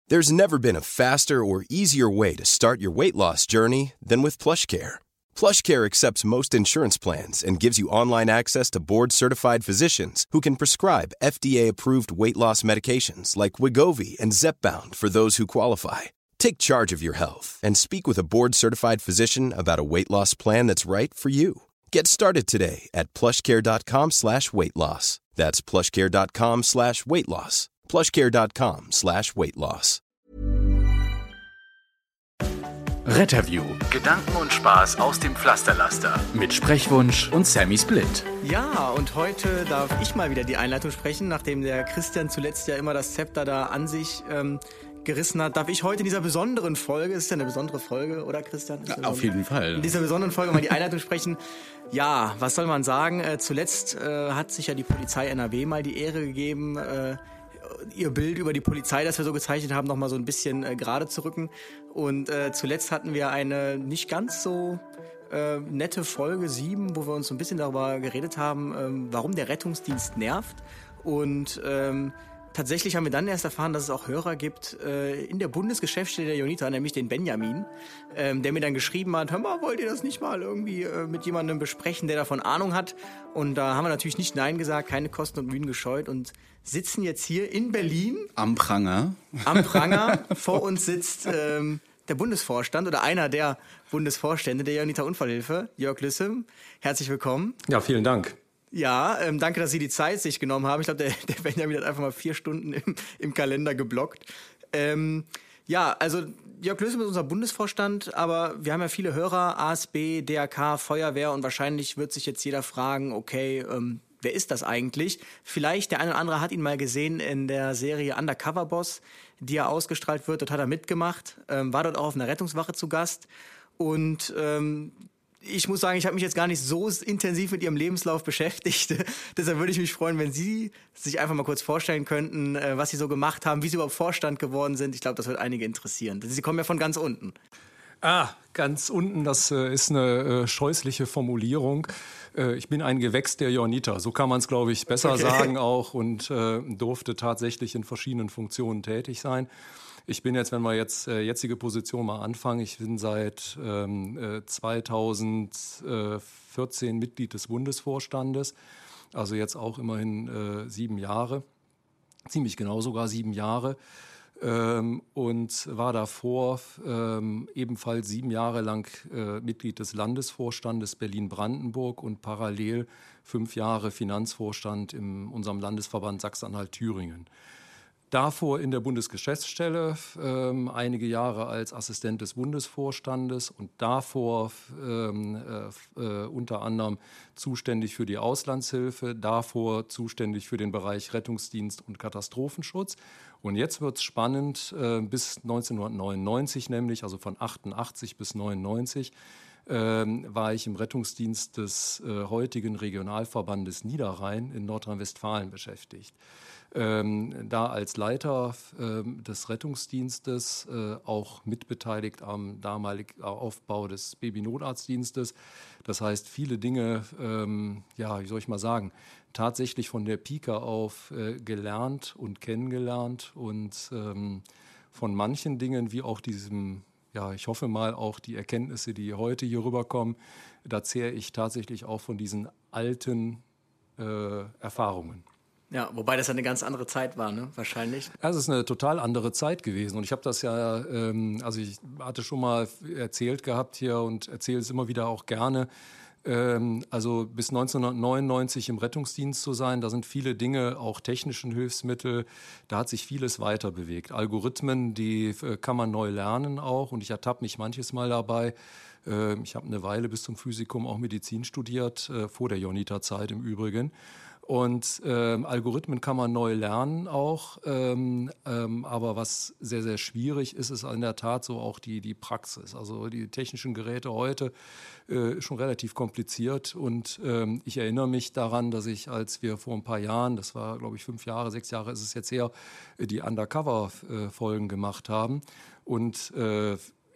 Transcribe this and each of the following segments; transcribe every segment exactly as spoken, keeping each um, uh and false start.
There's never been a faster or easier way to start your weight loss journey than with PlushCare. PlushCare accepts most insurance plans and gives you online access to board-certified physicians who can prescribe F D A-approved weight loss medications like Wegovy and Zepbound for those who qualify. Take charge of your health and speak with a board-certified physician about a weight loss plan that's right for you. Get started today at plushcare.com slash weight loss. That's plushcare.com slash weight loss. plushcare.com slash weight loss. Retterview. Gedanken und Spaß aus dem Pflasterlaster. Mit Sprechwunsch und Sammy Split. Ja, und heute darf ich mal wieder die Einleitung sprechen, nachdem der Christian zuletzt ja immer das Zepter da an sich ähm, gerissen hat, darf ich heute in dieser besonderen Folge, ist ja eine besondere Folge, oder Christian? Ja, auf jeden Fall. In dieser besonderen Folge mal die Einleitung sprechen. Ja, was soll man sagen? Äh, zuletzt äh, hat sich ja die Polizei N R W mal die Ehre gegeben, äh, ihr Bild über die Polizei, das wir so gezeichnet haben, noch mal so ein bisschen äh, gerade zu rücken. Und äh, zuletzt hatten wir eine nicht ganz so äh, nette Folge sieben, wo wir uns so ein bisschen darüber geredet haben, ähm, warum der Rettungsdienst nervt. Und ähm, tatsächlich haben wir dann erst erfahren, dass es auch Hörer gibt äh, in der Bundesgeschäftsstelle der Jonita, nämlich den Benjamin, ähm, der mir dann geschrieben hat, hör mal, wollt ihr das nicht mal irgendwie äh, mit jemandem besprechen, der davon Ahnung hat? Und da haben wir natürlich nicht Nein gesagt, keine Kosten und Mühen gescheut und sitzen jetzt hier in Berlin. Am Pranger. Am Pranger. Vor uns sitzt ähm, der Bundesvorstand oder einer der Bundesvorstände der Jonita Unfallhilfe, Jörg Lüssem. Herzlich willkommen. Ja, vielen Dank. Ja, ähm, danke, dass Sie die Zeit sich genommen haben. Ich glaube, der, der Benjamin hat einfach mal vier Stunden im, im Kalender geblockt. Ähm, ja, also Jörg Lüssem ist unser Bundesvorstand, aber wir haben ja viele Hörer, A S B, D R K, Feuerwehr und wahrscheinlich wird sich jetzt jeder fragen, okay, ähm, wer ist das eigentlich? Vielleicht der eine oder andere hat ihn mal gesehen in der Serie Undercover Boss, die ja ausgestrahlt wird. Dort hat er mitgemacht, ähm, war dort auch auf einer Rettungswache zu Gast und ähm, ich muss sagen, ich habe mich jetzt gar nicht so intensiv mit Ihrem Lebenslauf beschäftigt. Deshalb würde ich mich freuen, wenn Sie sich einfach mal kurz vorstellen könnten, was Sie so gemacht haben, wie Sie überhaupt Vorstand geworden sind. Ich glaube, das wird einige interessieren. Sie kommen ja von ganz unten. Ah, ganz unten, das äh, ist eine äh, scheußliche Formulierung. Äh, ich bin ein Gewächs der Jonita, so kann man es, glaube ich, besser okay. sagen auch und äh, durfte tatsächlich in verschiedenen Funktionen tätig sein. Ich bin jetzt, wenn wir jetzt äh, jetzige Position mal anfangen, ich bin seit ähm, äh, zweitausendvierzehn Mitglied des Bundesvorstandes, also jetzt auch immerhin äh, sieben Jahre, ziemlich genau sogar sieben Jahre ähm, und war davor ähm, ebenfalls sieben Jahre lang äh, Mitglied des Landesvorstandes Berlin-Brandenburg und parallel fünf Jahre Finanzvorstand in unserem Landesverband Sachsen-Anhalt-Thüringen. Davor in der Bundesgeschäftsstelle, ähm, einige Jahre als Assistent des Bundesvorstandes und davor ähm, äh, äh, unter anderem zuständig für die Auslandshilfe, davor zuständig für den Bereich Rettungsdienst und Katastrophenschutz. Und jetzt wird es spannend, äh, bis neunzehnhundertneunundneunzig nämlich, also von achtundachtzig bis neunundneunzig, äh, war ich im Rettungsdienst des äh, heutigen Regionalverbandes Niederrhein in Nordrhein-Westfalen beschäftigt. Ähm, da als Leiter ähm, des Rettungsdienstes, äh, auch mitbeteiligt am damaligen Aufbau des Babynotarztdienstes. Das heißt, viele Dinge, ähm, ja, wie soll ich mal sagen, tatsächlich von der Pike auf äh, gelernt und kennengelernt und ähm, von manchen Dingen, wie auch diesem, ja, ich hoffe mal auch die Erkenntnisse, die heute hier rüberkommen, da zehre ich tatsächlich auch von diesen alten äh, Erfahrungen. Ja, wobei das ja eine ganz andere Zeit war, ne? Wahrscheinlich. Ja, es ist eine total andere Zeit gewesen. Und ich habe das ja, ähm, also ich hatte schon mal erzählt gehabt hier und erzähle es immer wieder auch gerne. Ähm, also bis neunzehnhundertneunundneunzig im Rettungsdienst zu sein, da sind viele Dinge, auch technischen Hilfsmittel, da hat sich vieles weiter bewegt. Algorithmen, die äh, kann man neu lernen auch. Und ich ertappe mich manches Mal dabei. Äh, ich habe eine Weile bis zum Physikum auch Medizin studiert, äh, vor der Jonita-Zeit im Übrigen. Und ähm, Algorithmen kann man neu lernen auch, ähm, ähm, aber was sehr, sehr schwierig ist, ist in der Tat so auch die, die Praxis. Also die technischen Geräte heute äh, schon relativ kompliziert und ähm, ich erinnere mich daran, dass ich, als wir vor ein paar Jahren, das war glaube ich fünf Jahre, sechs Jahre ist es jetzt her, die Undercover-Folgen gemacht haben und äh,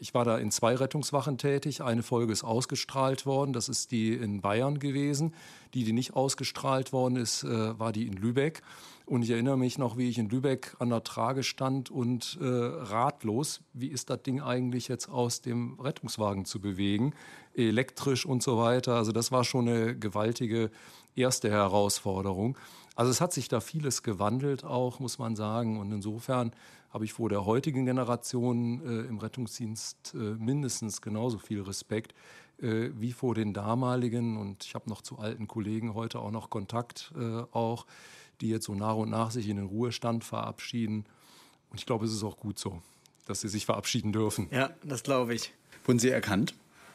ich war da in zwei Rettungswachen tätig. Eine Folge ist ausgestrahlt worden, das ist die in Bayern gewesen. Die, die nicht ausgestrahlt worden ist, äh, war die in Lübeck. Und ich erinnere mich noch, wie ich in Lübeck an der Trage stand und äh, ratlos, wie ist das Ding eigentlich jetzt aus dem Rettungswagen zu bewegen, elektrisch und so weiter. Also das war schon eine gewaltige erste Herausforderung. Also es hat sich da vieles gewandelt auch, muss man sagen. Und insofern habe ich vor der heutigen Generation äh, im Rettungsdienst äh, mindestens genauso viel Respekt äh, wie vor den damaligen. Und ich habe noch zu alten Kollegen heute auch noch Kontakt, äh, auch, die jetzt so nach und nach sich in den Ruhestand verabschieden. Und ich glaube, es ist auch gut so, dass sie sich verabschieden dürfen. Ja, das glaube ich. Wurden Sie erkannt?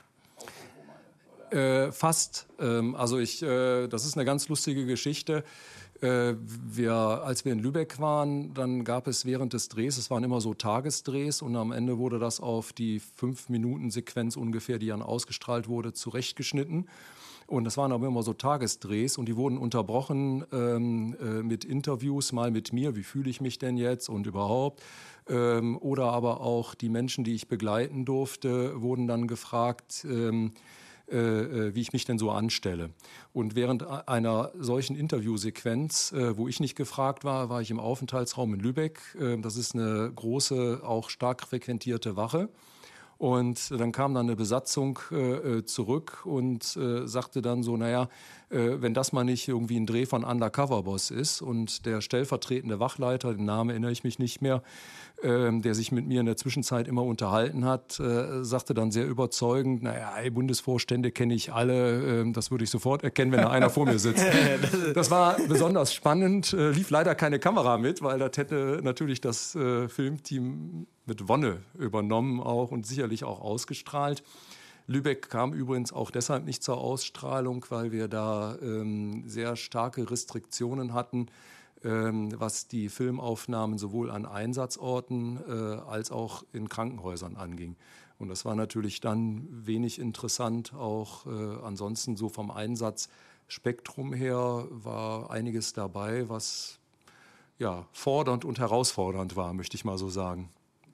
Äh, fast. Ähm, also ich, äh, das ist eine ganz lustige Geschichte. Äh, wir, als wir in Lübeck waren, dann gab es während des Drehs, es waren immer so Tagesdrehs und am Ende wurde das auf die fünf-Minuten-Sequenz ungefähr, die dann ausgestrahlt wurde, zurechtgeschnitten. Und das waren aber immer so Tagesdrehs und die wurden unterbrochen ähm, äh, mit Interviews, mal mit mir, wie fühle ich mich denn jetzt und überhaupt. Ähm, oder aber auch die Menschen, die ich begleiten durfte, wurden dann gefragt, ähm, äh, wie ich mich denn so anstelle. Und während einer solchen Interviewsequenz, äh, wo ich nicht gefragt war, war ich im Aufenthaltsraum in Lübeck. Äh, das ist eine große, auch stark frequentierte Wache. Und dann kam dann eine Besatzung äh, zurück und äh, sagte dann so, naja, äh, wenn das mal nicht irgendwie ein Dreh von Undercover Boss ist. Und der stellvertretende Wachleiter, den Namen erinnere ich mich nicht mehr, äh, der sich mit mir in der Zwischenzeit immer unterhalten hat, äh, sagte dann sehr überzeugend, naja, ey, Bundesvorstände kenne ich alle, äh, das würde ich sofort erkennen, wenn da einer vor mir sitzt. Das war besonders spannend, äh, lief leider keine Kamera mit, weil das hätte natürlich das äh, Filmteam mit Wonne übernommen auch und sicherlich auch ausgestrahlt. Lübeck kam übrigens auch deshalb nicht zur Ausstrahlung, weil wir da ähm, sehr starke Restriktionen hatten, ähm, was die Filmaufnahmen sowohl an Einsatzorten äh, als auch in Krankenhäusern anging. Und das war natürlich dann wenig interessant, auch äh, ansonsten so vom Einsatzspektrum her war einiges dabei, was ja fordernd und herausfordernd war, möchte ich mal so sagen.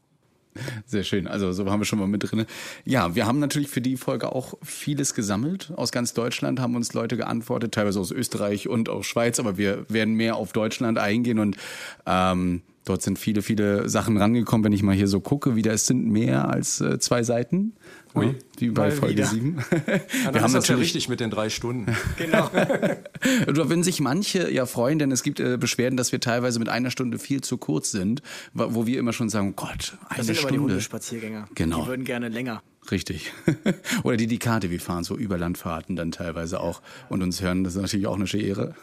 Sehr schön, also so haben wir schon mal mit drin. Ja, wir haben natürlich für die Folge auch vieles gesammelt. Aus ganz Deutschland haben uns Leute geantwortet, teilweise aus Österreich und auch Schweiz, aber wir werden mehr auf Deutschland eingehen und ähm, dort sind viele, viele Sachen rangekommen. Wenn ich mal hier so gucke, wieder, es sind mehr als äh, zwei Seiten. Ui, ja, wie bei Folge wieder. sieben. Ja, dann wir haben ist das ja richtig mit den drei Stunden. Genau. Oder wenn sich manche ja freuen, denn es gibt äh, Beschwerden, dass wir teilweise mit einer Stunde viel zu kurz sind, wo wir immer schon sagen, Gott, eine das sind Stunde. Aber die Hundespaziergänger. Genau. Die würden gerne länger. Richtig. Oder die, die K T W fahren, so Überlandfahrten dann teilweise auch und uns hören, das ist natürlich auch eine schöne Ehre.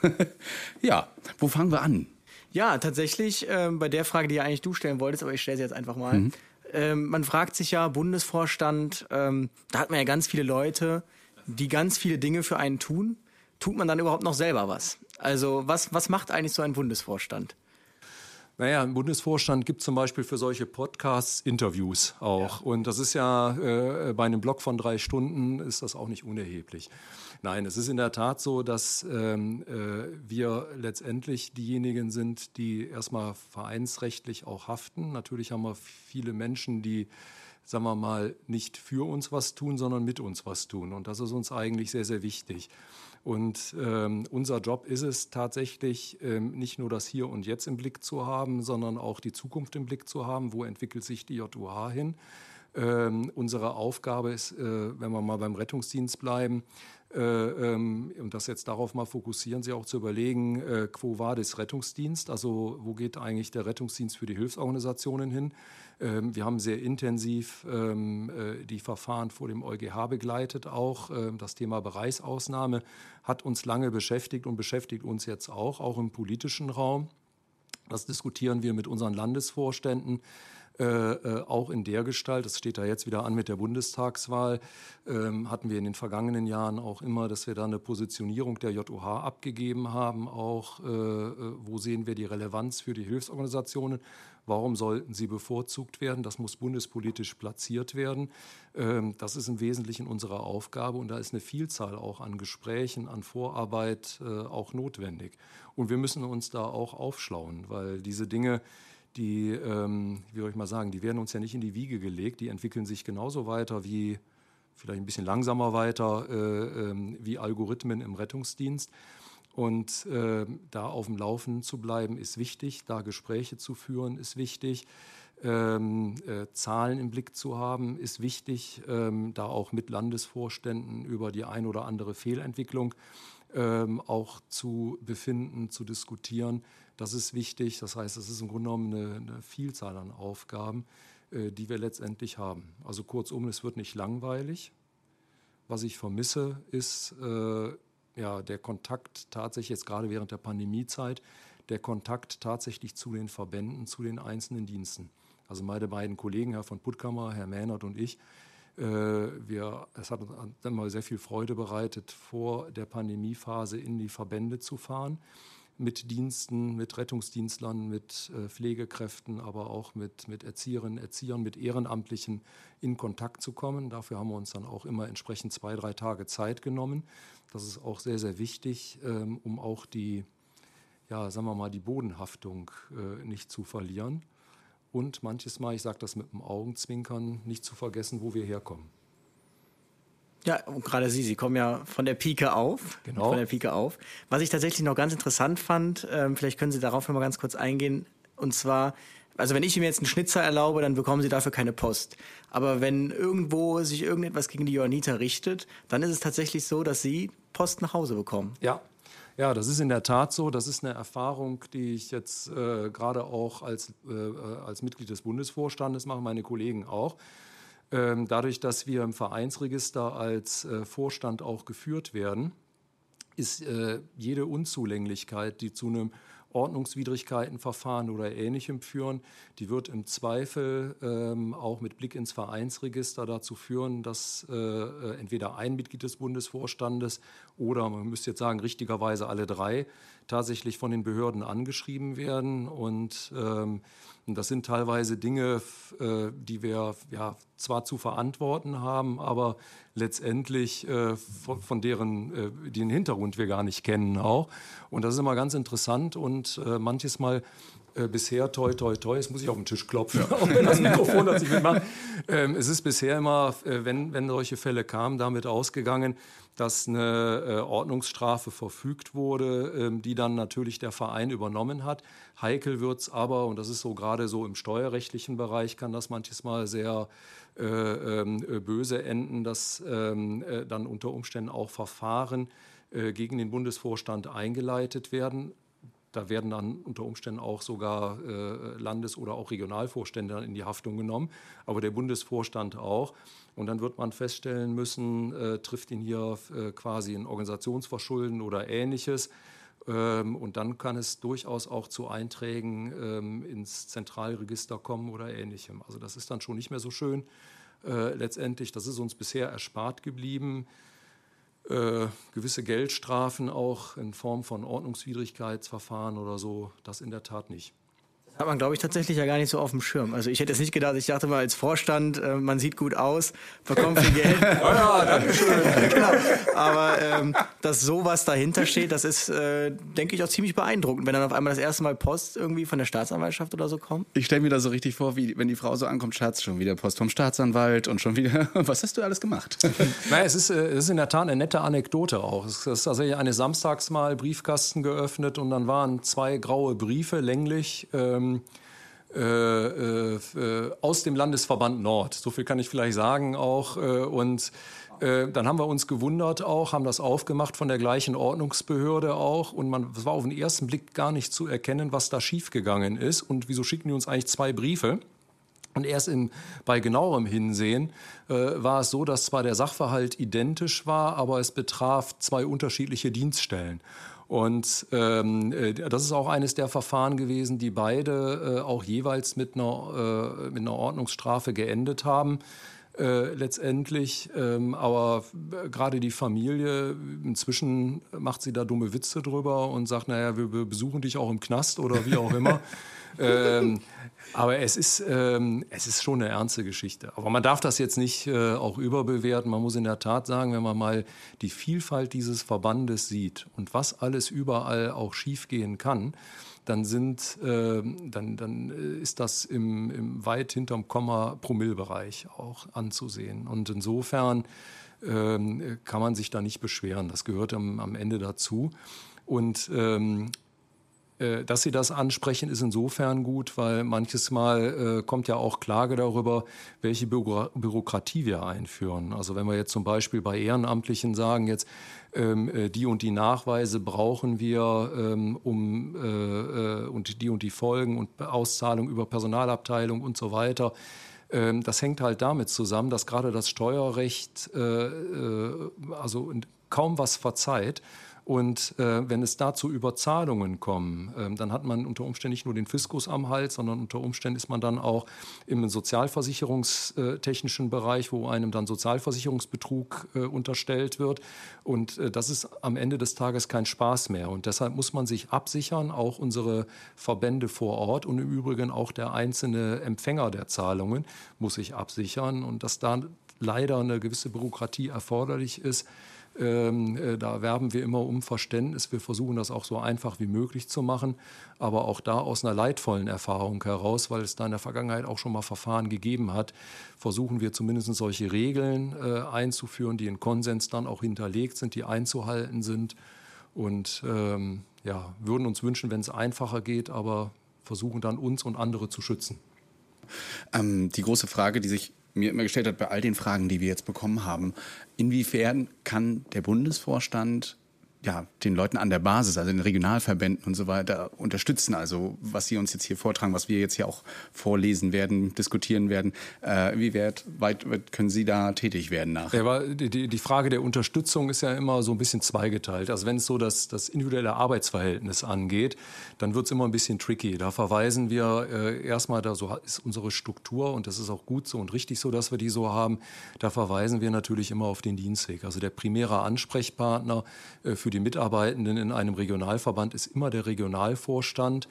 Ja, wo fangen wir an? Ja, tatsächlich ähm, bei der Frage, die ja eigentlich du stellen wolltest, aber ich stelle sie jetzt einfach mal. Mhm. Ähm, man fragt sich ja, Bundesvorstand, ähm, da hat man ja ganz viele Leute, die ganz viele Dinge für einen tun. Tut man dann überhaupt noch selber was? Also was, was macht eigentlich so ein Bundesvorstand? Naja, im Bundesvorstand gibt es zum Beispiel für solche Podcasts Interviews auch. Ja. Und das ist ja äh, bei einem Blog von drei Stunden ist das auch nicht unerheblich. Nein, es ist in der Tat so, dass ähm, äh, wir letztendlich diejenigen sind, die erstmal vereinsrechtlich auch haften. Natürlich haben wir viele Menschen, die, sagen wir mal, nicht für uns was tun, sondern mit uns was tun. Und das ist uns eigentlich sehr, sehr wichtig. Und ähm, unser Job ist es tatsächlich, ähm, nicht nur das Hier und Jetzt im Blick zu haben, sondern auch die Zukunft im Blick zu haben. Wo entwickelt sich die J U H hin? Ähm, unsere Aufgabe ist, äh, wenn wir mal beim Rettungsdienst bleiben, äh, ähm, und das jetzt darauf mal fokussieren, Sie auch zu überlegen, äh, quo vadis Rettungsdienst, also wo geht eigentlich der Rettungsdienst für die Hilfsorganisationen hin? Ähm, wir haben sehr intensiv ähm, äh, die Verfahren vor dem EuGH begleitet auch. Ähm, das Thema Bereichsausnahme hat uns lange beschäftigt und beschäftigt uns jetzt auch, auch im politischen Raum. Das diskutieren wir mit unseren Landesvorständen. Äh, äh, auch in der Gestalt, das steht da jetzt wieder an mit der Bundestagswahl, ähm, hatten wir in den vergangenen Jahren auch immer, dass wir da eine Positionierung der J U H abgegeben haben, auch äh, wo sehen wir die Relevanz für die Hilfsorganisationen, warum sollten sie bevorzugt werden, das muss bundespolitisch platziert werden. Ähm, das ist im Wesentlichen unsere Aufgabe und da ist eine Vielzahl auch an Gesprächen, an Vorarbeit äh, auch notwendig. Und wir müssen uns da auch aufschlauen, weil diese Dinge, die, ähm, wie soll ich mal sagen, die werden uns ja nicht in die Wiege gelegt, die entwickeln sich genauso weiter wie, vielleicht ein bisschen langsamer weiter, äh, äh, wie Algorithmen im Rettungsdienst. Und äh, da auf dem Laufen zu bleiben, ist wichtig, da Gespräche zu führen, ist wichtig. Ähm, äh, Zahlen im Blick zu haben, ist wichtig, ähm, da auch mit Landesvorständen über die ein oder andere Fehlentwicklung ähm, auch zu befinden, zu diskutieren. Das ist wichtig. Das heißt, es ist im Grunde genommen eine, eine Vielzahl an Aufgaben, äh, die wir letztendlich haben. Also kurzum, es wird nicht langweilig. Was ich vermisse, ist äh, ja, der Kontakt tatsächlich jetzt gerade während der Pandemiezeit, der Kontakt tatsächlich zu den Verbänden, zu den einzelnen Diensten. Also meine beiden Kollegen, Herr von Puttkammer, Herr Mähnert und ich, äh, wir, es hat uns dann mal sehr viel Freude bereitet, vor der Pandemiephase in die Verbände zu fahren, mit Diensten, mit Rettungsdienstlern, mit äh, Pflegekräften, aber auch mit, mit Erzieherinnen, Erziehern, mit Ehrenamtlichen in Kontakt zu kommen. Dafür haben wir uns dann auch immer entsprechend zwei, drei Tage Zeit genommen. Das ist auch sehr, sehr wichtig, ähm, um auch die, ja, sagen wir mal, die Bodenhaftung äh, nicht zu verlieren. Und manches Mal, ich sage das mit dem Augenzwinkern, nicht zu vergessen, wo wir herkommen. Ja, und gerade Sie, Sie kommen ja von der Pike auf. Genau. Von der Pike auf. Was ich tatsächlich noch ganz interessant fand, ähm, vielleicht können Sie darauf noch mal ganz kurz eingehen, und zwar, also wenn ich mir jetzt einen Schnitzer erlaube, dann bekommen Sie dafür keine Post. Aber wenn irgendwo sich irgendetwas gegen die Johanniter richtet, dann ist es tatsächlich so, dass Sie Post nach Hause bekommen. Ja. Ja, das ist in der Tat so. Das ist eine Erfahrung, die ich jetzt äh, gerade auch als, äh, als Mitglied des Bundesvorstandes mache, meine Kollegen auch. Ähm, dadurch, dass wir im Vereinsregister als äh, Vorstand auch geführt werden, ist äh, jede Unzulänglichkeit, die zu einem Ordnungswidrigkeitenverfahren oder Ähnlichem führen, die wird im Zweifel ähm, auch mit Blick ins Vereinsregister dazu führen, dass äh, entweder ein Mitglied des Bundesvorstandes oder, man müsste jetzt sagen, richtigerweise alle drei, tatsächlich von den Behörden angeschrieben werden. Und ähm, das sind teilweise Dinge, äh, die wir ja zwar zu verantworten haben, aber letztendlich äh, von, von deren äh, den Hintergrund wir gar nicht kennen auch. Und das ist immer ganz interessant und äh, manches Mal äh, bisher, toi, toi, toi, jetzt muss ich auf den Tisch klopfen, ja. Auch wenn das Mikrofon das nicht mitmacht. Ähm, es ist bisher immer, äh, wenn, wenn solche Fälle kamen, damit ausgegangen, dass eine äh, Ordnungsstrafe verfügt wurde, ähm, die dann natürlich der Verein übernommen hat. Heikel wird es aber, und das ist so gerade so im steuerrechtlichen Bereich, kann das manches Mal sehr äh, äh, böse enden, dass ähm, äh, dann unter Umständen auch Verfahren äh, gegen den Bundesvorstand eingeleitet werden. Da werden dann unter Umständen auch sogar äh, Landes- oder auch Regionalvorstände in die Haftung genommen, aber der Bundesvorstand auch. Und dann wird man feststellen müssen, äh, trifft ihn hier äh, quasi ein Organisationsverschulden oder Ähnliches. Ähm, und dann kann es durchaus auch zu Einträgen ähm, ins Zentralregister kommen oder Ähnlichem. Also das ist dann schon nicht mehr so schön äh, letztendlich. Das ist uns bisher erspart geblieben. Äh, gewisse Geldstrafen auch in Form von Ordnungswidrigkeitsverfahren oder so, das in der Tat nicht. Hat man, glaube ich, tatsächlich ja gar nicht so auf dem Schirm. Also ich hätte jetzt nicht gedacht, ich dachte mal als Vorstand, äh, man sieht gut aus, bekommt viel Geld. Ja, ja, danke schön. Genau. Aber ähm, dass sowas dahinter steht, das ist, äh, denke ich, auch ziemlich beeindruckend, wenn dann auf einmal das erste Mal Post irgendwie von der Staatsanwaltschaft oder so kommt. Ich stelle mir da so richtig vor, wie wenn die Frau so ankommt, Schatz, schon wieder Post vom Staatsanwalt und schon wieder, was hast du alles gemacht? Naja, es ist, es ist in der Tat eine nette Anekdote auch. Es ist tatsächlich eines Samstags mal Briefkasten geöffnet und dann waren zwei graue Briefe, länglich, ähm, Äh, äh, aus dem Landesverband Nord. So viel kann ich vielleicht sagen auch. Äh, und äh, dann haben wir uns gewundert auch, haben das aufgemacht von der gleichen Ordnungsbehörde auch. Und man, es war auf den ersten Blick gar nicht zu erkennen, was da schiefgegangen ist. Und wieso schicken die uns eigentlich zwei Briefe? Und erst in, bei genauerem Hinsehen äh, war es so, dass zwar der Sachverhalt identisch war, aber es betraf zwei unterschiedliche Dienststellen. Und ähm, das ist auch eines der Verfahren gewesen, die beide äh, auch jeweils mit einer, äh, mit einer Ordnungsstrafe geendet haben. Äh, letztendlich, ähm, aber gerade die Familie, inzwischen macht sie da dumme Witze drüber und sagt, naja, wir, wir besuchen dich auch im Knast oder wie auch immer. ähm, aber es ist, ähm, es ist schon eine ernste Geschichte. Aber man darf das jetzt nicht äh, auch überbewerten. Man muss in der Tat sagen, wenn man mal die Vielfalt dieses Verbandes sieht und was alles überall auch schiefgehen kann, dann sind, äh, dann, dann ist das im, im weit hinterm Komma Promillbereich auch anzusehen. Und insofern äh, kann man sich da nicht beschweren. Das gehört am, am Ende dazu. Und ähm, dass Sie das ansprechen, ist insofern gut, weil manches Mal äh, kommt ja auch Klage darüber, welche Büro- Bürokratie wir einführen. Also wenn wir jetzt zum Beispiel bei Ehrenamtlichen sagen, jetzt ähm, die und die Nachweise brauchen wir, ähm, um äh, und die und die Folgen und Auszahlung über Personalabteilung und so weiter. Ähm, das hängt halt damit zusammen, dass gerade das Steuerrecht äh, äh, also kaum was verzeiht. Und äh, wenn es da zu Überzahlungen kommen, äh, dann hat man unter Umständen nicht nur den Fiskus am Hals, sondern unter Umständen ist man dann auch im sozialversicherungstechnischen Bereich, wo einem dann Sozialversicherungsbetrug äh, unterstellt wird. Und äh, das ist am Ende des Tages kein Spaß mehr. Und deshalb muss man sich absichern, auch unsere Verbände vor Ort und im Übrigen auch der einzelne Empfänger der Zahlungen muss sich absichern. Und dass da leider eine gewisse Bürokratie erforderlich ist, Ähm, äh, da werben wir immer um Verständnis. Wir versuchen das auch so einfach wie möglich zu machen, aber auch da aus einer leidvollen Erfahrung heraus, weil es da in der Vergangenheit auch schon mal Verfahren gegeben hat, versuchen wir zumindest solche Regeln äh, einzuführen, die in Konsens dann auch hinterlegt sind, die einzuhalten sind und ähm, ja, würden uns wünschen, wenn es einfacher geht, aber versuchen dann uns und andere zu schützen. Ähm, die große Frage, die sich mir immer gestellt hat bei all den Fragen, die wir jetzt bekommen haben, inwiefern kann der Bundesvorstand ja, den Leuten an der Basis, also den Regionalverbänden und so weiter unterstützen, also was Sie uns jetzt hier vortragen, was wir jetzt hier auch vorlesen werden, diskutieren werden, äh, wie weit, weit, weit können Sie da tätig werden nachher? Ja, die, die Frage der Unterstützung ist ja immer so ein bisschen zweigeteilt. Also wenn es so das, das individuelle Arbeitsverhältnis angeht, dann wird es immer ein bisschen tricky. Da verweisen wir äh, erstmal, da so ist unsere Struktur und das ist auch gut so und richtig so, dass wir die so haben, da verweisen wir natürlich immer auf den Dienstweg. Also der primäre Ansprechpartner äh, für die Mitarbeitenden in einem Regionalverband ist immer der Regionalvorstand.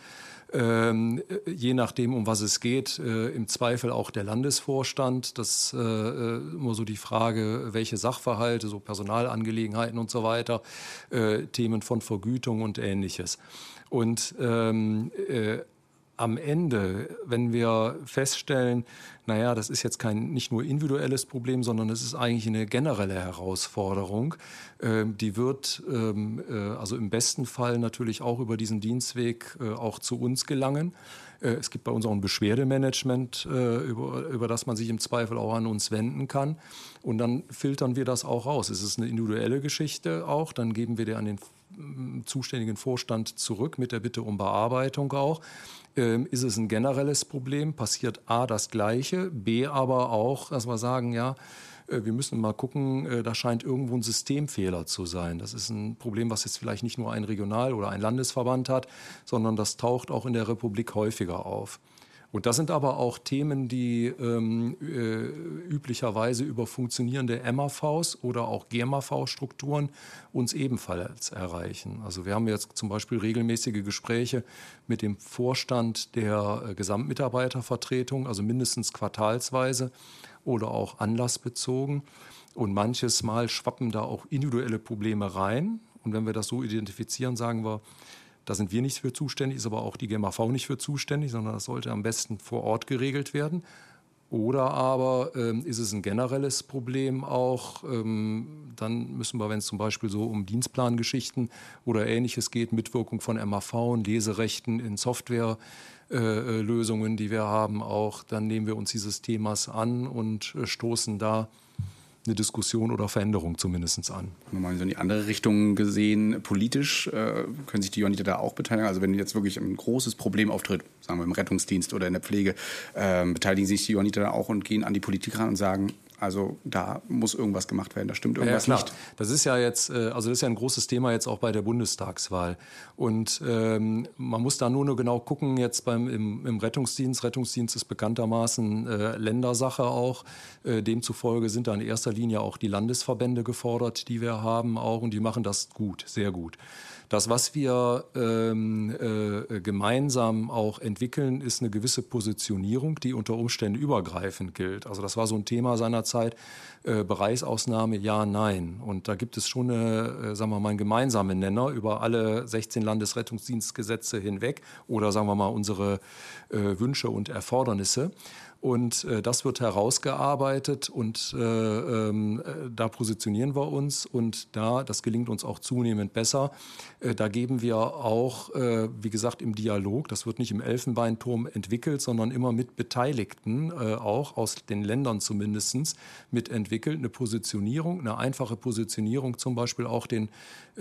Ähm, je nachdem, um was es geht, äh, im Zweifel auch der Landesvorstand. Das ist äh, immer so die Frage, welche Sachverhalte, so Personalangelegenheiten und so weiter, äh, Themen von Vergütung und Ähnliches. Und ähm, äh, am Ende, wenn wir feststellen, naja, das ist jetzt kein nicht nur individuelles Problem, sondern es ist eigentlich eine generelle Herausforderung, ähm, die wird ähm, äh, also im besten Fall natürlich auch über diesen Dienstweg äh, auch zu uns gelangen. Äh, es gibt bei uns auch ein Beschwerdemanagement, äh, über, über das man sich im Zweifel auch an uns wenden kann. Und dann filtern wir das auch raus. Es ist eine individuelle Geschichte auch, dann geben wir die an den zuständigen Vorstand zurück mit der Bitte um Bearbeitung auch. Ähm, ist es ein generelles Problem? Passiert A, das Gleiche, B, aber auch, dass wir sagen, ja, äh, wir müssen mal gucken, äh, da scheint irgendwo ein Systemfehler zu sein. Das ist ein Problem, was jetzt vielleicht nicht nur ein Regional- oder ein Landesverband hat, sondern das taucht auch in der Republik häufiger auf. Und das sind aber auch Themen, die ähm, äh, üblicherweise über funktionierende M A Vs oder auch G M A V-Strukturen uns ebenfalls erreichen. Also wir haben jetzt zum Beispiel regelmäßige Gespräche mit dem Vorstand der äh, Gesamtmitarbeitervertretung, also mindestens quartalsweise oder auch anlassbezogen. Und manches Mal schwappen da auch individuelle Probleme rein. Und wenn wir das so identifizieren, sagen wir, da sind wir nicht für zuständig, ist aber auch die G M A V nicht für zuständig, sondern das sollte am besten vor Ort geregelt werden. Oder aber ähm, ist es ein generelles Problem auch, ähm, dann müssen wir, wenn es zum Beispiel so um Dienstplangeschichten oder Ähnliches geht, Mitwirkung von M A V, Leserechten in Softwarelösungen, äh, die wir haben, auch, dann nehmen wir uns dieses Themas an und äh, stoßen da eine Diskussion oder Veränderung zumindest an. Nochmal so in die andere Richtung gesehen, politisch äh, können sich die Johanniter da auch beteiligen. Also wenn jetzt wirklich ein großes Problem auftritt, sagen wir im Rettungsdienst oder in der Pflege, äh, beteiligen sich die Johanniter da auch und gehen an die Politik ran und sagen, also da muss irgendwas gemacht werden, da stimmt irgendwas ja, nicht. Das ist ja jetzt, also das ist ja ein großes Thema jetzt auch bei der Bundestagswahl. Und ähm, man muss da nur, nur genau gucken, jetzt beim im, im Rettungsdienst. Rettungsdienst ist bekanntermaßen äh, Ländersache auch. Äh, demzufolge sind da in erster Linie auch die Landesverbände gefordert, die wir haben auch. Und die machen das gut, sehr gut. Das, was wir ähm, äh, gemeinsam auch entwickeln, ist eine gewisse Positionierung, die unter Umständen übergreifend gilt. Also das war so ein Thema seinerzeit, äh, Bereichsausnahme, ja, nein. Und da gibt es schon eine, äh, sagen wir mal, einen gemeinsamen Nenner über alle sechzehn Landesrettungsdienstgesetze hinweg oder sagen wir mal unsere äh, Wünsche und Erfordernisse. Und äh, das wird herausgearbeitet und äh, äh, da positionieren wir uns und da, das gelingt uns auch zunehmend besser. Äh, da geben wir auch, äh, wie gesagt, im Dialog, das wird nicht im Elfenbeinturm entwickelt, sondern immer mit Beteiligten, äh, auch aus den Ländern zumindest mitentwickelt, eine Positionierung, eine einfache Positionierung zum Beispiel auch den äh,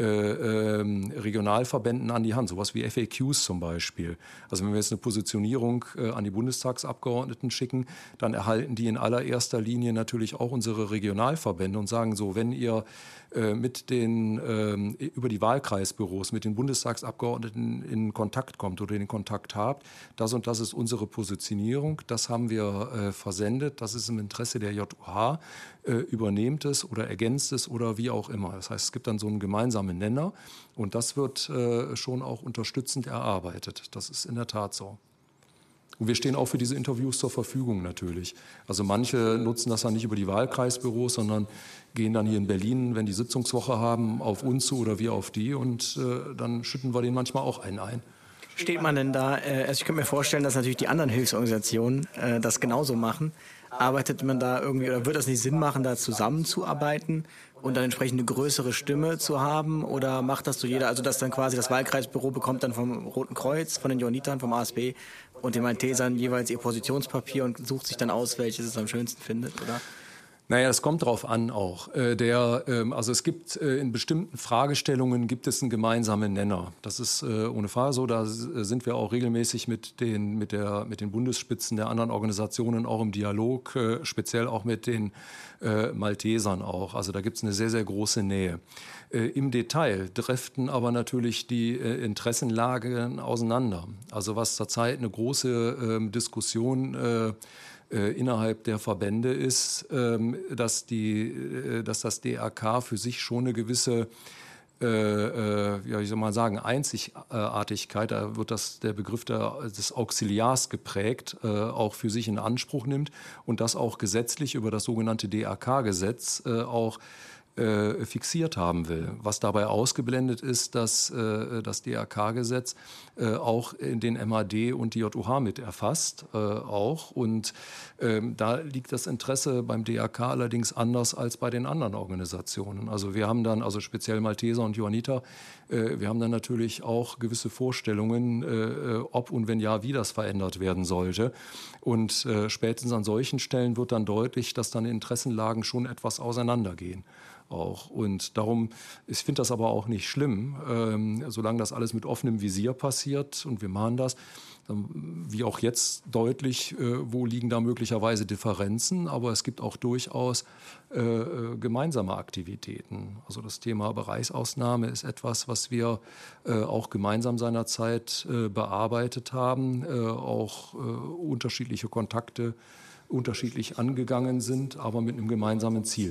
äh, Regionalverbänden an die Hand, sowas wie F A Qs zum Beispiel. Also wenn wir jetzt eine Positionierung äh, an die Bundestagsabgeordneten schicken, dann erhalten die in allererster Linie natürlich auch unsere Regionalverbände und sagen so, wenn ihr äh, mit den, äh, über die Wahlkreisbüros mit den Bundestagsabgeordneten in Kontakt kommt oder den Kontakt habt, das und das ist unsere Positionierung, das haben wir äh, versendet, das ist im Interesse der J U H, äh, übernehmt es oder ergänzt es oder wie auch immer. Das heißt, es gibt dann so einen gemeinsamen Nenner und das wird äh, schon auch unterstützend erarbeitet. Das ist in der Tat so. Und wir stehen auch für diese Interviews zur Verfügung natürlich. Also manche nutzen das dann nicht über die Wahlkreisbüros, sondern gehen dann hier in Berlin, wenn die Sitzungswoche haben, auf uns zu oder wir auf die und äh, dann schütten wir denen manchmal auch einen ein. Steht man denn da, äh, also ich könnte mir vorstellen, dass natürlich die anderen Hilfsorganisationen äh, das genauso machen. Arbeitet man da irgendwie oder wird das nicht Sinn machen, da zusammenzuarbeiten und dann entsprechend eine größere Stimme zu haben oder macht das so jeder, also dass dann quasi das Wahlkreisbüro bekommt dann vom Roten Kreuz, von den Johannitern, vom A S B und den Maltesern jeweils ihr Positionspapier und sucht sich dann aus, welches es am schönsten findet, oder? Naja, es kommt drauf an auch. Äh, der, ähm, also es gibt äh, in bestimmten Fragestellungen gibt es einen gemeinsamen Nenner. Das ist äh, ohne Frage so. Da sind wir auch regelmäßig mit den, mit der, mit den Bundesspitzen der anderen Organisationen auch im Dialog, äh, speziell auch mit den äh, Maltesern auch. Also da gibt es eine sehr, sehr große Nähe. Äh, Im Detail driften aber natürlich die äh, Interessenlagen auseinander. Also was zurzeit eine große äh, Diskussion äh, Äh, innerhalb der Verbände ist, ähm, dass, die, äh, dass das D R K für sich schon eine gewisse, äh, äh, ja, wie soll man sagen, Einzigartigkeit, da wird das, der Begriff der, des Auxiliars geprägt, äh, auch für sich in Anspruch nimmt und das auch gesetzlich über das sogenannte D R K-Gesetz äh, auch äh, fixiert haben will. Was dabei ausgeblendet ist, dass äh, das D R K-Gesetz äh, auch in den M H D und die J U H mit erfasst äh, auch. Und ähm, da liegt das Interesse beim D R K allerdings anders als bei den anderen Organisationen. Also wir haben dann, also speziell Malteser und Johanniter, äh, wir haben dann natürlich auch gewisse Vorstellungen, äh, ob und wenn ja, wie das verändert werden sollte. Und äh, spätestens an solchen Stellen wird dann deutlich, dass dann Interessenlagen schon etwas auseinandergehen. Auch. Und darum, ich finde das aber auch nicht schlimm, ähm, solange das alles mit offenem Visier passiert und wir machen das, dann, wie auch jetzt deutlich, äh, wo liegen da möglicherweise Differenzen, aber es gibt auch durchaus äh, gemeinsame Aktivitäten. Also das Thema Bereichsausnahme ist etwas, was wir äh, auch gemeinsam seinerzeit äh, bearbeitet haben, äh, auch äh, unterschiedliche Kontakte unterschiedlich angegangen sind, aber mit einem gemeinsamen Ziel.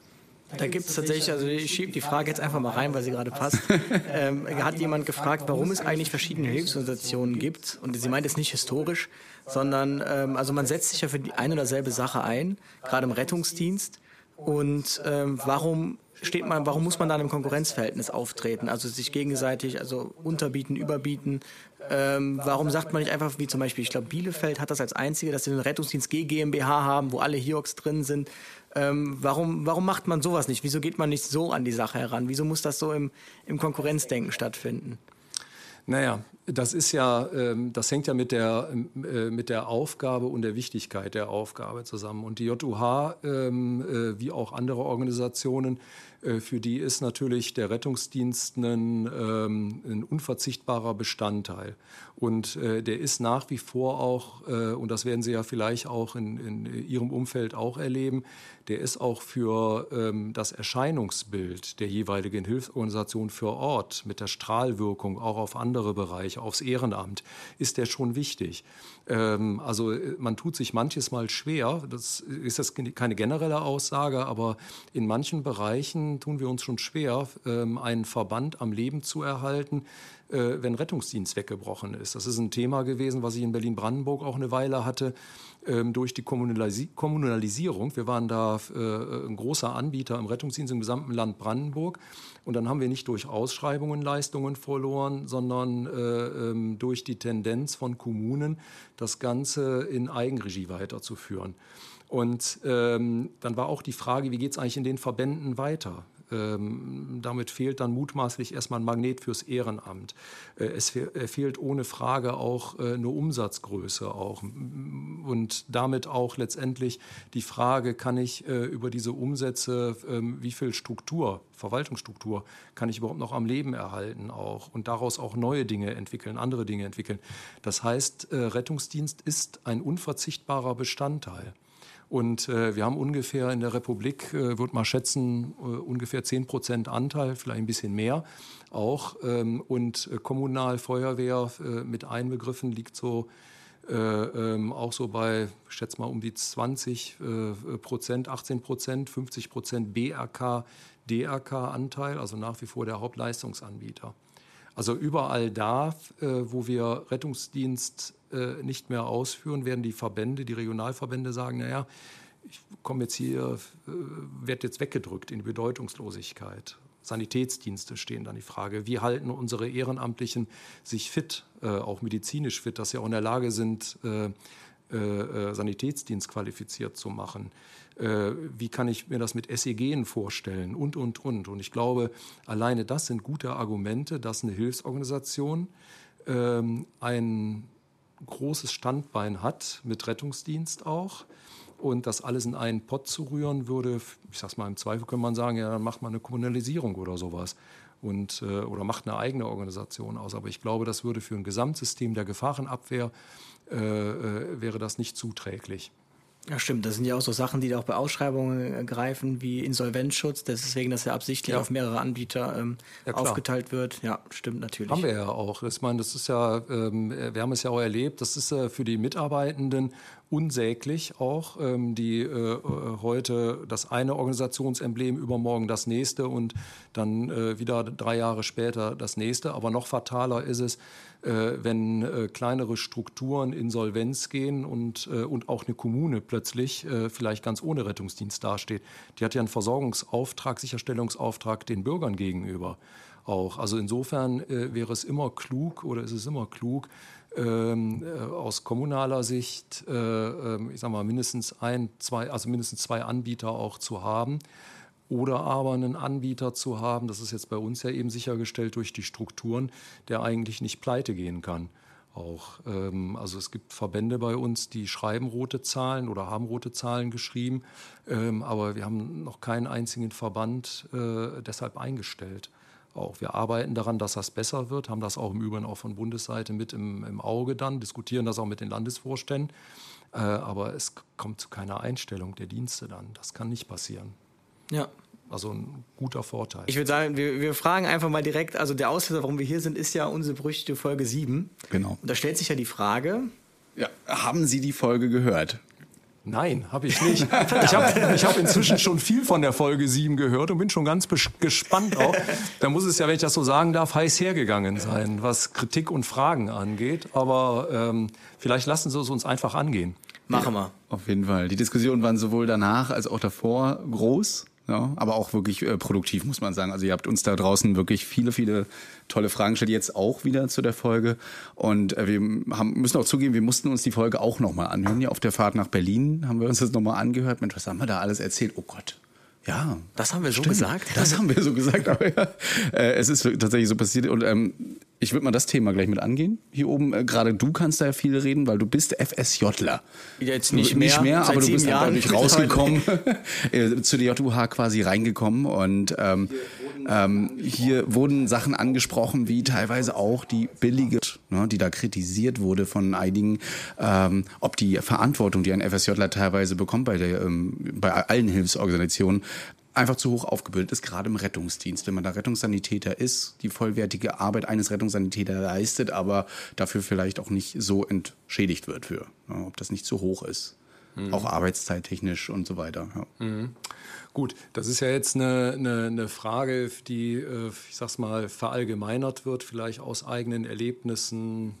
Da gibt es tatsächlich, also ich schiebe die Frage jetzt einfach mal rein, weil sie gerade passt. Ähm, hat jemand gefragt, warum es eigentlich verschiedene Hilfsorganisationen gibt. Und sie meint es nicht historisch, sondern ähm, also man setzt sich ja für die eine oder selbe Sache ein, gerade im Rettungsdienst. Und ähm, warum steht man, warum muss man dann im Konkurrenzverhältnis auftreten? Also sich gegenseitig, also unterbieten, überbieten. Ähm, warum sagt man nicht einfach, wie zum Beispiel, ich glaube, Bielefeld hat das als einzige, dass sie den Rettungsdienst G GmbH haben, wo alle Hiox drin sind. Ähm, warum, warum macht man sowas nicht? Wieso geht man nicht so an die Sache heran? Wieso muss das so im, im Konkurrenzdenken stattfinden? Naja, das ist ja, ähm, das hängt ja mit der, äh, mit der Aufgabe und der Wichtigkeit der Aufgabe zusammen. Und die J U H, ähm, äh, wie auch andere Organisationen, äh, für die ist natürlich der Rettungsdienst ein, ähm, ein unverzichtbarer Bestandteil. Und äh, der ist nach wie vor auch, äh, und das werden Sie ja vielleicht auch in, in Ihrem Umfeld auch erleben, der ist auch für ähm, das Erscheinungsbild der jeweiligen Hilfsorganisation für Ort mit der Strahlwirkung auch auf andere Bereiche runterbreche aufs Ehrenamt, ist der schon wichtig. Ähm, also man tut sich manches Mal schwer, das ist jetzt keine generelle Aussage, aber in manchen Bereichen tun wir uns schon schwer, ähm, einen Verband am Leben zu erhalten, äh, wenn Rettungsdienst weggebrochen ist. Das ist ein Thema gewesen, was ich in Berlin-Brandenburg auch eine Weile hatte, ähm, durch die Kommunalis- Kommunalisierung. Wir waren da äh, ein großer Anbieter im Rettungsdienst im gesamten Land Brandenburg. Und dann haben wir nicht durch Ausschreibungen Leistungen verloren, sondern äh, ähm, durch die Tendenz von Kommunen, das Ganze in Eigenregie weiterzuführen. Und ähm, dann war auch die Frage, wie geht es eigentlich in den Verbänden weiter? Ähm, damit fehlt dann mutmaßlich erstmal ein Magnet fürs Ehrenamt. Äh, es fe- fehlt ohne Frage auch äh, eine Umsatzgröße auch. Und damit auch letztendlich die Frage, kann ich äh, über diese Umsätze, äh, wie viel Struktur, Verwaltungsstruktur, kann ich überhaupt noch am Leben erhalten auch und daraus auch neue Dinge entwickeln, andere Dinge entwickeln. Das heißt, äh, Rettungsdienst ist ein unverzichtbarer Bestandteil. Und äh, wir haben ungefähr in der Republik, äh, würde mal schätzen, äh, ungefähr zehn Prozent Anteil, vielleicht ein bisschen mehr auch. Ähm, und äh, Kommunal, Feuerwehr äh, mit einbegriffen liegt so äh, ähm, auch so bei, ich schätze mal, um die zwanzig äh, Prozent, achtzehn Prozent, fünfzig Prozent B R K, D R K-Anteil, also nach wie vor der Hauptleistungsanbieter. Also überall da, äh, wo wir Rettungsdienst äh, nicht mehr ausführen, werden die Verbände, die Regionalverbände sagen, naja, ich komme jetzt hier, äh, werde jetzt weggedrückt in die Bedeutungslosigkeit. Sanitätsdienste stehen dann die Frage, wie halten unsere Ehrenamtlichen sich fit, äh, auch medizinisch fit, dass sie auch in der Lage sind, äh, äh, Sanitätsdienst qualifiziert zu machen. Äh, wie kann ich mir das mit S E G vorstellen und, und, und. Und ich glaube, alleine das sind gute Argumente, dass eine Hilfsorganisation ähm, ein großes Standbein hat, mit Rettungsdienst auch. Und das alles in einen Pott zu rühren, würde, ich sag's mal, im Zweifel kann man sagen, ja, dann macht man eine Kommunalisierung oder sowas. Und, äh, oder macht eine eigene Organisation aus. Aber ich glaube, das würde für ein Gesamtsystem der Gefahrenabwehr, äh, äh, wäre das nicht zuträglich. Ja, stimmt. Das sind ja auch so Sachen, die da auch bei Ausschreibungen greifen, wie Insolvenzschutz. Deswegen, dass er absichtlich ja. auf mehrere Anbieter ähm, ja, aufgeteilt wird. Ja, stimmt natürlich. Haben wir ja auch. Ich meine, das ist ja, ähm, wir haben es ja auch erlebt, das ist äh, für die Mitarbeitenden unsäglich auch, ähm, die äh, heute das eine Organisationsemblem, übermorgen das nächste und dann äh, wieder drei Jahre später das nächste. Aber noch fataler ist es, äh, wenn äh, kleinere Strukturen Insolvenz gehen und, äh, und auch eine Kommune plötzlich äh, vielleicht ganz ohne Rettungsdienst dasteht. Die hat ja einen Versorgungsauftrag, Sicherstellungsauftrag den Bürgern gegenüber auch. Also insofern äh, wäre es immer klug oder ist es immer klug, Ähm, äh, aus kommunaler Sicht, äh, äh, ich sag mal, mindestens ein, zwei, also mindestens zwei Anbieter auch zu haben oder aber einen Anbieter zu haben, das ist jetzt bei uns ja eben sichergestellt durch die Strukturen, der eigentlich nicht pleite gehen kann. Auch, ähm, also es gibt Verbände bei uns, die schreiben rote Zahlen oder haben rote Zahlen geschrieben, ähm, aber wir haben noch keinen einzigen Verband äh, deshalb eingestellt. Auch. Wir arbeiten daran, dass das besser wird, haben das auch im Übrigen auch von Bundesseite mit im, im Auge dann, diskutieren das auch mit den Landesvorständen. Äh, aber es kommt zu keiner Einstellung der Dienste dann. Das kann nicht passieren. Ja. Also ein guter Vorteil. Ich würde sagen, wir, wir fragen einfach mal direkt, also der Auslöser, warum wir hier sind, ist ja unsere berüchtigte Folge sieben. Genau. Und da stellt sich ja die Frage... Ja, haben Sie die Folge gehört? Nein, habe ich nicht. Ich habe ich hab inzwischen schon viel von der Folge sieben gehört und bin schon ganz gespannt auch. Da muss es ja, wenn ich das so sagen darf, heiß hergegangen sein, was Kritik und Fragen angeht. Aber ähm, vielleicht lassen Sie es uns einfach angehen. Machen wir. Auf jeden Fall. Die Diskussionen waren sowohl danach als auch davor groß. Ja, aber auch wirklich äh, produktiv, muss man sagen. Also ihr habt uns da draußen wirklich viele, viele tolle Fragen gestellt, jetzt auch wieder zu der Folge. Und äh, wir haben, müssen auch zugeben, wir mussten uns die Folge auch nochmal anhören. Ja, auf der Fahrt nach Berlin haben wir uns das nochmal angehört. Mensch, was haben wir da alles erzählt? Oh Gott. Ja. Das haben wir so stimmt. gesagt? Das haben wir so gesagt, aber ja, äh, es ist tatsächlich so passiert. Und ähm, ich würde mal das Thema gleich mit angehen. Hier oben, äh, gerade du kannst da ja viel reden, weil du bist FSJler. Jetzt nicht mehr, nicht mehr aber du bist Jahren dadurch rausgekommen, zu der J U H quasi reingekommen. Und ähm, ähm, hier wurden Sachen angesprochen, wie teilweise auch die billige, ne, die da kritisiert wurde von einigen, ähm, ob die Verantwortung, die ein FSJler teilweise bekommt bei, der, ähm, bei allen Hilfsorganisationen, einfach zu hoch aufgebildet ist, gerade im Rettungsdienst. Wenn man da Rettungssanitäter ist, die vollwertige Arbeit eines Rettungssanitäters leistet, aber dafür vielleicht auch nicht so entschädigt wird für, ja, ob das nicht zu hoch ist. Mhm. Auch arbeitszeittechnisch und so weiter. Ja. Mhm. Gut, das ist ja jetzt eine, eine, eine Frage, die, ich sag's mal, verallgemeinert wird, vielleicht aus eigenen Erlebnissen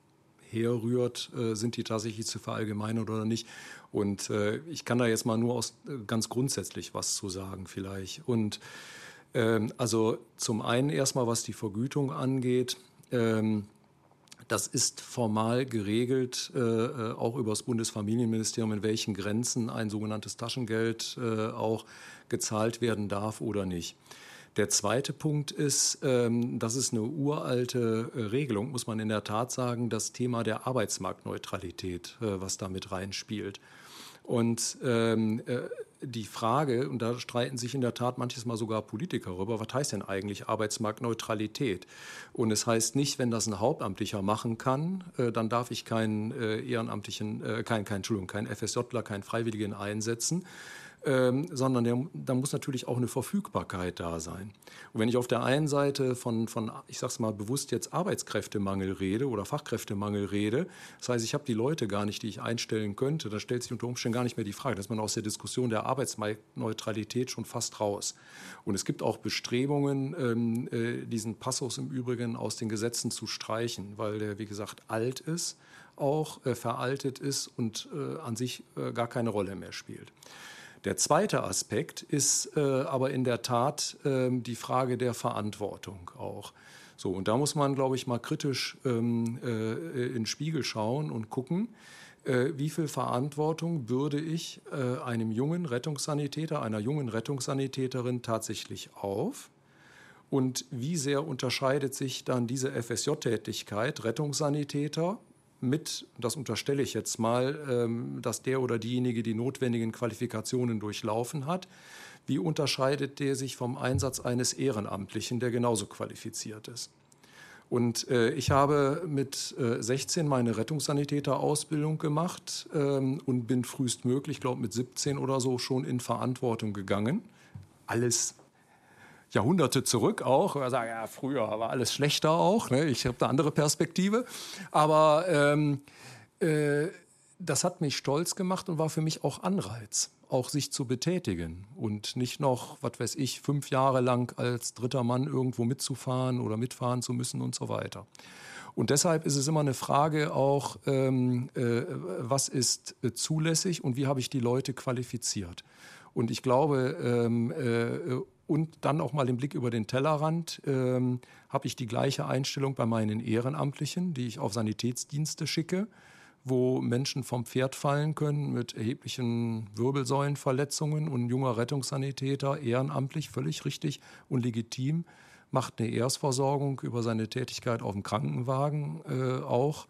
herrührt, sind die tatsächlich zu verallgemeinern oder nicht. Und äh, ich kann da jetzt mal nur aus, ganz grundsätzlich was zu sagen vielleicht. Und ähm, also zum einen erstmal, was die Vergütung angeht, ähm, das ist formal geregelt, äh, auch über das Bundesfamilienministerium, in welchen Grenzen ein sogenanntes Taschengeld äh, auch gezahlt werden darf oder nicht. Der zweite Punkt ist, ähm, das ist eine uralte äh, Regelung, muss man in der Tat sagen, das Thema der Arbeitsmarktneutralität, äh, was da mit reinspielt. Und ähm, äh, die Frage, und da streiten sich in der Tat manches Mal sogar Politiker darüber, was heißt denn eigentlich Arbeitsmarktneutralität? Und es heißt nicht, wenn das ein Hauptamtlicher machen kann, äh, dann darf ich keinen äh, Ehrenamtlichen, äh, kein, kein, Entschuldigung, keinen FSJler, keinen Freiwilligen einsetzen. Ähm, sondern der, da muss natürlich auch eine Verfügbarkeit da sein. Und wenn ich auf der einen Seite von, von, ich sag's mal bewusst jetzt Arbeitskräftemangel rede oder Fachkräftemangel rede, das heißt, ich habe die Leute gar nicht, die ich einstellen könnte, dann stellt sich unter Umständen gar nicht mehr die Frage, dass man aus der Diskussion der Arbeitsmarktneutralität schon fast raus. Und es gibt auch Bestrebungen, ähm, äh, diesen Passus im Übrigen aus den Gesetzen zu streichen, weil der, wie gesagt, alt ist, auch äh, veraltet ist und äh, an sich äh, gar keine Rolle mehr spielt. Der zweite Aspekt ist äh, aber in der Tat äh, die Frage der Verantwortung auch. So, und da muss man, glaube ich, mal kritisch ähm, äh, in den Spiegel schauen und gucken, äh, wie viel Verantwortung bürde ich äh, einem jungen Rettungssanitäter, einer jungen Rettungssanitäterin tatsächlich auf. Und wie sehr unterscheidet sich dann diese F S J-Tätigkeit Rettungssanitäter mit, das unterstelle ich jetzt mal, dass der oder diejenige die notwendigen Qualifikationen durchlaufen hat. Wie unterscheidet der sich vom Einsatz eines Ehrenamtlichen, der genauso qualifiziert ist? Und äh, ich habe mit äh, sechzehn meine Rettungssanitäterausbildung gemacht ähm, und bin frühestmöglich, ich glaube mit siebzehn oder so, schon in Verantwortung gegangen. Alles Jahrhunderte zurück auch. Ich sage, ja, früher war alles schlechter auch. Ne? Ich habe eine andere Perspektive. Aber ähm, äh, das hat mich stolz gemacht und war für mich auch Anreiz, auch sich zu betätigen und nicht noch, was weiß ich, fünf Jahre lang als dritter Mann irgendwo mitzufahren oder mitfahren zu müssen und so weiter. Und deshalb ist es immer eine Frage auch, ähm, äh, was ist äh, zulässig und wie habe ich die Leute qualifiziert. Und ich glaube, ähm, äh, und dann auch mal den Blick über den Tellerrand, ähm, habe ich die gleiche Einstellung bei meinen Ehrenamtlichen, die ich auf Sanitätsdienste schicke, wo Menschen vom Pferd fallen können mit erheblichen Wirbelsäulenverletzungen und ein junger Rettungssanitäter, ehrenamtlich, völlig richtig und legitim, macht eine Erstversorgung über seine Tätigkeit auf dem Krankenwagen äh, auch.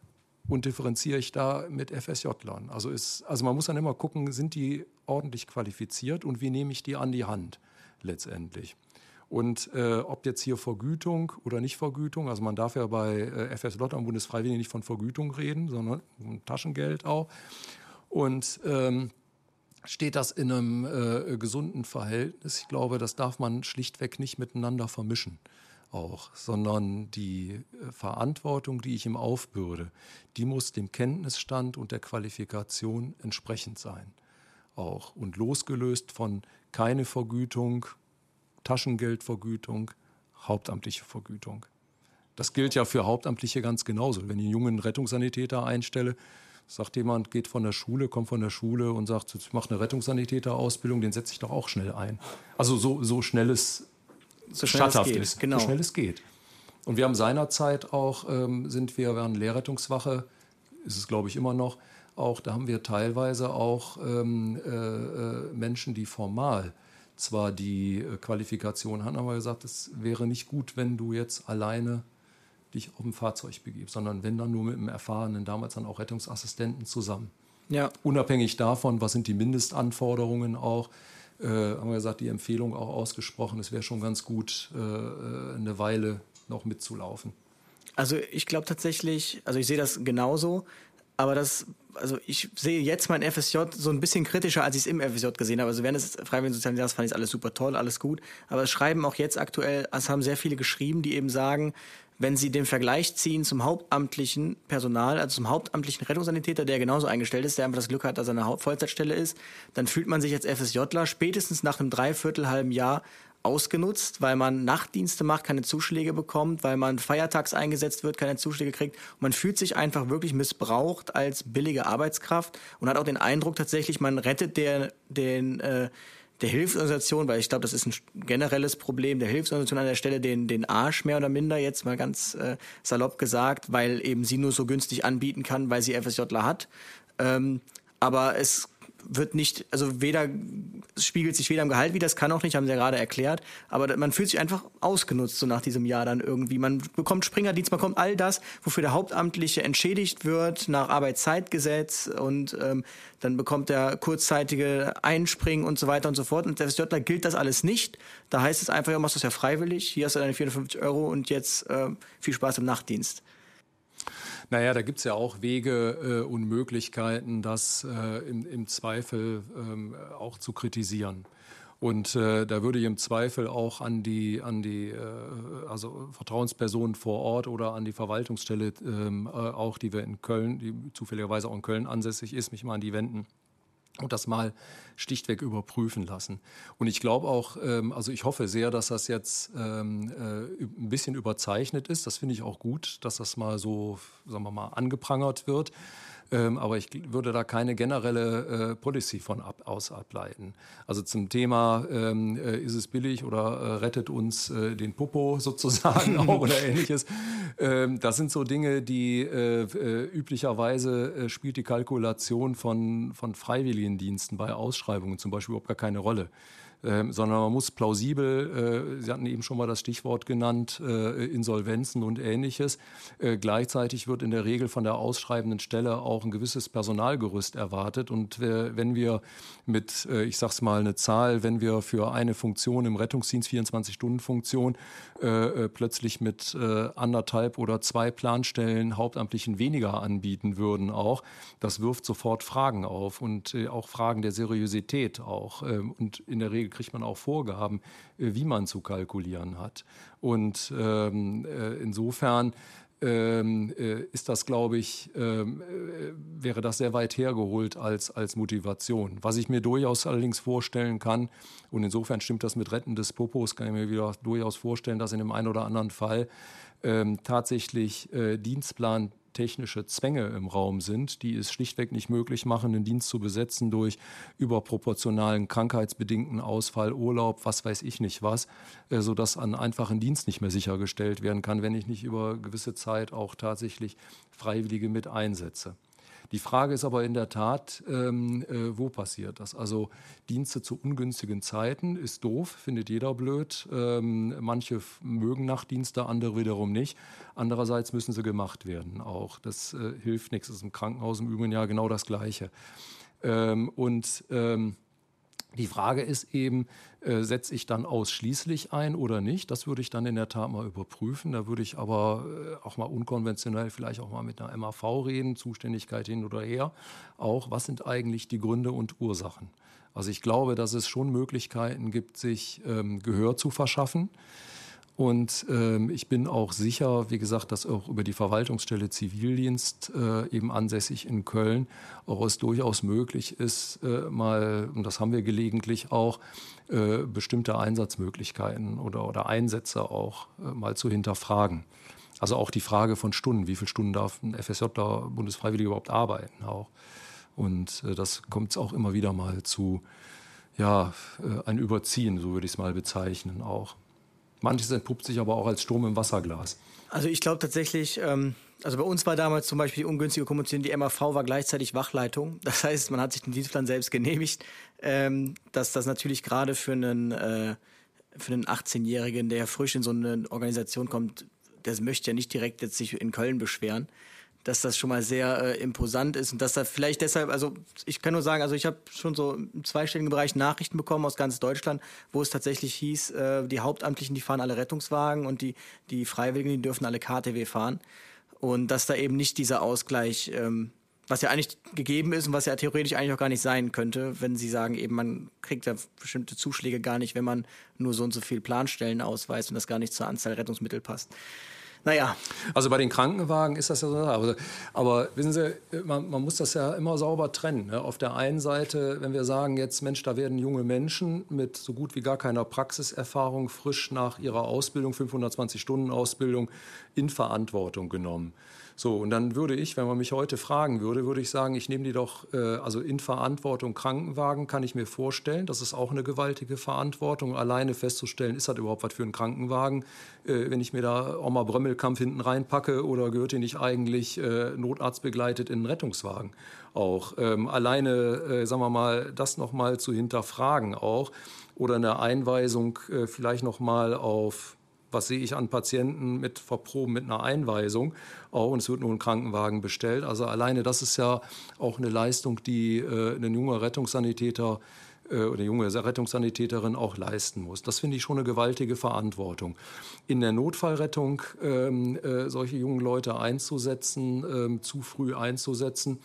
Und differenziere ich da mit F S J-Lern. Also, ist, also man muss dann immer gucken, sind die ordentlich qualifiziert und wie nehme ich die an die Hand letztendlich. Und äh, ob jetzt hier Vergütung oder nicht Vergütung, also man darf ja bei äh, F S J am Bundesfreiwilligen nicht von Vergütung reden, sondern um Taschengeld auch. Und ähm, steht das in einem äh, gesunden Verhältnis? Ich glaube, das darf man schlichtweg nicht miteinander vermischen. Auch, sondern die Verantwortung, die ich ihm aufbürde, die muss dem Kenntnisstand und der Qualifikation entsprechend sein. Auch. Und losgelöst von keine Vergütung, Taschengeldvergütung, hauptamtliche Vergütung. Das gilt ja für Hauptamtliche ganz genauso. Wenn ich einen jungen Rettungssanitäter einstelle, sagt jemand, geht von der Schule, kommt von der Schule und sagt, ich mache eine Rettungssanitäterausbildung, den setze ich doch auch schnell ein. Also so, so schnelles So schnell es geht, ist, genau. so schnell es geht. Und wir haben seinerzeit auch, ähm, sind wir, während Lehrrettungswache, ist es glaube ich immer noch, auch, da haben wir teilweise auch ähm, äh, Menschen, die formal zwar die äh, Qualifikation hatten, aber gesagt, es wäre nicht gut, wenn du jetzt alleine dich auf dem Fahrzeug begibst, sondern wenn dann nur mit einem erfahrenen, damals dann auch Rettungsassistenten zusammen. Ja. Unabhängig davon, was sind die Mindestanforderungen auch, Äh, haben wir gesagt, die Empfehlung auch ausgesprochen, es wäre schon ganz gut, äh, eine Weile noch mitzulaufen. Also ich glaube tatsächlich, also ich sehe das genauso. aber das, also ich sehe jetzt mein F S J so ein bisschen kritischer, als ich es im F S J gesehen habe. Also während des Freiwilligen Sozialen Jahres fand ich alles super toll, alles gut. Aber es schreiben auch jetzt aktuell, es haben sehr viele geschrieben, die eben sagen, wenn sie den Vergleich ziehen zum hauptamtlichen Personal, also zum hauptamtlichen Rettungssanitäter, der genauso eingestellt ist, der einfach das Glück hat, dass er eine Vollzeitstelle ist, dann fühlt man sich als FSJler spätestens nach einem dreiviertel halben Jahr ausgenutzt, weil man Nachtdienste macht, keine Zuschläge bekommt, weil man feiertags eingesetzt wird, keine Zuschläge kriegt. Und man fühlt sich einfach wirklich missbraucht als billige Arbeitskraft und hat auch den Eindruck tatsächlich, man rettet der, den, äh, der Hilfsorganisation, weil ich glaube, das ist ein generelles Problem, der Hilfsorganisation an der Stelle den, den Arsch mehr oder minder, jetzt mal ganz äh, salopp gesagt, weil eben sie nur so günstig anbieten kann, weil sie FSJler hat. Ähm, aber es wird nicht, also weder, es spiegelt sich weder im Gehalt wie, das kann auch nicht, haben sie ja gerade erklärt, aber man fühlt sich einfach ausgenutzt so nach diesem Jahr dann irgendwie. Man bekommt Springerdienst, man bekommt all das, wofür der Hauptamtliche entschädigt wird nach Arbeitszeitgesetz und ähm, dann bekommt er kurzzeitige Einspringen und so weiter und so fort. Und der FSJler gilt das alles nicht. Da heißt es einfach, ja, machst du das ja freiwillig, hier hast du deine vierhundertfünfzig Euro und jetzt äh, viel Spaß im Nachtdienst. Naja, da gibt's ja auch Wege äh, und Möglichkeiten, das äh, im, im Zweifel ähm, auch zu kritisieren. Und äh, da würde ich im Zweifel auch an die, an die äh, also Vertrauenspersonen vor Ort oder an die Verwaltungsstelle, ähm, äh, auch die wir in Köln, die zufälligerweise auch in Köln ansässig ist, mich mal an die wenden und das mal schlichtweg überprüfen lassen. Und ich glaube auch, ähm, also ich hoffe sehr, dass das jetzt ähm, äh, ein bisschen überzeichnet ist. Das finde ich auch gut, dass das mal so, sagen wir mal, angeprangert wird. Ähm, aber ich würde da keine generelle äh, Policy von ab, aus ableiten. Also zum Thema, ähm, äh, ist es billig oder äh, rettet uns äh, den Popo sozusagen auch oder ähnliches. Ähm, das sind so Dinge, die äh, äh, üblicherweise äh, spielt die Kalkulation von, von Freiwilligendiensten bei Ausschreibungen zum Beispiel überhaupt gar keine Rolle. Ähm, sondern man muss plausibel, äh, Sie hatten eben schon mal das Stichwort genannt, äh, Insolvenzen und Ähnliches. Äh, gleichzeitig wird in der Regel von der ausschreibenden Stelle auch ein gewisses Personalgerüst erwartet. Und äh, wenn wir mit, äh, ich sag's mal eine Zahl, wenn wir für eine Funktion im Rettungsdienst, vierundzwanzig-Stunden-Funktion, äh, äh, plötzlich mit äh, anderthalb oder zwei Planstellen Hauptamtlichen weniger anbieten würden auch, das wirft sofort Fragen auf und äh, auch Fragen der Seriosität auch. Äh, und in der Regel kriegt man auch Vorgaben, wie man zu kalkulieren hat. Und ähm, äh, insofern ähm, äh, ist das, glaube ich, ähm, äh, wäre das sehr weit hergeholt als, als Motivation. Was ich mir durchaus allerdings vorstellen kann, und insofern stimmt das mit Retten des Popos, kann ich mir wieder durchaus vorstellen, dass in dem einen oder anderen Fall ähm, tatsächlich äh, Dienstplan technische Zwänge im Raum sind, die es schlichtweg nicht möglich machen, den Dienst zu besetzen durch überproportionalen krankheitsbedingten Ausfall, Urlaub, was weiß ich nicht was, äh, sodass ein einfacher Dienst nicht mehr sichergestellt werden kann, wenn ich nicht über gewisse Zeit auch tatsächlich Freiwillige mit einsetze. Die Frage ist aber in der Tat, ähm, äh, wo passiert das? Also Dienste zu ungünstigen Zeiten ist doof, findet jeder blöd. Ähm, manche f- mögen Nachtdienste, andere wiederum nicht. Andererseits müssen sie gemacht werden auch. Das äh, hilft nichts. Das ist im Krankenhaus im Übrigen ja genau das Gleiche. Ähm, und ähm, die Frage ist eben, äh, setze ich dann ausschließlich ein oder nicht? Das würde ich dann in der Tat mal überprüfen. Da würde ich aber äh, auch mal unkonventionell vielleicht auch mal mit einer M A V reden, Zuständigkeit hin oder her. Auch, was sind eigentlich die Gründe und Ursachen? Also ich glaube, dass es schon Möglichkeiten gibt, sich ähm, Gehör zu verschaffen. Und ähm, ich bin auch sicher, wie gesagt, dass auch über die Verwaltungsstelle Zivildienst, äh, eben ansässig in Köln, auch es durchaus möglich ist, äh, mal, und das haben wir gelegentlich auch, äh, bestimmte Einsatzmöglichkeiten oder, oder Einsätze auch äh, mal zu hinterfragen. Also auch die Frage von Stunden, wie viele Stunden darf ein FSJler, Bundesfreiwilliger überhaupt arbeiten auch. Und äh, das kommt auch immer wieder mal zu, ja, äh, ein Überziehen, so würde ich es mal bezeichnen auch. Manches entpuppt sich aber auch als Sturm im Wasserglas. Also ich glaube tatsächlich, ähm, also bei uns war damals zum Beispiel die ungünstige Kommunikation, die M A V war gleichzeitig Wachleitung. Das heißt, man hat sich den Dienstplan selbst genehmigt, ähm, dass das natürlich gerade für einen, äh, für einen achtzehnjährigen, der frisch in so eine Organisation kommt, der möchte ja nicht direkt jetzt sich in Köln beschweren, dass das schon mal sehr äh, imposant ist und dass da vielleicht deshalb, also ich kann nur sagen, also ich habe schon so im zweistelligen Bereich Nachrichten bekommen aus ganz Deutschland, wo es tatsächlich hieß, äh, die Hauptamtlichen, die fahren alle Rettungswagen und die, die Freiwilligen, die dürfen alle K T W fahren und dass da eben nicht dieser Ausgleich ähm, was ja eigentlich gegeben ist und was ja theoretisch eigentlich auch gar nicht sein könnte, wenn Sie sagen, eben man kriegt ja bestimmte Zuschläge gar nicht, wenn man nur so und so viel Planstellen ausweist und das gar nicht zur Anzahl Rettungsmittel passt. Naja. Also bei den Krankenwagen ist das ja so. Aber, aber wissen Sie, man, man muss das ja immer sauber trennen. Ne? Auf der einen Seite, wenn wir sagen jetzt, Mensch, da werden junge Menschen mit so gut wie gar keiner Praxiserfahrung frisch nach ihrer Ausbildung, fünfhundertzwanzig Stunden Ausbildung, in Verantwortung genommen. So, und dann würde ich, wenn man mich heute fragen würde, würde ich sagen, ich nehme die doch, äh, also in Verantwortung Krankenwagen kann ich mir vorstellen. Das ist auch eine gewaltige Verantwortung. Alleine festzustellen, ist das überhaupt was für einen Krankenwagen, äh, wenn ich mir da Oma Brömmelkampf hinten reinpacke oder gehört die nicht eigentlich äh, notarztbegleitet in einen Rettungswagen auch. Ähm, alleine, äh, sagen wir mal, das nochmal zu hinterfragen auch oder eine Einweisung äh, vielleicht nochmal auf... Was sehe ich an Patienten mit Verproben mit einer Einweisung? Auch, und es wird nur ein Krankenwagen bestellt. Also alleine das ist ja auch eine Leistung, die äh, ein junger Rettungssanitäter äh, oder eine junge Rettungssanitäterin auch leisten muss. Das finde ich schon eine gewaltige Verantwortung. In der Notfallrettung ähm, äh, solche jungen Leute einzusetzen, ähm, zu früh einzusetzen,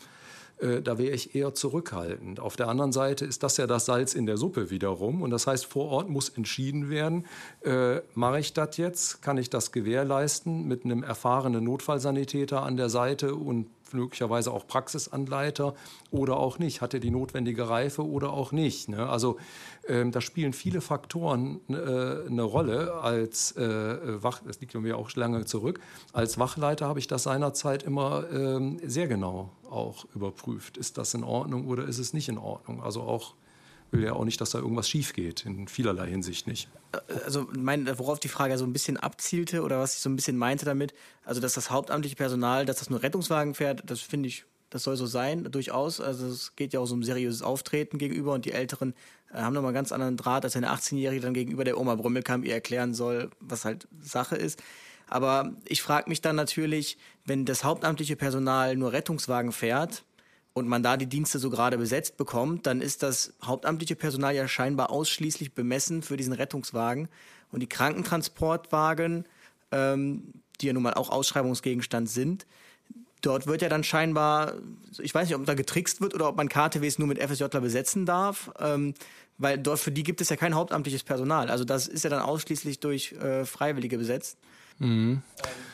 da wäre ich eher zurückhaltend. Auf der anderen Seite ist das ja das Salz in der Suppe wiederum. Und das heißt, vor Ort muss entschieden werden, äh, mache ich das jetzt, kann ich das gewährleisten mit einem erfahrenen Notfallsanitäter an der Seite und möglicherweise auch Praxisanleiter oder auch nicht. Hat er die notwendige Reife oder auch nicht? Ne? Also ähm, da spielen viele Faktoren äh, eine Rolle. Als äh, Wach, das liegt mir auch lange zurück, als Wachleiter habe ich das seinerzeit immer ähm, sehr genau auch überprüft. Ist das in Ordnung oder ist es nicht in Ordnung? Also auch will ja auch nicht, dass da irgendwas schief geht, in vielerlei Hinsicht nicht. Also mein, worauf die Frage so ein bisschen abzielte oder was ich so ein bisschen meinte damit, also dass das hauptamtliche Personal, dass das nur Rettungswagen fährt, das finde ich, das soll so sein, durchaus. Also es geht ja auch so um seriöses Auftreten gegenüber und die Älteren äh, haben nochmal einen ganz anderen Draht, als eine achtzehnjährige dann gegenüber der Oma Brömmelkamp ihr erklären soll, was halt Sache ist. Aber ich frage mich dann natürlich, wenn das hauptamtliche Personal nur Rettungswagen fährt, und man da die Dienste so gerade besetzt bekommt, dann ist das hauptamtliche Personal ja scheinbar ausschließlich bemessen für diesen Rettungswagen. Und die Krankentransportwagen, ähm, die ja nun mal auch Ausschreibungsgegenstand sind, dort wird ja dann scheinbar, ich weiß nicht, ob da getrickst wird oder ob man K T Ws nur mit F S J ler besetzen darf, ähm, weil dort für die gibt es ja kein hauptamtliches Personal. Also das ist ja dann ausschließlich durch äh, Freiwillige besetzt. Mhm.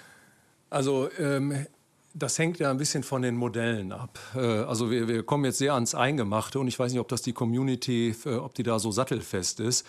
Also ähm das hängt ja ein bisschen von den Modellen ab. Also wir, wir kommen jetzt sehr ans Eingemachte und ich weiß nicht, ob das die Community, ob die da so sattelfest ist.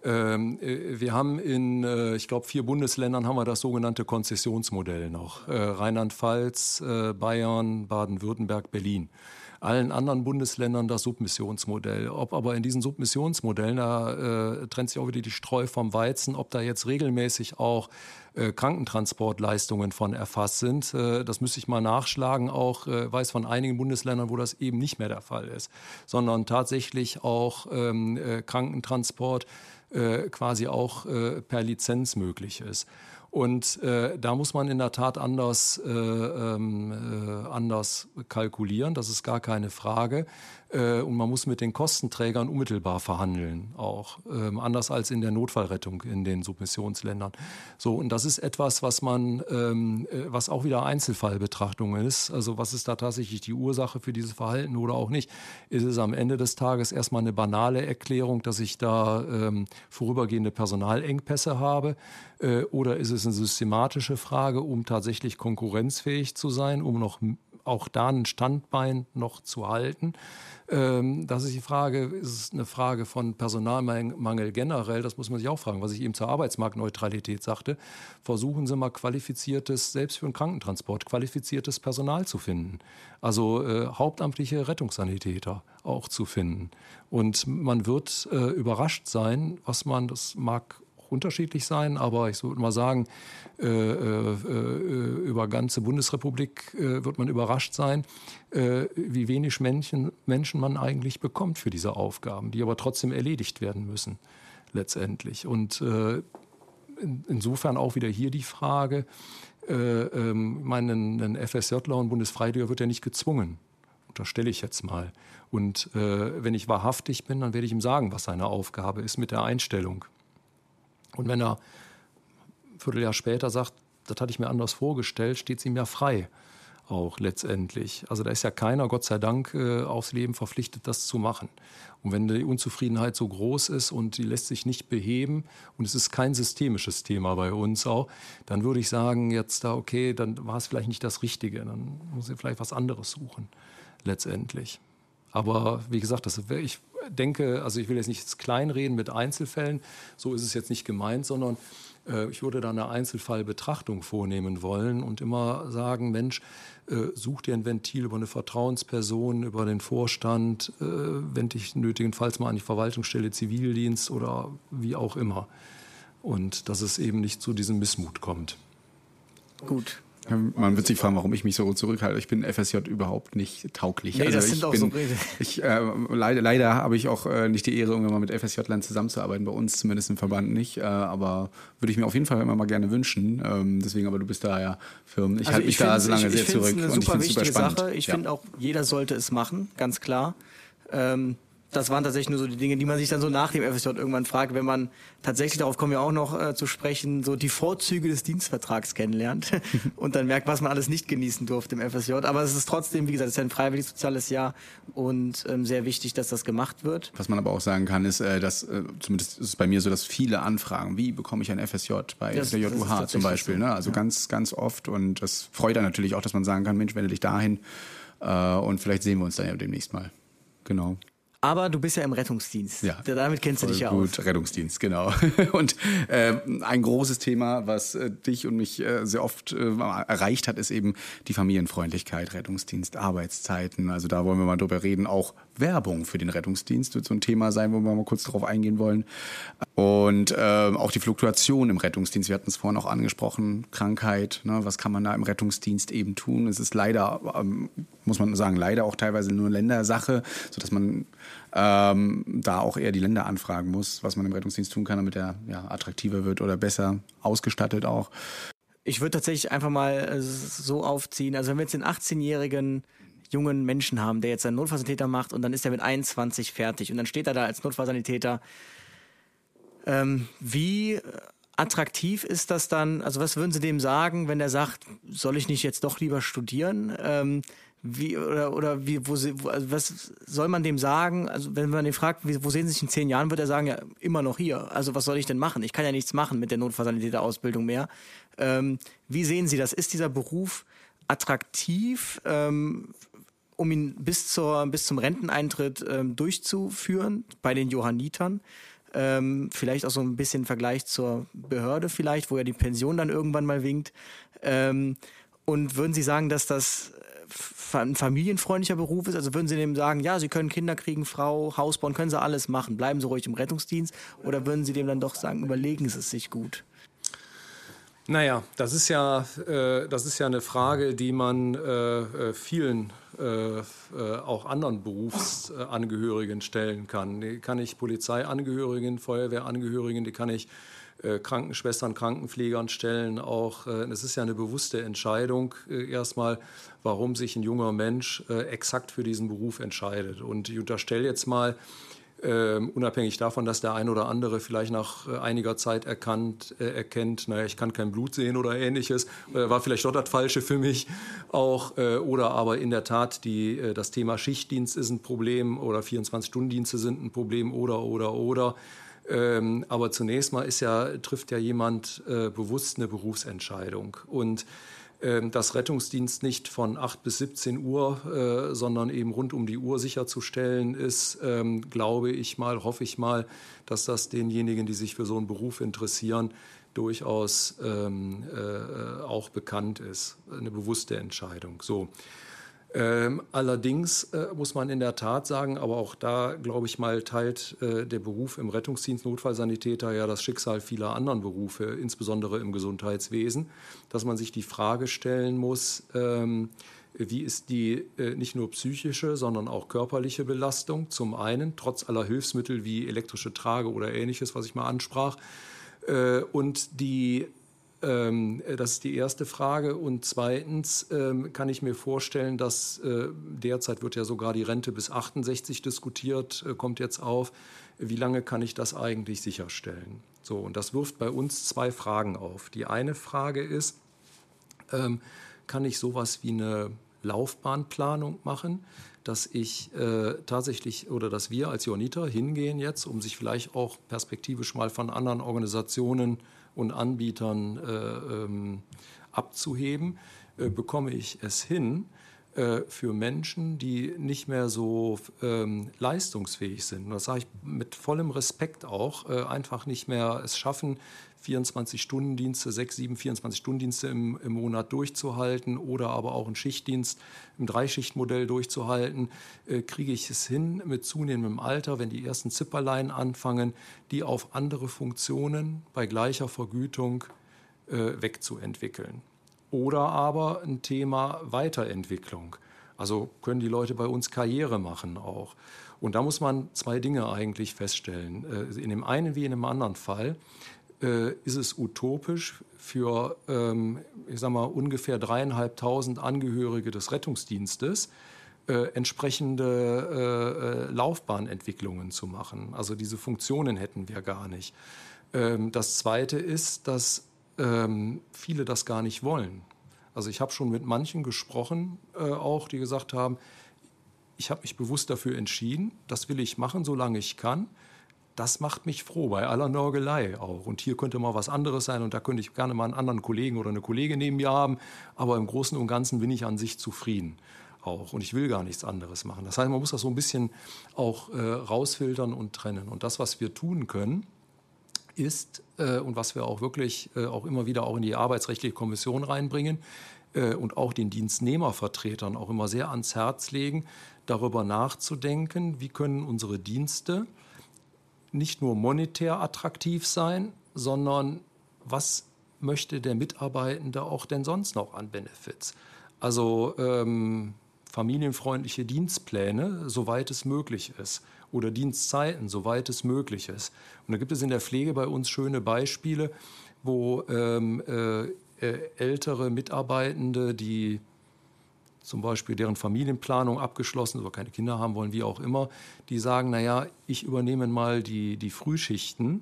Wir haben in, ich glaube, vier Bundesländern haben wir das sogenannte Konzessionsmodell noch. Rheinland-Pfalz, Bayern, Baden-Württemberg, Berlin. Allen anderen Bundesländern das Submissionsmodell. Ob aber in diesen Submissionsmodellen, da äh, trennt sich auch wieder die Streu vom Weizen, ob da jetzt regelmäßig auch äh, Krankentransportleistungen von erfasst sind. Äh, das müsste ich mal nachschlagen. Auch äh, weiß von einigen Bundesländern, wo das eben nicht mehr der Fall ist, sondern tatsächlich auch ähm, äh, Krankentransport äh, quasi auch äh, per Lizenz möglich ist. Und äh, da muss man in der Tat anders, äh, ähm, äh, anders kalkulieren, das ist gar keine Frage. Äh, und man muss mit den Kostenträgern unmittelbar verhandeln, auch ähm, anders als in der Notfallrettung in den Submissionsländern. So, und das ist etwas, was man, ähm, was auch wieder Einzelfallbetrachtung ist. Also was ist da tatsächlich die Ursache für dieses Verhalten oder auch nicht? Ist es am Ende des Tages erstmal eine banale Erklärung, dass ich da ähm, vorübergehende Personalengpässe habe? Äh, oder ist es eine systematische Frage, um tatsächlich konkurrenzfähig zu sein, um noch auch da ein Standbein noch zu halten? Ähm, das ist die Frage, ist es eine Frage von Personalmangel generell? Das muss man sich auch fragen, was ich eben zur Arbeitsmarktneutralität sagte. Versuchen Sie mal qualifiziertes, selbst für den Krankentransport, qualifiziertes Personal zu finden. Also äh, hauptamtliche Rettungssanitäter auch zu finden. Und man wird äh, überrascht sein, was man, das mag unterschiedlich sein, aber ich würde mal sagen, äh, äh, über ganze Bundesrepublik äh, wird man überrascht sein, äh, wie wenig Menschen, Menschen man eigentlich bekommt für diese Aufgaben, die aber trotzdem erledigt werden müssen letztendlich. Und äh, in, insofern auch wieder hier die Frage, äh, äh, meinen ein F S J ler und Bundesfreiwilliger wird ja nicht gezwungen, unterstelle ich jetzt mal. Und äh, wenn ich wahrhaftig bin, dann werde ich ihm sagen, was seine Aufgabe ist mit der Einstellung. Und wenn er ein Vierteljahr später sagt, das hatte ich mir anders vorgestellt, steht es ihm ja frei, auch letztendlich. Also da ist ja keiner, Gott sei Dank, äh, aufs Leben verpflichtet, das zu machen. Und wenn die Unzufriedenheit so groß ist und die lässt sich nicht beheben und es ist kein systemisches Thema bei uns auch, dann würde ich sagen, jetzt da, okay, dann war es vielleicht nicht das Richtige. Dann muss ich vielleicht was anderes suchen, letztendlich. Aber wie gesagt, das, ich denke, also ich will jetzt nicht kleinreden mit Einzelfällen, so ist es jetzt nicht gemeint, sondern äh, ich würde da eine Einzelfallbetrachtung vornehmen wollen und immer sagen, Mensch, äh, such dir ein Ventil über eine Vertrauensperson, über den Vorstand, äh, wende dich nötigenfalls mal an die Verwaltungsstelle, Zivildienst oder wie auch immer. Und dass es eben nicht zu diesem Missmut kommt. Gut. Man wird sich fragen, warum ich mich so zurückhalte. Ich bin F S J überhaupt nicht tauglich. Nee, also das ich sind auch bin, so Rede. Ich, äh, leider, leider habe ich auch äh, nicht die Ehre, irgendwann mal mit F S J-Lern zusammenzuarbeiten, bei uns zumindest im Verband nicht. Äh, aber würde ich mir auf jeden Fall immer mal gerne wünschen. Ähm, deswegen, aber du bist da ja firm. Ich also halte mich da so lange ich, sehr ich zurück. Eine und super ich finde es super spannend. Sache. Ich ja. finde auch, jeder sollte es machen, ganz klar. Ähm, Das waren tatsächlich nur so die Dinge, die man sich dann so nach dem F S J irgendwann fragt, wenn man tatsächlich, darauf kommen wir auch noch äh, zu sprechen, so die Vorzüge des Dienstvertrags kennenlernt und dann merkt, was man alles nicht genießen durfte im F S J. Aber es ist trotzdem, wie gesagt, es ist ja ein freiwilliges soziales Jahr und ähm, sehr wichtig, dass das gemacht wird. Was man aber auch sagen kann, ist, äh, dass, äh, zumindest ist es bei mir so, dass viele anfragen, wie bekomme ich ein F S J bei Das- der J U H das ist zum Beispiel. tatsächlich so. Ne? Also Ja. ganz, ganz oft und das freut dann natürlich auch, dass man sagen kann, Mensch, wende dich dahin äh, und vielleicht sehen wir uns dann ja demnächst mal. Genau. Aber du bist ja im Rettungsdienst. Ja. Damit kennst du dich ja Gut, aus. Rettungsdienst, genau. Und äh, ein großes Thema, was äh, dich und mich äh, sehr oft äh, erreicht hat, ist eben die Familienfreundlichkeit, Rettungsdienst, Arbeitszeiten. Also da wollen wir mal drüber reden. Auch Werbung für den Rettungsdienst wird so ein Thema sein, wo wir mal kurz drauf eingehen wollen. Und äh, auch die Fluktuation im Rettungsdienst. Wir hatten es vorhin auch angesprochen, Krankheit. Ne? Was kann man da im Rettungsdienst eben tun? Es ist leider, ähm, muss man sagen, leider auch teilweise nur Ländersache, sodass man ähm, da auch eher die Länder anfragen muss, was man im Rettungsdienst tun kann, damit er ja, attraktiver wird oder besser ausgestattet auch. Ich würde tatsächlich einfach mal äh, so aufziehen, also wenn wir jetzt den achtzehnjährigen jungen Menschen haben, der jetzt einen Notfallsanitäter macht und dann ist er mit einundzwanzig fertig und dann steht er da als Notfallsanitäter. Ähm, wie attraktiv ist das dann? Also was würden Sie dem sagen, wenn er sagt, soll ich nicht jetzt doch lieber studieren? Ähm, wie oder oder wie wo, sie, wo also was soll man dem sagen? Also wenn man ihn fragt, wie, wo sehen Sie sich in zehn Jahren, wird er sagen, ja immer noch hier. Also was soll ich denn machen? Ich kann ja nichts machen mit der Notfallsanitäterausbildung mehr. Ähm, wie sehen Sie das? Ist dieser Beruf attraktiv, ähm, um ihn bis zur bis zum Renteneintritt ähm, durchzuführen bei den Johannitern? Ähm, vielleicht auch so ein bisschen im Vergleich zur Behörde vielleicht, wo ja die Pension dann irgendwann mal winkt. Ähm, und würden Sie sagen, dass das ein familienfreundlicher Beruf ist? Also würden Sie dem sagen, ja, Sie können Kinder kriegen, Frau, Haus bauen, können Sie alles machen, bleiben Sie ruhig im Rettungsdienst? Oder würden Sie dem dann doch sagen, überlegen Sie es sich gut? Naja, das ist ja, äh, das ist ja eine Frage, die man äh, vielen, äh, auch anderen Berufsangehörigen stellen kann. Die kann ich Polizeiangehörigen, Feuerwehrangehörigen, die kann ich äh, Krankenschwestern, Krankenpflegern stellen. Auch äh, es ist ja eine bewusste Entscheidung äh, erstmal, warum sich ein junger Mensch äh, exakt für diesen Beruf entscheidet. Und ich unterstelle jetzt mal, Ähm, unabhängig davon, dass der ein oder andere vielleicht nach äh, einiger Zeit erkannt, äh, erkennt, naja, ich kann kein Blut sehen oder Ähnliches, äh, war vielleicht doch das Falsche für mich auch. Äh, oder aber in der Tat, die, äh, das Thema Schichtdienst ist ein Problem oder vierundzwanzig-Stunden-Dienste sind ein Problem oder, oder, oder. Ähm, aber zunächst mal ist ja, trifft ja jemand äh, bewusst eine Berufsentscheidung. Und das Rettungsdienst nicht von acht bis siebzehn Uhr, äh, sondern eben rund um die Uhr sicherzustellen ist, ähm, glaube ich mal, hoffe ich mal, dass das denjenigen, die sich für so einen Beruf interessieren, durchaus ähm, äh, auch bekannt ist. Eine bewusste Entscheidung. So. Ähm, allerdings äh, muss man in der Tat sagen, aber auch da, glaube ich mal, teilt äh, der Beruf im Rettungsdienst, Notfallsanitäter, ja das Schicksal vieler anderen Berufe, insbesondere im Gesundheitswesen, dass man sich die Frage stellen muss, ähm, wie ist die äh, nicht nur psychische, sondern auch körperliche Belastung, zum einen, trotz aller Hilfsmittel wie elektrische Trage oder Ähnliches, was ich mal ansprach, äh, und die Ähm, das ist die erste Frage. Und zweitens ähm, kann ich mir vorstellen, dass äh, derzeit wird ja sogar die Rente bis achtundsechzig diskutiert, äh, kommt jetzt auf. Wie lange kann ich das eigentlich sicherstellen? So, und das wirft bei uns zwei Fragen auf. Die eine Frage ist, ähm, kann ich sowas wie eine Laufbahnplanung machen, dass ich äh, tatsächlich oder dass wir als Johanniter hingehen jetzt, um sich vielleicht auch perspektivisch mal von anderen Organisationen und Anbietern äh, ähm, abzuheben, äh, bekomme ich es hin, äh, für Menschen, die nicht mehr so ähm, leistungsfähig sind. Und das sage ich mit vollem Respekt auch, äh, einfach nicht mehr es schaffen, vierundzwanzig-Stunden-Dienste, sechs, sieben, vierundzwanzig-Stunden-Dienste im, im Monat durchzuhalten oder aber auch einen Schichtdienst im Dreischichtmodell durchzuhalten, äh, kriege ich es hin mit zunehmendem Alter, wenn die ersten Zipperlein anfangen, die auf andere Funktionen bei gleicher Vergütung äh, wegzuentwickeln. Oder aber ein Thema Weiterentwicklung. Also können die Leute bei uns Karriere machen auch. Und da muss man zwei Dinge eigentlich feststellen. Äh, in dem einen wie in dem anderen Fall Äh, ist es utopisch für, ähm, ich sag mal, ungefähr dreieinhalbtausend Angehörige des Rettungsdienstes äh, entsprechende äh, Laufbahnentwicklungen zu machen. Also diese Funktionen hätten wir gar nicht. Ähm, das Zweite ist, dass ähm, viele das gar nicht wollen. Also ich habe schon mit manchen gesprochen, äh, auch, die gesagt haben, ich habe mich bewusst dafür entschieden, das will ich machen, solange ich kann. Das macht mich froh, bei aller Nörgelei auch. Und hier könnte mal was anderes sein und da könnte ich gerne mal einen anderen Kollegen oder eine Kollegin neben mir haben. Aber im Großen und Ganzen bin ich an sich zufrieden auch und ich will gar nichts anderes machen. Das heißt, man muss das so ein bisschen auch äh, rausfiltern und trennen. Und das, was wir tun können, ist, äh, und was wir auch wirklich äh, auch immer wieder auch in die Arbeitsrechtliche Kommission reinbringen äh, und auch den Dienstnehmervertretern auch immer sehr ans Herz legen, darüber nachzudenken, wie können unsere Dienste nicht nur monetär attraktiv sein, sondern was möchte der Mitarbeitende auch denn sonst noch an Benefits? Also ähm, familienfreundliche Dienstpläne, soweit es möglich ist, oder Dienstzeiten, soweit es möglich ist. Und da gibt es in der Pflege bei uns schöne Beispiele, wo ähm, äh, ältere Mitarbeitende, die zum Beispiel deren Familienplanung abgeschlossen oder keine Kinder haben wollen, wie auch immer, die sagen, naja, ich übernehme mal die, die Frühschichten,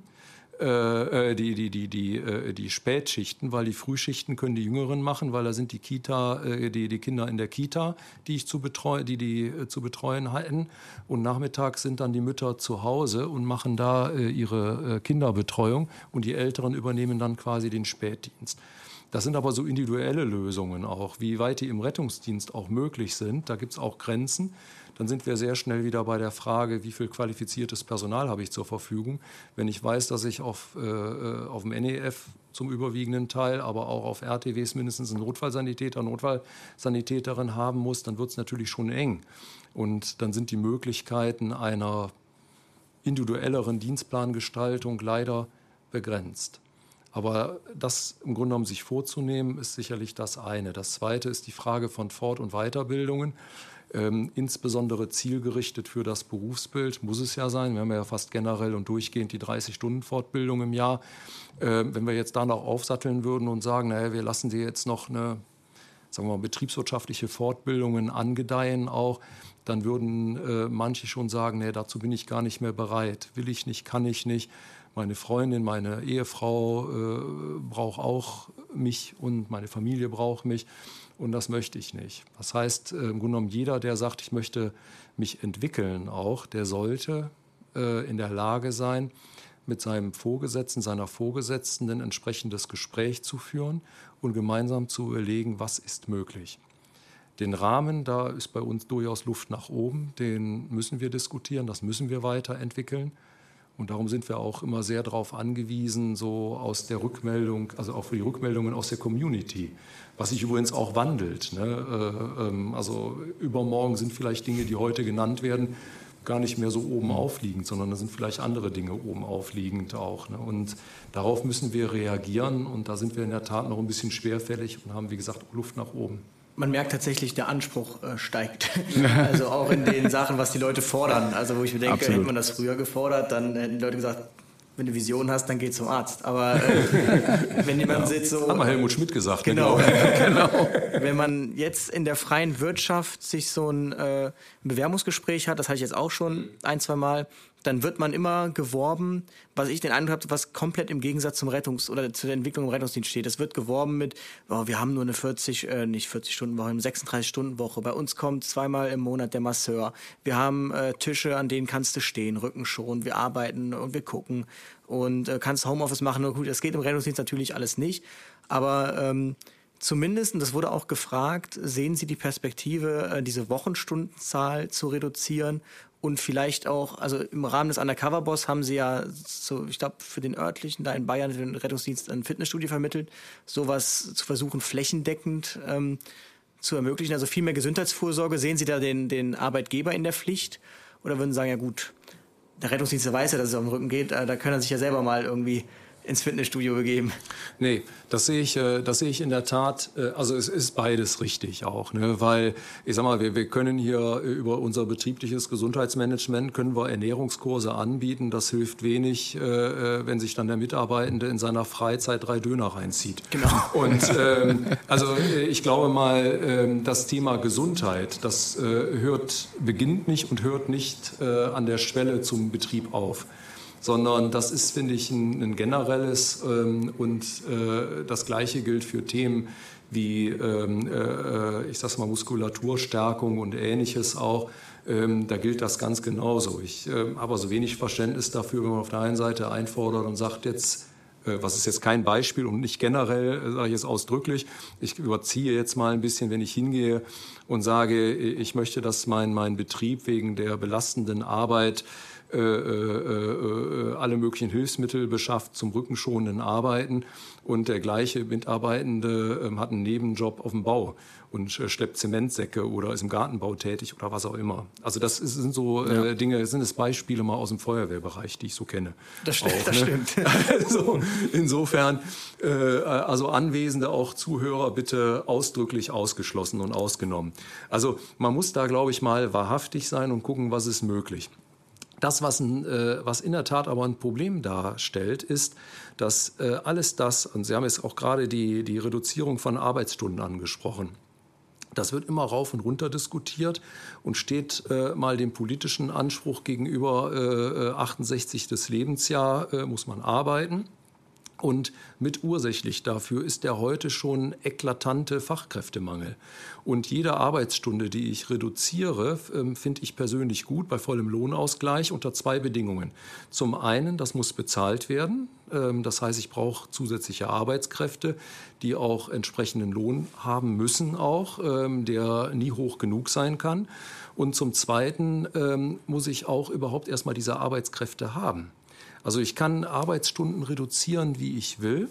äh, die, die, die, die, äh, die Spätschichten, weil die Frühschichten können die Jüngeren machen, weil da sind die Kita, äh, die, die Kinder in der Kita, die ich zu betreuen, die, die äh, zu betreuen hatten. Und nachmittags sind dann die Mütter zu Hause und machen da äh, ihre äh, Kinderbetreuung und die Älteren übernehmen dann quasi den Spätdienst. Das sind aber so individuelle Lösungen auch, wie weit die im Rettungsdienst auch möglich sind. Da gibt es auch Grenzen. Dann sind wir sehr schnell wieder bei der Frage, wie viel qualifiziertes Personal habe ich zur Verfügung. Wenn ich weiß, dass ich auf, äh, auf dem N E F zum überwiegenden Teil, aber auch auf R T Ws mindestens einen Notfallsanitäter, Notfallsanitäterin haben muss, dann wird es natürlich schon eng. Und dann sind die Möglichkeiten einer individuelleren Dienstplangestaltung leider begrenzt. Aber das im Grunde genommen sich vorzunehmen, ist sicherlich das eine. Das zweite ist die Frage von Fort- und Weiterbildungen, ähm, insbesondere zielgerichtet für das Berufsbild, muss es ja sein. Wir haben ja fast generell und durchgehend die dreißig-Stunden-Fortbildung im Jahr. Ähm, wenn wir jetzt da noch aufsatteln würden und sagen, naja, wir lassen Sie jetzt noch eine, sagen wir mal, betriebswirtschaftliche Fortbildungen angedeihen auch, dann würden äh, manche schon sagen, nee, dazu bin ich gar nicht mehr bereit, will ich nicht, kann ich nicht. Meine Freundin, meine Ehefrau äh, braucht auch mich und meine Familie braucht mich und das möchte ich nicht. Das heißt, äh, im Grunde genommen jeder, der sagt, ich möchte mich entwickeln auch, der sollte äh, in der Lage sein, mit seinem Vorgesetzten, seiner Vorgesetzten ein entsprechendes Gespräch zu führen und gemeinsam zu überlegen, was ist möglich. Den Rahmen, da ist bei uns durchaus Luft nach oben, den müssen wir diskutieren, das müssen wir weiterentwickeln. Und darum sind wir auch immer sehr darauf angewiesen, so aus der Rückmeldung, also auch für die Rückmeldungen aus der Community, was sich übrigens auch wandelt. Ne? Äh, ähm, also übermorgen sind vielleicht Dinge, die heute genannt werden, gar nicht mehr so oben aufliegend, sondern da sind vielleicht andere Dinge oben aufliegend auch. Ne? Und darauf müssen wir reagieren und da sind wir in der Tat noch ein bisschen schwerfällig und haben, wie gesagt, Luft nach oben. Man merkt tatsächlich, der Anspruch äh, steigt. Also auch in den Sachen, was die Leute fordern. Also wo ich mir denke, Absolut. Hätte man das früher gefordert, dann hätten die Leute gesagt, wenn du Vision hast, dann geh zum Arzt. Aber äh, wenn jemand ja, sitzt so... Hat mal Helmut Schmidt gesagt. Genau. genau. Wenn man jetzt in der freien Wirtschaft sich so ein, äh, ein Bewerbungsgespräch hat, das hatte ich jetzt auch schon ein, zwei Mal, dann wird man immer geworben, was ich den Eindruck habe, was komplett im Gegensatz zum Rettungs- oder zu der Entwicklung im Rettungsdienst steht. Es wird geworben mit, oh, wir haben nur eine vierzig, äh, nicht vierzig-Stunden-Woche, eine sechsunddreißig-Stunden-Woche. Bei uns kommt zweimal im Monat der Masseur. Wir haben äh, Tische, an denen kannst du stehen, Rücken schon. Wir arbeiten und wir gucken und äh, kannst Homeoffice machen. Und gut, das geht im Rettungsdienst natürlich alles nicht, aber ähm, zumindest, und das wurde auch gefragt, sehen Sie die Perspektive, äh, diese Wochenstundenzahl zu reduzieren und vielleicht auch, also im Rahmen des Undercover-Boss haben Sie ja, so, ich glaube, für den örtlichen, da in Bayern, für den Rettungsdienst ein Fitnessstudio vermittelt, sowas zu versuchen, flächendeckend ähm, zu ermöglichen, also viel mehr Gesundheitsvorsorge. Sehen Sie da den, den Arbeitgeber in der Pflicht oder würden Sie sagen, ja gut, der Rettungsdienst weiß ja, dass es auf den Rücken geht, äh, da kann er sich ja selber mal irgendwie ins Fitnessstudio begeben? Nee, das sehe ich, das sehe ich in der Tat, also es ist beides richtig auch, ne? Weil, ich sag mal, wir, wir können hier über unser betriebliches Gesundheitsmanagement, können wir Ernährungskurse anbieten, das hilft wenig, wenn sich dann der Mitarbeitende in seiner Freizeit drei Döner reinzieht. Genau. Und ähm, also ich glaube mal, das Thema Gesundheit, das hört, beginnt nicht und hört nicht an der Schwelle zum Betrieb auf, sondern das ist, finde ich, ein, ein generelles ähm, und äh, das Gleiche gilt für Themen wie, ähm, äh, ich sag's mal, Muskulaturstärkung und Ähnliches auch. Ähm, da gilt das ganz genauso. Ich äh, habe also wenig Verständnis dafür, wenn man auf der einen Seite einfordert und sagt jetzt, äh, was ist jetzt kein Beispiel und nicht generell, äh, sage ich jetzt ausdrücklich, ich überziehe jetzt mal ein bisschen, wenn ich hingehe und sage, ich möchte, dass mein, mein Betrieb wegen der belastenden Arbeit Äh, äh, alle möglichen Hilfsmittel beschafft zum rückenschonenden Arbeiten und der gleiche Mitarbeitende äh, hat einen Nebenjob auf dem Bau und äh, schleppt Zementsäcke oder ist im Gartenbau tätig oder was auch immer. Also das ist, sind so äh, ja. Dinge, das sind es Beispiele mal aus dem Feuerwehrbereich, die ich so kenne. Das stimmt. Auch, das ne? stimmt. Also, insofern, äh, also Anwesende, auch Zuhörer, bitte ausdrücklich ausgeschlossen und ausgenommen. Also man muss da, glaube ich, mal wahrhaftig sein und gucken, was ist möglich. Das, was, ein, äh, was in der Tat aber ein Problem darstellt, ist, dass äh, alles das, und Sie haben jetzt auch gerade die, die Reduzierung von Arbeitsstunden angesprochen, das wird immer rauf und runter diskutiert und steht äh, mal dem politischen Anspruch gegenüber, äh, achtundsechzig das Lebensjahr äh, muss man arbeiten. Und mitursächlich dafür ist der heute schon eklatante Fachkräftemangel. Und jede Arbeitsstunde, die ich reduziere, finde ich persönlich gut bei vollem Lohnausgleich unter zwei Bedingungen. Zum einen, das muss bezahlt werden. Das heißt, ich brauche zusätzliche Arbeitskräfte, die auch entsprechenden Lohn haben müssen, auch, der nie hoch genug sein kann. Und zum Zweiten muss ich auch überhaupt erstmal diese Arbeitskräfte haben. Also ich kann Arbeitsstunden reduzieren, wie ich will.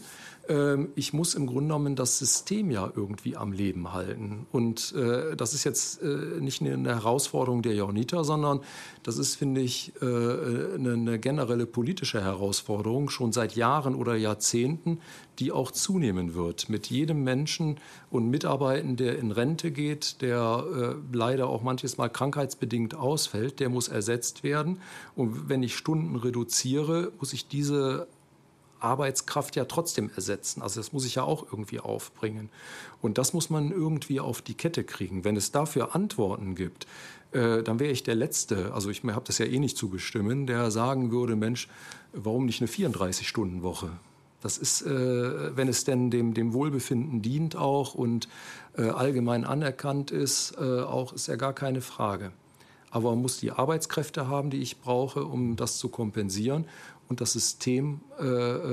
Ich muss im Grunde genommen das System ja irgendwie am Leben halten. Und äh, das ist jetzt äh, nicht eine Herausforderung der Johanniter, sondern das ist, finde ich, äh, eine, eine generelle politische Herausforderung, schon seit Jahren oder Jahrzehnten, die auch zunehmen wird. Mit jedem Menschen und Mitarbeitenden, der in Rente geht, der äh, leider auch manches Mal krankheitsbedingt ausfällt, der muss ersetzt werden. Und wenn ich Stunden reduziere, muss ich diese Arbeitskraft ja trotzdem ersetzen. Also das muss ich ja auch irgendwie aufbringen. Und das muss man irgendwie auf die Kette kriegen. Wenn es dafür Antworten gibt, äh, dann wäre ich der Letzte, also ich habe das ja eh nicht zugestimmen, der sagen würde, Mensch, warum nicht eine vierunddreißig-Stunden-Woche? Das ist, äh, wenn es denn dem, dem Wohlbefinden dient auch und äh, allgemein anerkannt ist, äh, auch ist ja gar keine Frage. Aber man muss die Arbeitskräfte haben, die ich brauche, um das zu kompensieren. Und das System äh,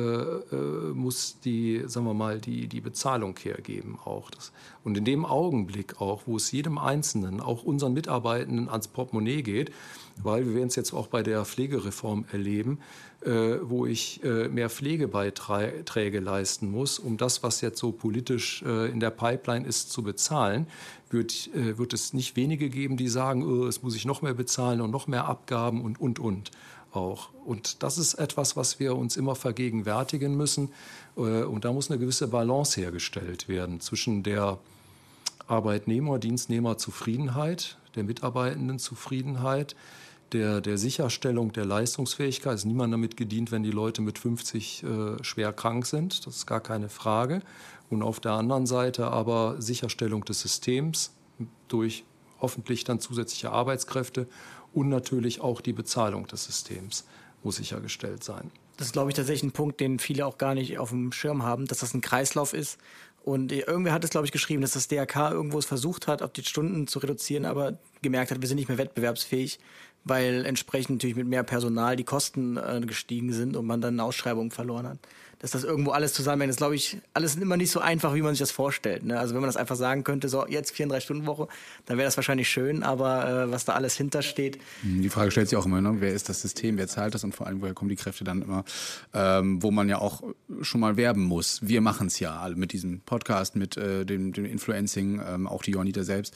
äh, muss die, sagen wir mal, die, die Bezahlung hergeben auch. Das, und in dem Augenblick auch, wo es jedem Einzelnen, auch unseren Mitarbeitenden ans Portemonnaie geht, weil wir werden es jetzt auch bei der Pflegereform erleben, äh, wo ich äh, mehr Pflegebeiträge leisten muss, um das, was jetzt so politisch äh, in der Pipeline ist, zu bezahlen, wird, äh, wird es nicht wenige geben, die sagen, oh, es muss ich noch mehr bezahlen und noch mehr Abgaben und, und, und. Auch. Und das ist etwas, was wir uns immer vergegenwärtigen müssen. Und da muss eine gewisse Balance hergestellt werden zwischen der Arbeitnehmer-, Dienstnehmer-Zufriedenheit, der Mitarbeitenden-Zufriedenheit, der, der Sicherstellung der Leistungsfähigkeit. Es ist niemand damit gedient, wenn die Leute mit fünfzig äh, schwer krank sind. Das ist gar keine Frage. Und auf der anderen Seite aber Sicherstellung des Systems durch hoffentlich dann zusätzliche Arbeitskräfte und natürlich auch die Bezahlung des Systems muss sichergestellt sein. Das ist, glaube ich, tatsächlich ein Punkt, den viele auch gar nicht auf dem Schirm haben, dass das ein Kreislauf ist. Und irgendwer hat es, glaube ich, geschrieben, dass das D R K irgendwo es versucht hat, auf die Stunden zu reduzieren, aber gemerkt hat, wir sind nicht mehr wettbewerbsfähig, weil entsprechend natürlich mit mehr Personal die Kosten äh, gestiegen sind und man dann eine Ausschreibung verloren hat. Dass das irgendwo alles zusammenhängt, ist, glaube ich, alles immer nicht so einfach, wie man sich das vorstellt. Ne? Also wenn man das einfach sagen könnte, so jetzt vierunddreißig-Stunden-Woche, dann wäre das wahrscheinlich schön, aber äh, was da alles hintersteht. Die Frage stellt sich auch immer, ne? Wer ist das System, wer zahlt das und vor allem, woher kommen die Kräfte dann immer, ähm, wo man ja auch schon mal werben muss. Wir machen es ja alle mit diesem Podcast, mit äh, dem, dem Influencing, ähm, auch die Johanniter selbst,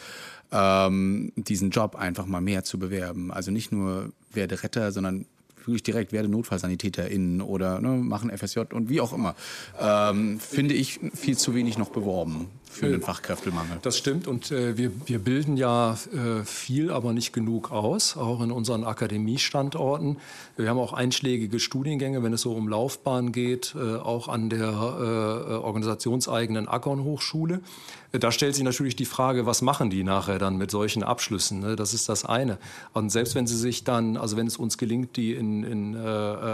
ähm, diesen Job einfach mal mehr zu bewerben. Also nicht nur werde Retter, sondern wirklich direkt werde NotfallsanitäterInnen oder ne, machen F S J und wie auch immer. Ähm, finde ich viel zu wenig noch beworben für den Fachkräftemangel. Das stimmt und äh, wir, wir bilden ja äh, viel, aber nicht genug aus, auch in unseren Akademiestandorten. Wir haben auch einschlägige Studiengänge, wenn es so um Laufbahn geht, äh, auch an der äh, organisationseigenen Ackern-Hochschule. Da stellt sich natürlich die Frage, was machen die nachher dann mit solchen Abschlüssen? Ne? Das ist das eine. Und selbst wenn sie sich dann, also wenn es uns gelingt, die in, in äh,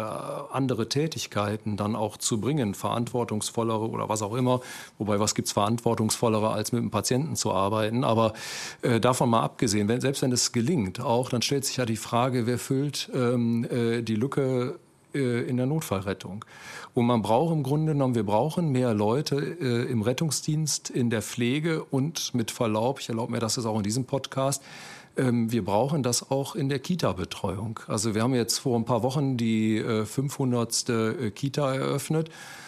andere Tätigkeiten dann auch zu bringen, verantwortungsvollere oder was auch immer, wobei was gibt's verantwortungsvollere, als mit einem Patienten zu arbeiten, aber äh, davon mal abgesehen, wenn, selbst wenn es gelingt auch, dann stellt sich ja die Frage, wer füllt ähm, äh, die Lücke äh, in der Notfallrettung? Und man braucht im Grunde genommen, wir brauchen mehr Leute äh, im Rettungsdienst, in der Pflege und mit Verlaub, ich erlaube mir das ist auch in diesem Podcast, ähm, wir brauchen das auch in der Kita-Betreuung. Also wir haben jetzt vor ein paar Wochen die äh, fünfhundertste Äh, Kita eröffnet.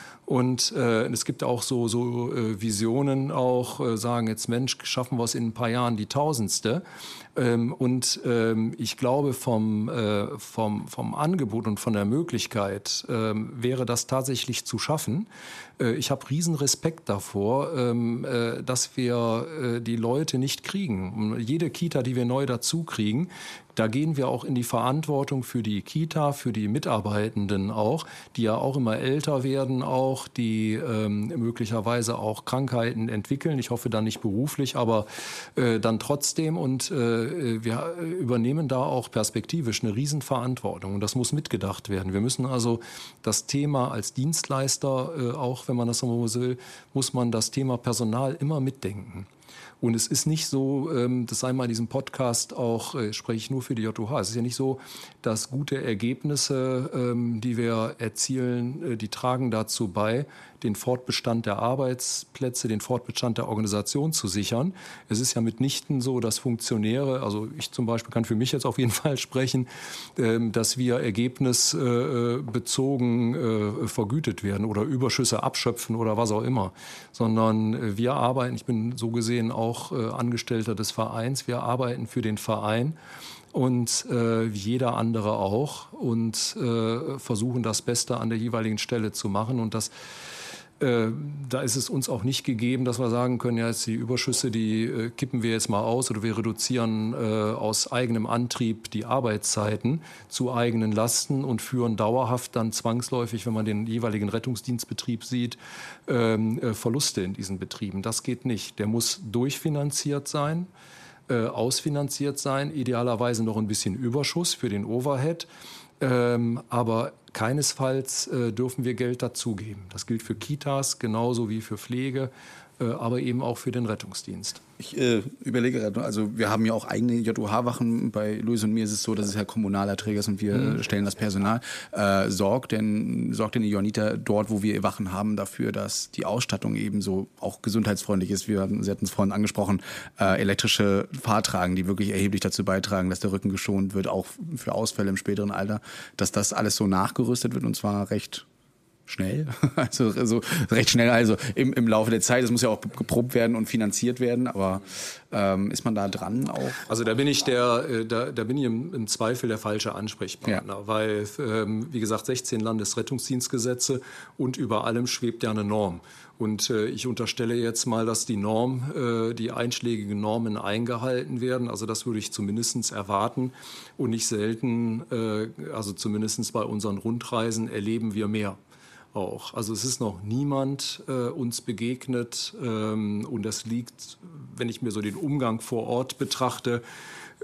Und äh, es gibt auch so, so äh, Visionen, auch äh, sagen jetzt, Mensch, schaffen wir es in ein paar Jahren die Tausendste. Ähm, und ähm, ich glaube, vom, äh, vom, vom Angebot und von der Möglichkeit ähm, wäre das tatsächlich zu schaffen. Äh, ich habe riesen Respekt davor, ähm, äh, dass wir äh, die Leute nicht kriegen. Jede Kita, die wir neu dazu kriegen, da gehen wir auch in die Verantwortung für die Kita, für die Mitarbeitenden auch, die ja auch immer älter werden, auch die ähm, möglicherweise auch Krankheiten entwickeln. Ich hoffe dann nicht beruflich, aber äh, dann trotzdem. Und äh, wir übernehmen da auch perspektivisch eine Riesenverantwortung. Und das muss mitgedacht werden. Wir müssen also das Thema als Dienstleister, äh, auch wenn man das so will, muss man das Thema Personal immer mitdenken. Und es ist nicht so, das sei mal in diesem Podcast auch, spreche ich nur für die J O H, es ist ja nicht so, dass gute Ergebnisse, die wir erzielen, die tragen dazu bei, den Fortbestand der Arbeitsplätze, den Fortbestand der Organisation zu sichern. Es ist ja mitnichten so, dass Funktionäre, also ich zum Beispiel kann für mich jetzt auf jeden Fall sprechen, dass wir ergebnisbezogen vergütet werden oder Überschüsse abschöpfen oder was auch immer, sondern wir arbeiten, ich bin so gesehen auch Angestellter des Vereins, wir arbeiten für den Verein und äh, wie jeder andere auch und äh, versuchen das Beste an der jeweiligen Stelle zu machen und das Äh, da ist es uns auch nicht gegeben, dass wir sagen können, ja, jetzt die Überschüsse, die äh, kippen wir jetzt mal aus oder wir reduzieren äh, aus eigenem Antrieb die Arbeitszeiten zu eigenen Lasten und führen dauerhaft dann zwangsläufig, wenn man den jeweiligen Rettungsdienstbetrieb sieht, ähm, äh, Verluste in diesen Betrieben. Das geht nicht. Der muss durchfinanziert sein, äh, ausfinanziert sein, idealerweise noch ein bisschen Überschuss für den Overhead. Ähm, aber keinesfalls äh, dürfen wir Geld dazugeben. Das gilt für Kitas genauso wie für Pflege, äh, aber eben auch für den Rettungsdienst. Ich äh, überlege gerade, also wir haben ja auch eigene J O H-Wachen. Bei Luis und mir ist es so, dass es ja kommunaler Träger ist und wir mhm. stellen das Personal. Äh, sorgt denn, sorgt denn die Johanniter dort, wo wir Wachen haben, dafür, dass die Ausstattung eben so auch gesundheitsfreundlich ist? Wir hatten, Sie hatten es vorhin angesprochen, äh, elektrische Fahrtragen, die wirklich erheblich dazu beitragen, dass der Rücken geschont wird, auch für Ausfälle im späteren Alter, dass das alles so nachgerüstet wird und zwar recht schnell, also, also recht schnell, also im, im Laufe der Zeit. Das muss ja auch geprobt werden und finanziert werden, aber ähm, ist man da dran auch? Also da bin ich der, äh, da, da bin ich im, im Zweifel der falsche Ansprechpartner, ja. weil ähm, wie gesagt sechzehn Landesrettungsdienstgesetze und über allem schwebt ja eine Norm. Und äh, ich unterstelle jetzt mal, dass die Norm, äh, die einschlägigen Normen eingehalten werden. Also das würde ich zumindest erwarten. Und nicht selten, äh, also zumindest bei unseren Rundreisen erleben wir mehr. Auch. Also es ist noch niemand äh, uns begegnet ähm, und das liegt, wenn ich mir so den Umgang vor Ort betrachte,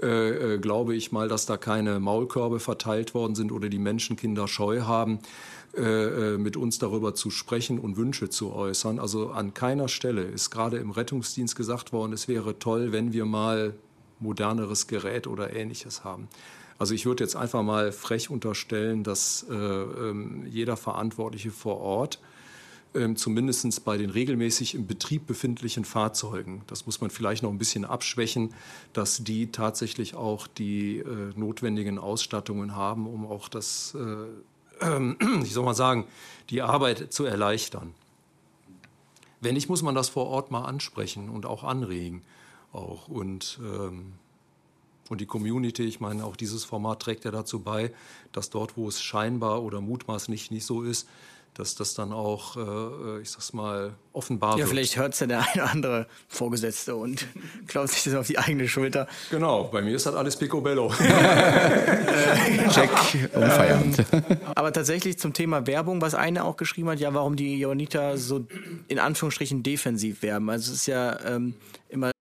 äh, äh, glaube ich mal, dass da keine Maulkörbe verteilt worden sind oder die Menschen Kinder scheu haben, äh, mit uns darüber zu sprechen und Wünsche zu äußern. Also an keiner Stelle ist gerade im Rettungsdienst gesagt worden, es wäre toll, wenn wir mal moderneres Gerät oder Ähnliches haben. Also ich würde jetzt einfach mal frech unterstellen, dass äh, ähm, jeder Verantwortliche vor Ort ähm, zumindest bei den regelmäßig im Betrieb befindlichen Fahrzeugen, das muss man vielleicht noch ein bisschen abschwächen, dass die tatsächlich auch die äh, notwendigen Ausstattungen haben, um auch das, äh, äh, ich soll mal sagen, die Arbeit zu erleichtern. Wenn nicht, muss man das vor Ort mal ansprechen und auch anregen. Auch. Und, ähm, und die Community, ich meine, auch dieses Format trägt ja dazu bei, dass dort, wo es scheinbar oder mutmaßlich nicht so ist, dass das dann auch, äh, ich sag's mal, offenbar ja, wird. Ja, vielleicht hört es ja der eine oder andere Vorgesetzte und klaut sich das auf die eigene Schulter. Genau, bei mir ist das alles picobello. Check und Feierabend. Aber tatsächlich zum Thema Werbung, was eine auch geschrieben hat, ja, warum die Johanniter so in Anführungsstrichen defensiv werben. Also es ist ja ähm, immer...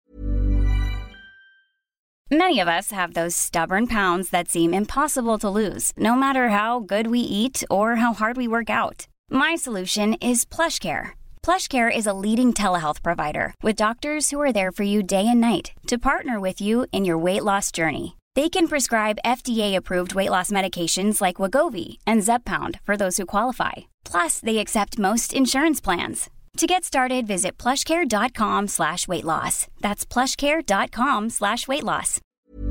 Many of us have those stubborn pounds that seem impossible to lose, no matter how good we eat or how hard we work out. My solution is PlushCare. PlushCare is a leading telehealth provider with doctors who are there for you day and night to partner with you in your weight loss journey. They can prescribe F D A-approved weight loss medications like Wegovy and Zepbound for those who qualify. Plus, they accept most insurance plans. To get started, visit plushcare.com slash weight loss. That's plushcare.com slash weight loss.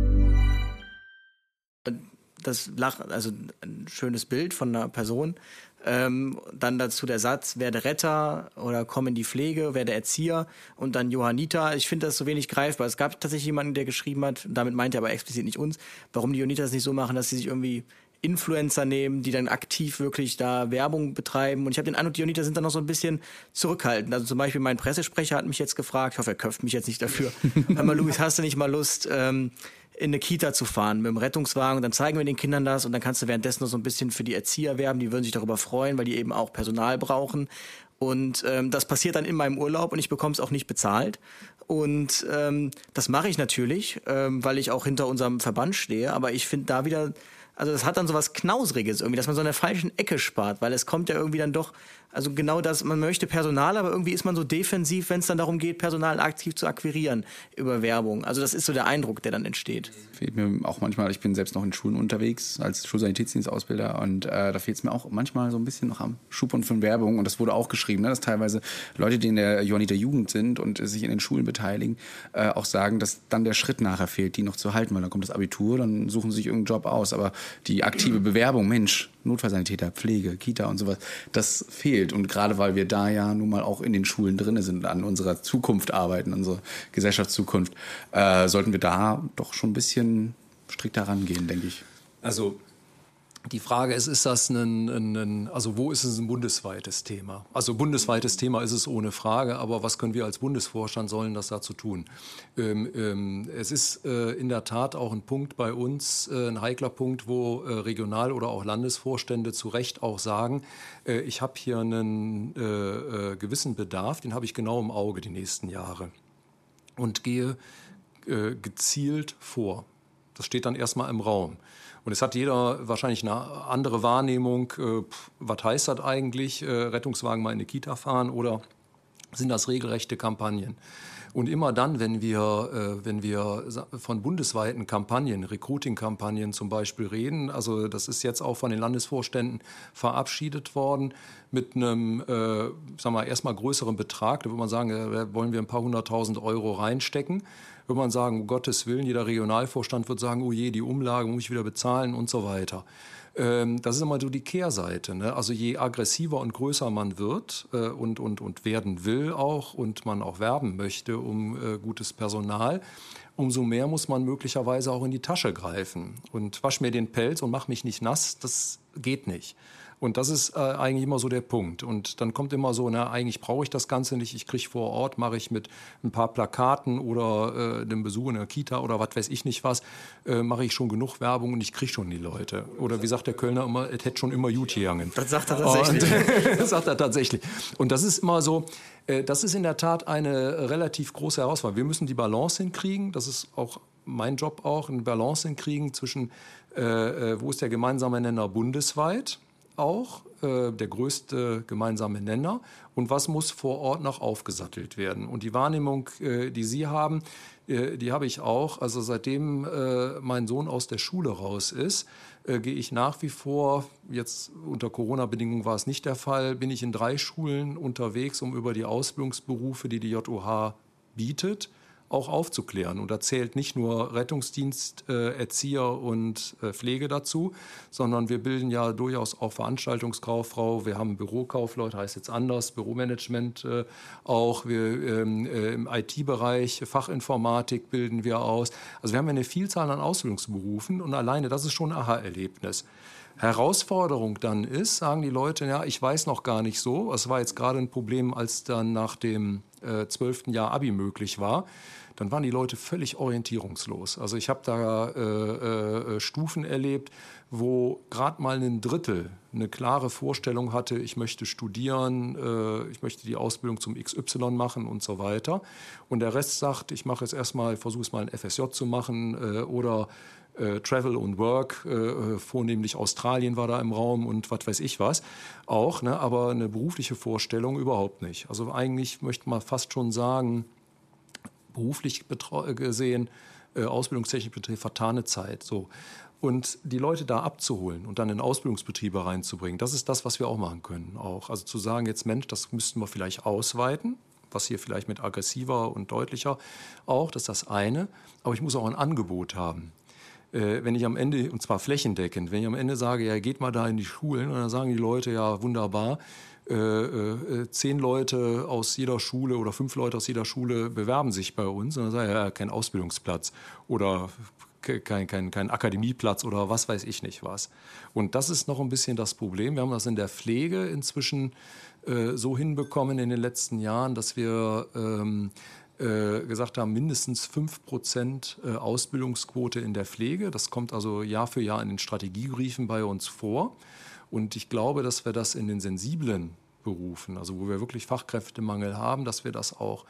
Das Lach, also ein schönes Bild von einer Person. Ähm, dann dazu der Satz, werde Retter oder komm in die Pflege, werde Erzieher und dann Johanniter. Ich finde das so wenig greifbar. Es gab tatsächlich jemanden, der geschrieben hat, damit meint er aber explizit nicht uns, warum die Johanniter das nicht so machen, dass sie sich irgendwie Influencer nehmen, die dann aktiv wirklich da Werbung betreiben. Und ich habe den Eindruck, die Johanniter sind dann noch so ein bisschen zurückhaltend. Also zum Beispiel mein Pressesprecher hat mich jetzt gefragt, ich hoffe, er köpft mich jetzt nicht dafür. Hör mal, Luis, hast du nicht mal Lust, ähm, in eine Kita zu fahren mit dem Rettungswagen? Und dann zeigen wir den Kindern das und dann kannst du währenddessen noch so ein bisschen für die Erzieher werben. Die würden sich darüber freuen, weil die eben auch Personal brauchen. Und ähm, das passiert dann in meinem Urlaub und ich bekomme es auch nicht bezahlt. Und ähm, das mache ich natürlich, ähm, weil ich auch hinter unserem Verband stehe. Aber ich finde da wieder... Also das hat dann so was Knausriges irgendwie, dass man so in der falschen Ecke spart, weil es kommt ja irgendwie dann doch, also genau das, man möchte Personal, aber irgendwie ist man so defensiv, wenn es dann darum geht, Personal aktiv zu akquirieren über Werbung. Also das ist so der Eindruck, der dann entsteht. Fehlt mir auch manchmal, ich bin selbst noch in Schulen unterwegs als Schulsanitätsdienstausbilder und äh, da fehlt es mir auch manchmal so ein bisschen noch am Schub und von Werbung und das wurde auch geschrieben, ne, dass teilweise Leute, die in der Johanniter Jugend sind und äh, sich in den Schulen beteiligen, äh, auch sagen, dass dann der Schritt nachher fehlt, die noch zu halten, weil dann kommt das Abitur, dann suchen sie sich irgendeinen Job aus, aber die aktive Bewerbung, Mensch, Notfallsanitäter, Pflege, Kita und sowas, das fehlt. Und gerade weil wir da ja nun mal auch in den Schulen drin sind, an unserer Zukunft arbeiten, unsere Gesellschaftszukunft, äh, sollten wir da doch schon ein bisschen strikter rangehen, denke ich. Also die Frage ist, ist das ein, ein, ein, also wo ist es ein bundesweites Thema? Also bundesweites Thema ist es ohne Frage, aber was können wir als Bundesvorstand sollen das dazu tun? Ähm, ähm, es ist äh, in der Tat auch ein Punkt bei uns, äh, ein heikler Punkt, wo äh, Regional- oder auch Landesvorstände zu Recht auch sagen, äh, ich habe hier einen äh, äh, gewissen Bedarf, den habe ich genau im Auge die nächsten Jahre und gehe äh, gezielt vor. Das steht dann erstmal im Raum. Und es hat jeder wahrscheinlich eine andere Wahrnehmung, äh, was heißt das eigentlich, äh, Rettungswagen mal in eine Kita fahren oder sind das regelrechte Kampagnen? Und immer dann, wenn wir, äh, wenn wir von bundesweiten Kampagnen, Recruiting-Kampagnen zum Beispiel reden, also das ist jetzt auch von den Landesvorständen verabschiedet worden mit einem, äh, sagen wir, erstmal größeren Betrag, da würde man sagen, da wollen wir ein paar hunderttausend Euro reinstecken. Würde man sagen, um Gottes Willen, jeder Regionalvorstand wird sagen, oh je, die Umlage muss ich wieder bezahlen und so weiter. Ähm, das ist immer so die Kehrseite, ne? Also je aggressiver und größer man wird äh, und, und, und werden will auch und man auch werben möchte um äh, gutes Personal, umso mehr muss man möglicherweise auch in die Tasche greifen. Und wasch mir den Pelz und mach mich nicht nass, das geht nicht. Und das ist äh, eigentlich immer so der Punkt. Und dann kommt immer so, na, eigentlich brauche ich das Ganze nicht. Ich kriege vor Ort, mache ich mit ein paar Plakaten oder äh, dem Besuch in der Kita oder was weiß ich nicht was, äh, mache ich schon genug Werbung und ich kriege schon die Leute. Oder wie sagt der Kölner immer, es hätte schon immer gut gegangen. Das sagt er tatsächlich. Und, das sagt er tatsächlich. Und das ist immer so, äh, das ist in der Tat eine relativ große Herausforderung. Wir müssen die Balance hinkriegen, das ist auch mein Job auch, eine Balance hinkriegen zwischen, äh, wo ist der gemeinsame Nenner bundesweit auch, äh, der größte gemeinsame Nenner, und was muss vor Ort noch aufgesattelt werden. Und die Wahrnehmung, äh, die Sie haben, äh, die habe ich auch. Also seitdem äh, mein Sohn aus der Schule raus ist, äh, gehe ich nach wie vor, jetzt unter Corona-Bedingungen war es nicht der Fall, bin ich in drei Schulen unterwegs, um über die Ausbildungsberufe, die die J O H bietet, auch aufzuklären. Und da zählt nicht nur Rettungsdienst, äh, Erzieher und äh, Pflege dazu, sondern wir bilden ja durchaus auch Veranstaltungskauffrau, wir haben Bürokaufleute, heißt jetzt anders, Büromanagement äh, auch, wir ähm, äh, im I T-Bereich, Fachinformatik bilden wir aus. Also wir haben ja eine Vielzahl an Ausbildungsberufen und alleine das ist schon ein Aha-Erlebnis. Herausforderung dann ist, sagen die Leute, ja, ich weiß noch gar nicht so. Es war jetzt gerade ein Problem, als dann nach dem äh, zwölften Jahr Abi möglich war. Dann waren die Leute völlig orientierungslos. Also ich habe da äh, äh, Stufen erlebt, wo gerade mal ein Drittel eine klare Vorstellung hatte, ich möchte studieren, äh, ich möchte die Ausbildung zum X Y machen und so weiter. Und der Rest sagt, ich mache jetzt erstmal, versuche es mal ein F S J zu machen äh, oder äh, Travel und Work, äh, vornehmlich Australien war da im Raum und was weiß ich was auch, ne? Aber eine berufliche Vorstellung überhaupt nicht. Also eigentlich möchte man fast schon sagen, beruflich gesehen, äh, ausbildungstechnisch betrifft, vertane Zeit. So. Und die Leute da abzuholen und dann in Ausbildungsbetriebe reinzubringen, das ist das, was wir auch machen können. Auch. Also zu sagen, jetzt Mensch, das müssten wir vielleicht ausweiten, was hier vielleicht mit aggressiver und deutlicher auch, das ist das eine. Aber ich muss auch ein Angebot haben. Äh, wenn ich am Ende, und zwar flächendeckend, wenn ich am Ende sage, ja, geht mal da in die Schulen, und dann sagen die Leute, ja, wunderbar, Äh, äh, zehn Leute aus jeder Schule oder fünf Leute aus jeder Schule bewerben sich bei uns und dann sagen ja, kein Ausbildungsplatz oder kein, kein, kein Akademieplatz oder was weiß ich nicht was. Und das ist noch ein bisschen das Problem. Wir haben das in der Pflege inzwischen äh, so hinbekommen in den letzten Jahren, dass wir ähm, äh, gesagt haben, mindestens fünf Prozent äh, Ausbildungsquote in der Pflege. Das kommt also Jahr für Jahr in den Strategiebriefen bei uns vor. Und ich glaube, dass wir das in den sensiblen Berufen, also wo wir wirklich Fachkräftemangel haben, dass wir das auch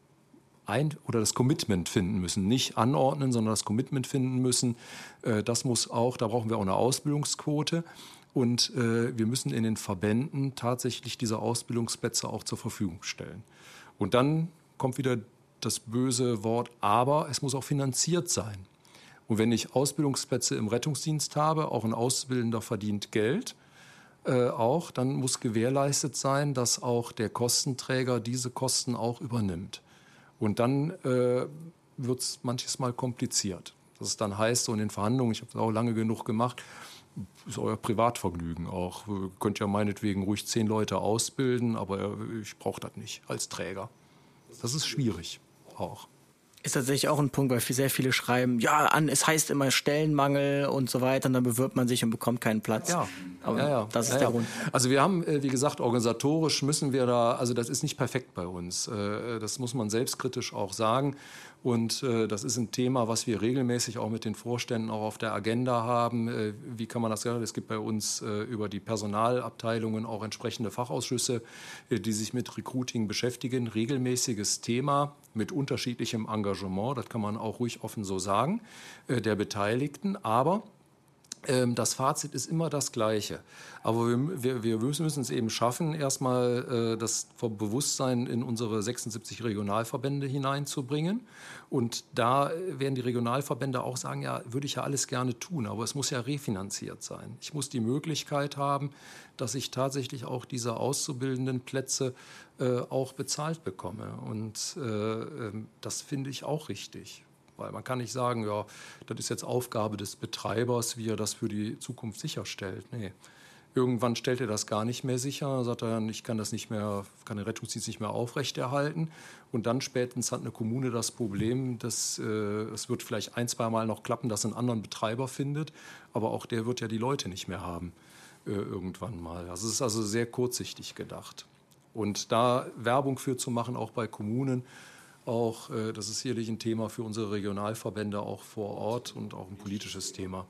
ein oder das Commitment finden müssen. Nicht anordnen, sondern das Commitment finden müssen. Das muss auch, da brauchen wir auch eine Ausbildungsquote. Und wir müssen in den Verbänden tatsächlich diese Ausbildungsplätze auch zur Verfügung stellen. Und dann kommt wieder das böse Wort, aber es muss auch finanziert sein. Und wenn ich Ausbildungsplätze im Rettungsdienst habe, auch ein Auszubildender verdient Geld, äh, auch, dann muss gewährleistet sein, dass auch der Kostenträger diese Kosten auch übernimmt. Und dann äh, wird es manches Mal kompliziert. Das ist dann heißt, so in den Verhandlungen, ich habe das auch lange genug gemacht, ist euer Privatvergnügen auch. Ihr könnt ja meinetwegen ruhig zehn Leute ausbilden, aber ich brauche das nicht als Träger. Das ist schwierig auch. Ist tatsächlich auch ein Punkt, weil sehr viele schreiben, ja, an, es heißt immer Stellenmangel und so weiter, und dann bewirbt man sich und bekommt keinen Platz. Ja, aber ja, ja. das ist ja, der ja. Grund. Also wir haben, wie gesagt, organisatorisch müssen wir da, also das ist nicht perfekt bei uns. Das muss man selbstkritisch auch sagen. Und äh, das ist ein Thema, was wir regelmäßig auch mit den Vorständen auch auf der Agenda haben. Äh, wie kann man das sagen? Es gibt bei uns äh, über die Personalabteilungen auch entsprechende Fachausschüsse, äh, die sich mit Recruiting beschäftigen. Regelmäßiges Thema mit unterschiedlichem Engagement, das kann man auch ruhig offen so sagen, äh, der Beteiligten. Aber ähm, das Fazit ist immer das Gleiche. Aber wir, wir, wir müssen es eben schaffen, erstmal äh, das Bewusstsein in unsere sechsundsiebzig Regionalverbände hineinzubringen. Und da werden die Regionalverbände auch sagen, ja, würde ich ja alles gerne tun, aber es muss ja refinanziert sein. Ich muss die Möglichkeit haben, dass ich tatsächlich auch diese auszubildenden Plätze äh, auch bezahlt bekomme. Und äh, das finde ich auch richtig. Weil man kann nicht sagen, ja, das ist jetzt Aufgabe des Betreibers, wie er das für die Zukunft sicherstellt. Nee. Irgendwann stellt er das gar nicht mehr sicher, dann sagt er dann, ich kann das nicht mehr, kann den Rettungsdienst nicht mehr aufrechterhalten. Und dann spätestens hat eine Kommune das Problem, dass äh, es wird vielleicht ein, zwei Mal noch klappen, dass er einen anderen Betreiber findet, aber auch der wird ja die Leute nicht mehr haben äh, irgendwann mal. Also es ist also sehr kurzsichtig gedacht. Und da Werbung für zu machen, auch bei Kommunen, auch, äh, das ist sicherlich ein Thema für unsere Regionalverbände auch vor Ort und auch ein politisches Thema.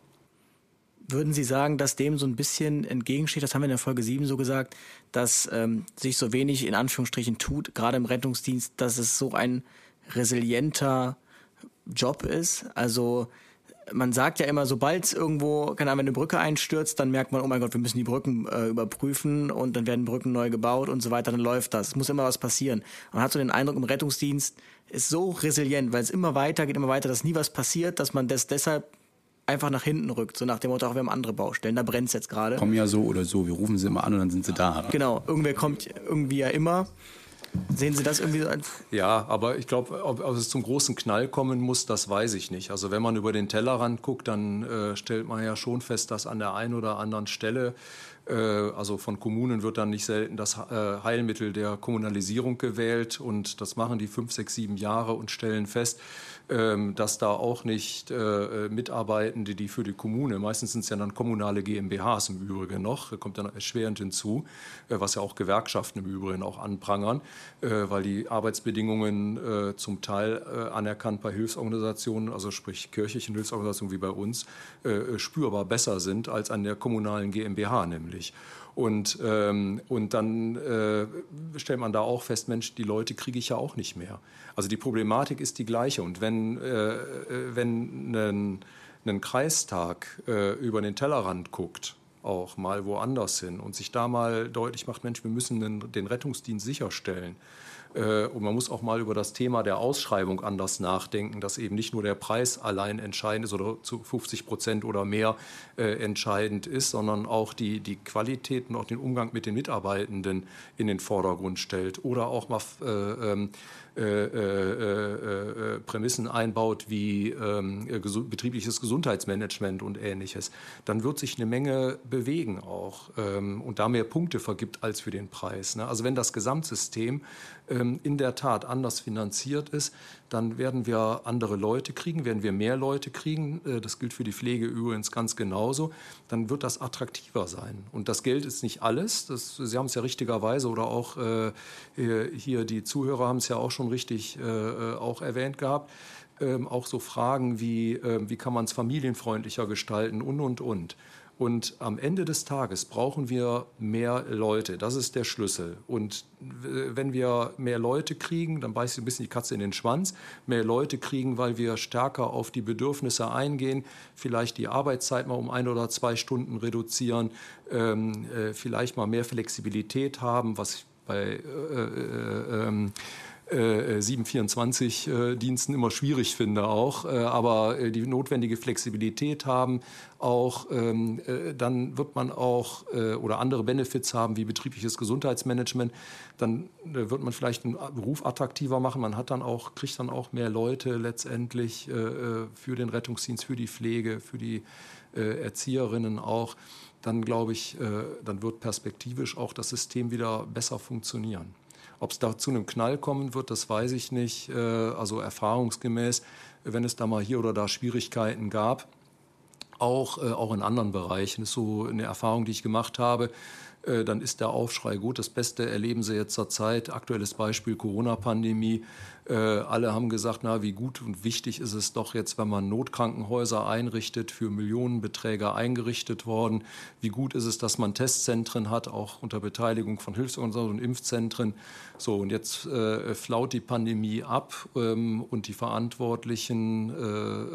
Würden Sie sagen, dass dem so ein bisschen entgegensteht, das haben wir in der Folge sieben so gesagt, dass ähm, sich so wenig in Anführungsstrichen tut, gerade im Rettungsdienst, dass es so ein resilienter Job ist. Also man sagt ja immer, sobald es irgendwo, keine Ahnung, wenn eine Brücke einstürzt, dann merkt man, oh mein Gott, wir müssen die Brücken äh, überprüfen und dann werden Brücken neu gebaut und so weiter, dann läuft das. Es muss immer was passieren. Man hat so den Eindruck, im Rettungsdienst ist so resilient, weil es immer weiter geht, immer weiter, dass nie was passiert, dass man das deshalb einfach nach hinten rückt, so nach dem Motto, auch wir haben andere Baustellen, da brennt es jetzt gerade. Kommen ja so oder so, wir rufen sie immer an und dann sind sie da. Genau, irgendwer kommt irgendwie ja immer. Sehen Sie das irgendwie so? Ja, aber ich glaube, ob, ob es zum großen Knall kommen muss, das weiß ich nicht. Also wenn man über den Tellerrand guckt, dann äh, stellt man ja schon fest, dass an der einen oder anderen Stelle, äh, also von Kommunen wird dann nicht selten das äh, Heilmittel der Kommunalisierung gewählt und das machen die fünf, sechs, sieben Jahre und stellen fest, ähm, dass da auch nicht äh, Mitarbeitende, die für die Kommune, meistens sind es ja dann kommunale GmbHs im Übrigen noch, da kommt dann erschwerend hinzu, äh, was ja auch Gewerkschaften im Übrigen auch anprangern, äh, weil die Arbeitsbedingungen äh, zum Teil äh, anerkannt bei Hilfsorganisationen, also sprich kirchlichen Hilfsorganisationen wie bei uns, äh, spürbar besser sind als an der kommunalen GmbH nämlich. Und, ähm, und dann äh, stellt man da auch fest, Mensch, die Leute kriege ich ja auch nicht mehr. Also die Problematik ist die gleiche. Und wenn, äh, wenn ein, ein Kreistag äh, über den Tellerrand guckt, auch mal woanders hin und sich da mal deutlich macht, Mensch, wir müssen den, den Rettungsdienst sicherstellen. Und man muss auch mal über das Thema der Ausschreibung anders nachdenken, dass eben nicht nur der Preis allein entscheidend ist oder zu fünfzig Prozent oder mehr äh, entscheidend ist, sondern auch die, die Qualität und auch den Umgang mit den Mitarbeitenden in den Vordergrund stellt. Oder auch mal äh, äh, äh, äh, Prämissen einbaut wie äh, gesund, betriebliches Gesundheitsmanagement und Ähnliches. Dann wird sich eine Menge bewegen auch ähm, und da mehr Punkte vergibt als für den Preis. Ne? Also wenn das Gesamtsystem ähm, in der Tat anders finanziert ist, dann werden wir andere Leute kriegen, werden wir mehr Leute kriegen, äh, das gilt für die Pflege übrigens ganz genauso, dann wird das attraktiver sein. Und das Geld ist nicht alles, das, Sie haben es ja richtigerweise oder auch äh, hier die Zuhörer haben es ja auch schon richtig äh, auch erwähnt gehabt, ähm, auch so Fragen wie, äh, wie kann man es familienfreundlicher gestalten und, und, und. Und am Ende des Tages brauchen wir mehr Leute. Das ist der Schlüssel. Und wenn wir mehr Leute kriegen, dann beißt sich ein bisschen die Katze in den Schwanz. Mehr Leute kriegen, weil wir stärker auf die Bedürfnisse eingehen, vielleicht die Arbeitszeit mal um ein oder zwei Stunden reduzieren, ähm, äh, vielleicht mal mehr Flexibilität haben, was bei äh, äh, äh, Äh, sieben vierundzwanzig äh, Diensten immer schwierig finde auch, äh, aber äh, die notwendige Flexibilität haben, auch ähm, äh, dann wird man auch äh, oder andere Benefits haben wie betriebliches Gesundheitsmanagement, dann äh, wird man vielleicht einen Beruf attraktiver machen, man hat dann auch, kriegt dann auch mehr Leute letztendlich äh, für den Rettungsdienst, für die Pflege, für die äh, Erzieherinnen auch, dann glaube ich, äh, dann wird perspektivisch auch das System wieder besser funktionieren. Ob es da zu einem Knall kommen wird, das weiß ich nicht. Also erfahrungsgemäß, wenn es da mal hier oder da Schwierigkeiten gab, auch, auch in anderen Bereichen, das ist so eine Erfahrung, die ich gemacht habe, dann ist der Aufschrei gut. Das Beste erleben Sie jetzt zur Zeit. Aktuelles Beispiel Corona-Pandemie. Äh, alle haben gesagt, na, wie gut und wichtig ist es doch jetzt, wenn man Notkrankenhäuser einrichtet, für Millionenbeträge eingerichtet worden. Wie gut ist es, dass man Testzentren hat, auch unter Beteiligung von Hilfsorganisationen und Impfzentren. So, und jetzt äh, flaut die Pandemie ab ähm, und die Verantwortlichen äh,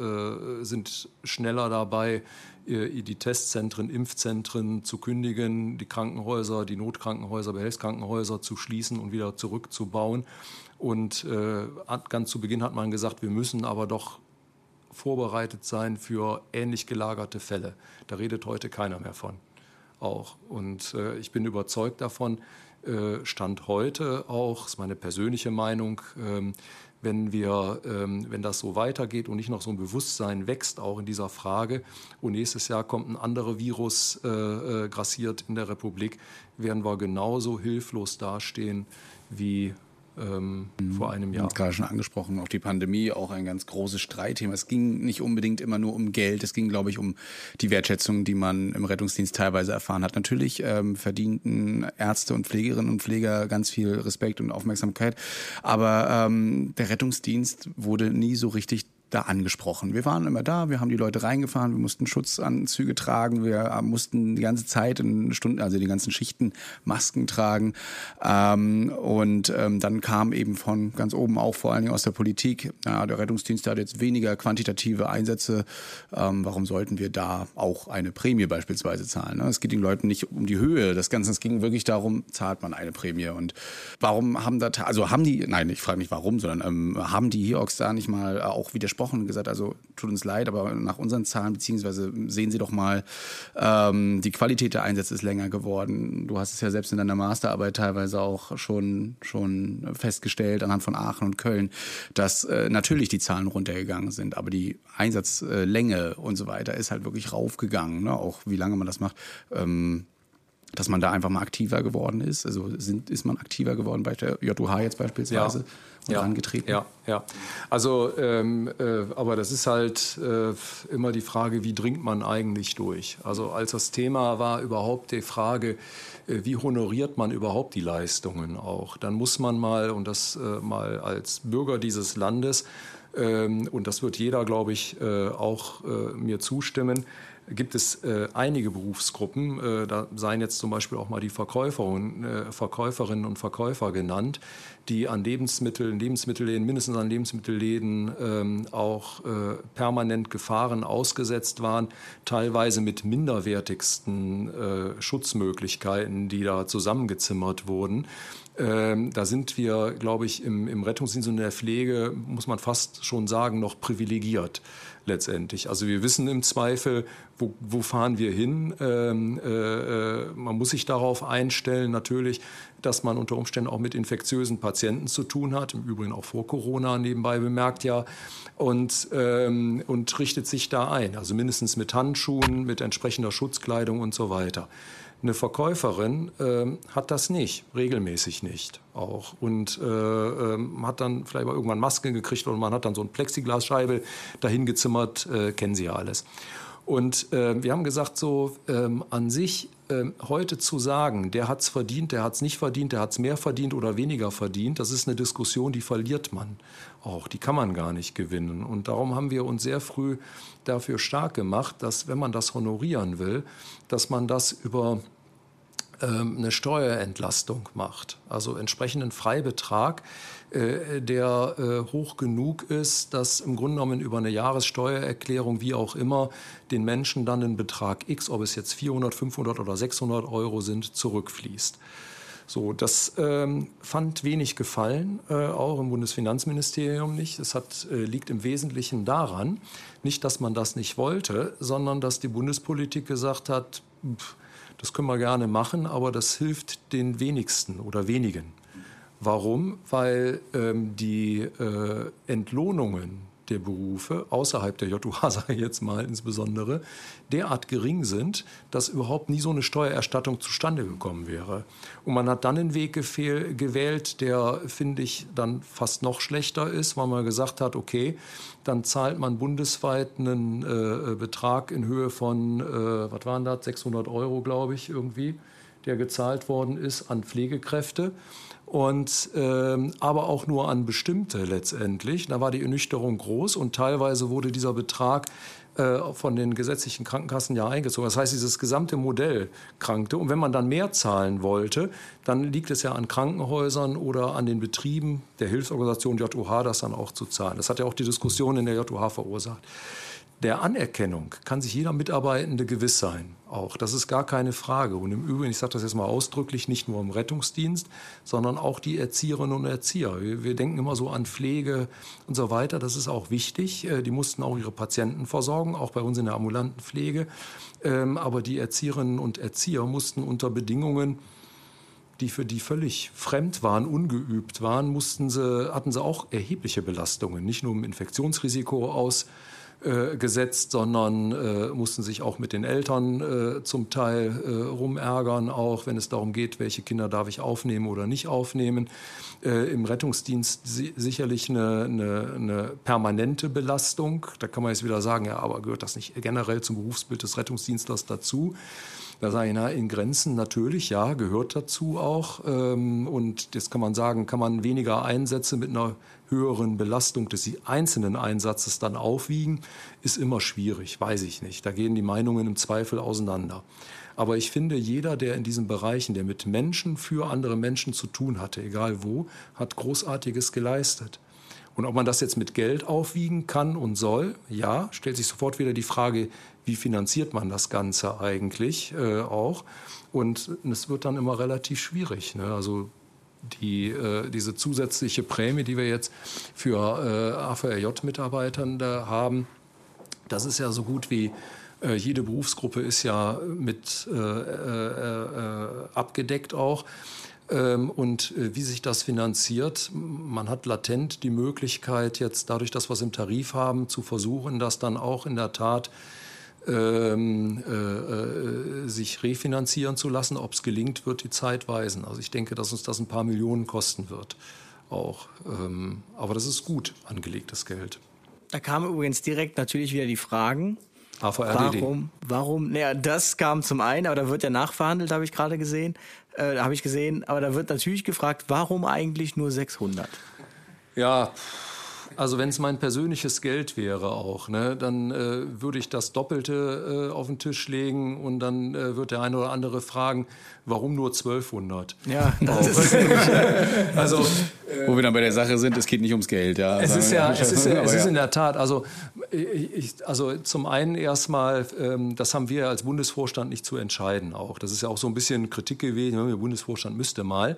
äh, sind schneller dabei, die Testzentren, Impfzentren zu kündigen, die Krankenhäuser, die Notkrankenhäuser, Behelfskrankenhäuser zu schließen und wieder zurückzubauen. Und äh, ganz zu Beginn hat man gesagt, wir müssen aber doch vorbereitet sein für ähnlich gelagerte Fälle. Da redet heute keiner mehr von. Auch. Und äh, ich bin überzeugt davon, äh, Stand heute auch, ist meine persönliche Meinung, äh, wenn wir, ähm, wenn das so weitergeht und nicht noch so ein Bewusstsein wächst, auch in dieser Frage, und nächstes Jahr kommt ein anderer Virus, äh, äh, grassiert in der Republik, werden wir genauso hilflos dastehen wie ähm, mhm. vor einem Jahr. Gerade schon angesprochen, auch die Pandemie, auch ein ganz großes Streitthema. Es ging nicht unbedingt immer nur um Geld, es ging, glaube ich, um die Wertschätzung, die man im Rettungsdienst teilweise erfahren hat. Natürlich ähm, verdienten Ärzte und Pflegerinnen und Pfleger ganz viel Respekt und Aufmerksamkeit, aber ähm, der Rettungsdienst wurde nie so richtig da angesprochen. Wir waren immer da, wir haben die Leute reingefahren, wir mussten Schutzanzüge tragen, wir mussten die ganze Zeit in Stunden, also die ganzen Schichten Masken tragen. Ähm, und ähm, dann kam eben von ganz oben auch vor allen Dingen aus der Politik, ja, der Rettungsdienst hat jetzt weniger quantitative Einsätze. Ähm, warum sollten wir da auch eine Prämie beispielsweise zahlen? Ne? Es geht den Leuten nicht um die Höhe des Ganzen, es ging wirklich darum, zahlt man eine Prämie. Und warum haben da, also haben die, nein, ich frage nicht warum, sondern ähm, haben die HIOX da nicht mal auch widersprochen und gesagt, also tut uns leid, aber nach unseren Zahlen, beziehungsweise sehen Sie doch mal, ähm, die Qualität der Einsätze ist länger geworden. Du hast es ja selbst in deiner Masterarbeit teilweise auch schon, schon festgestellt, anhand von Aachen und Köln, dass äh, natürlich die Zahlen runtergegangen sind, aber die Einsatzlänge und so weiter ist halt wirklich raufgegangen, ne? Auch wie lange man das macht. Ähm, dass man da einfach mal aktiver geworden ist. Also sind, ist man aktiver geworden bei der J U H jetzt beispielsweise ja. und ja. angetreten? Ja, ja. Also, ähm, äh, aber das ist halt äh, immer die Frage, wie dringt man eigentlich durch? Also als das Thema war überhaupt die Frage, äh, wie honoriert man überhaupt die Leistungen auch? Dann muss man mal, und das äh, mal als Bürger dieses Landes, ähm, und das wird jeder, glaube ich, äh, auch äh, mir zustimmen, gibt es äh, einige Berufsgruppen, äh, da seien jetzt zum Beispiel auch mal die Verkäuferinnen, äh, Verkäuferinnen und Verkäufer genannt, die an Lebensmitteln, Lebensmittelläden, mindestens an Lebensmittelläden ähm, auch äh, permanent Gefahren ausgesetzt waren, teilweise mit minderwertigsten äh, Schutzmöglichkeiten, die da zusammengezimmert wurden. Ähm, da sind wir, glaube ich, im, im Rettungsdienst und in der Pflege, muss man fast schon sagen, noch privilegiert letztendlich. Also wir wissen im Zweifel, wo, wo fahren wir hin. Ähm, äh, man muss sich darauf einstellen, natürlich, dass man unter Umständen auch mit infektiösen Patienten zu tun hat, im Übrigen auch vor Corona nebenbei bemerkt, ja, und, ähm, und richtet sich da ein. Also mindestens mit Handschuhen, mit entsprechender Schutzkleidung und so weiter. Eine Verkäuferin äh, hat das nicht, regelmäßig nicht auch. Und äh, äh, hat dann vielleicht mal irgendwann Masken gekriegt oder man hat dann so eine Plexiglasscheibe dahin gezimmert, äh, kennen Sie ja alles. Und äh, wir haben gesagt, so ähm, an sich äh, heute zu sagen, der hat es verdient, der hat es nicht verdient, der hat es mehr verdient oder weniger verdient, das ist eine Diskussion, die verliert man auch, die kann man gar nicht gewinnen. Und darum haben wir uns sehr früh dafür stark gemacht, dass, wenn man das honorieren will, dass man das über ähm, eine Steuerentlastung macht, also entsprechenden Freibetrag, äh, der äh, hoch genug ist, dass im Grunde genommen über eine Jahressteuererklärung, wie auch immer, den Menschen dann ein Betrag X, ob es jetzt vierhundert, fünfhundert oder sechshundert Euro sind, zurückfließt. So, das ähm, fand wenig Gefallen, äh, auch im Bundesfinanzministerium nicht. Es hat, äh, liegt im Wesentlichen daran, nicht, dass man das nicht wollte, sondern dass die Bundespolitik gesagt hat, pff, das können wir gerne machen, aber das hilft den wenigsten oder wenigen. Warum? Weil ähm, die äh, Entlohnungen der Berufe außerhalb der J U H, sage ich jetzt mal insbesondere, derart gering sind, dass überhaupt nie so eine Steuererstattung zustande gekommen wäre. Und man hat dann einen Weg gefehl, gewählt, der, finde ich, dann fast noch schlechter ist, weil man gesagt hat, okay, dann zahlt man bundesweit einen äh, Betrag in Höhe von, äh, was waren das, sechshundert Euro, glaube ich, irgendwie, der gezahlt worden ist an Pflegekräfte. Und, ähm, aber auch nur an bestimmte letztendlich. Da war die Ernüchterung groß und teilweise wurde dieser Betrag äh, von den gesetzlichen Krankenkassen ja eingezogen. Das heißt, dieses gesamte Modell krankte. Und wenn man dann mehr zahlen wollte, dann liegt es ja an Krankenhäusern oder an den Betrieben der Hilfsorganisation J U H, das dann auch zu zahlen. Das hat ja auch die Diskussion in der J U H verursacht. Der Anerkennung kann sich jeder Mitarbeitende gewiss sein, auch. Das ist gar keine Frage. Und im Übrigen, ich sage das jetzt mal ausdrücklich, nicht nur im Rettungsdienst, sondern auch die Erzieherinnen und Erzieher. Wir, wir denken immer so an Pflege und so weiter. Das ist auch wichtig. Die mussten auch ihre Patienten versorgen, auch bei uns in der ambulanten Pflege. Aber die Erzieherinnen und Erzieher mussten unter Bedingungen, die für die völlig fremd waren, ungeübt waren, mussten sie, hatten sie auch erhebliche Belastungen. Nicht nur im Infektionsrisiko aus, Äh, gesetzt, sondern äh, mussten sich auch mit den Eltern äh, zum Teil äh, rumärgern, auch wenn es darum geht, welche Kinder darf ich aufnehmen oder nicht aufnehmen. Äh, im Rettungsdienst si- sicherlich eine, eine, eine permanente Belastung. Da kann man jetzt wieder sagen, ja, aber gehört das nicht generell zum Berufsbild des Rettungsdienstlers dazu? Da sage ich, na, in Grenzen natürlich, ja, gehört dazu auch. Ähm, und jetzt kann man sagen, kann man weniger Einsätze mit einer höheren Belastung des einzelnen Einsatzes dann aufwiegen, ist immer schwierig, weiß ich nicht. Da gehen die Meinungen im Zweifel auseinander. Aber ich finde, jeder, der in diesen Bereichen, der mit Menschen für andere Menschen zu tun hatte, egal wo, hat Großartiges geleistet. Und ob man das jetzt mit Geld aufwiegen kann und soll, ja, stellt sich sofort wieder die Frage, wie finanziert man das Ganze eigentlich äh, auch? Und es wird dann immer relativ schwierig, ne? Also die, äh, diese zusätzliche Prämie, die wir jetzt für äh, A V R J-Mitarbeitern da haben, das ist ja so gut wie äh, jede Berufsgruppe ist ja mit äh, äh, äh, abgedeckt auch. Und wie sich das finanziert, man hat latent die Möglichkeit, jetzt dadurch, dass wir es im Tarif haben, zu versuchen, das dann auch in der Tat ähm, äh, sich refinanzieren zu lassen. Ob es gelingt, wird die Zeit weisen. Also ich denke, dass uns das ein paar Millionen kosten wird auch. Ähm, aber das ist gut angelegtes Geld. Da kamen übrigens direkt natürlich wieder die Fragen. A V R D D. Warum, warum, naja, das kam zum einen, aber da wird ja nachverhandelt, habe ich gerade gesehen, äh, habe ich gesehen, aber da wird natürlich gefragt, warum eigentlich nur sechshundert? Ja, also wenn es mein persönliches Geld wäre auch, ne, dann äh, würde ich das Doppelte äh, auf den Tisch legen und dann äh, wird der eine oder andere fragen, warum nur zwölfhundert? Ja, das ist also, äh, wo wir dann bei der Sache sind, es geht nicht ums Geld. Ja, es ist ja, es ist, es ist ja. in der Tat, also, ich, also zum einen erstmal, ähm, das haben wir als Bundesvorstand nicht zu entscheiden auch. Das ist ja auch so ein bisschen Kritik gewesen, der Bundesvorstand müsste mal.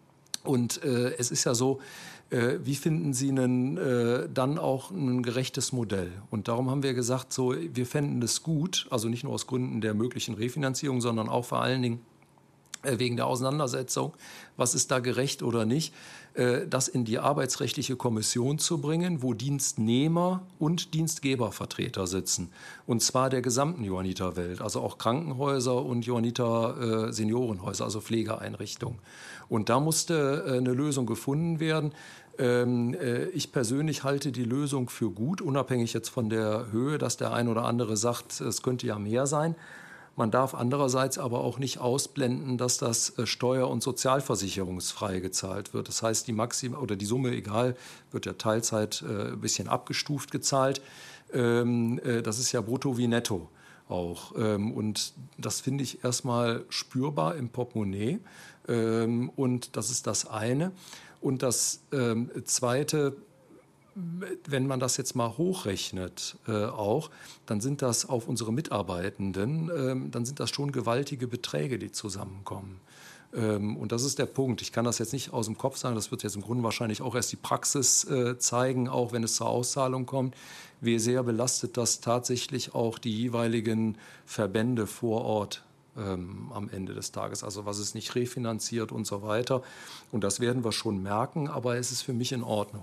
Und äh, es ist ja so, Äh, wie finden Sie einen, äh, dann auch ein gerechtes Modell? Und darum haben wir gesagt, so, wir fänden es gut, also nicht nur aus Gründen der möglichen Refinanzierung, sondern auch vor allen Dingen äh, wegen der Auseinandersetzung, was ist da gerecht oder nicht, äh, das in die arbeitsrechtliche Kommission zu bringen, wo Dienstnehmer und Dienstgebervertreter sitzen. Und zwar der gesamten Johanniterwelt, also auch Krankenhäuser und Johanniter äh, Seniorenhäuser, also Pflegeeinrichtungen. Und da musste äh, eine Lösung gefunden werden. Ähm, äh, ich persönlich halte die Lösung für gut, unabhängig jetzt von der Höhe, dass der ein oder andere sagt, es könnte ja mehr sein. Man darf andererseits aber auch nicht ausblenden, dass das äh, steuer- und sozialversicherungsfrei gezahlt wird. Das heißt, die Maxim- oder die Summe, egal, wird ja Teilzeit äh, ein bisschen abgestuft gezahlt. Ähm, äh, das ist ja brutto wie netto auch. Ähm, und das finde ich erstmal spürbar im Portemonnaie. Ähm, und das ist das eine. Und das ähm, Zweite, wenn man das jetzt mal hochrechnet äh, auch, dann sind das auf unsere Mitarbeitenden, ähm, dann sind das schon gewaltige Beträge, die zusammenkommen. Ähm, und das ist der Punkt. Ich kann das jetzt nicht aus dem Kopf sagen, das wird jetzt im Grunde wahrscheinlich auch erst die Praxis äh, zeigen, auch wenn es zur Auszahlung kommt. Wie sehr belastet das tatsächlich auch die jeweiligen Verbände vor Ort ähm, am Ende des Tages? Also was ist nicht refinanziert und so weiter. Und das werden wir schon merken, aber es ist für mich in Ordnung.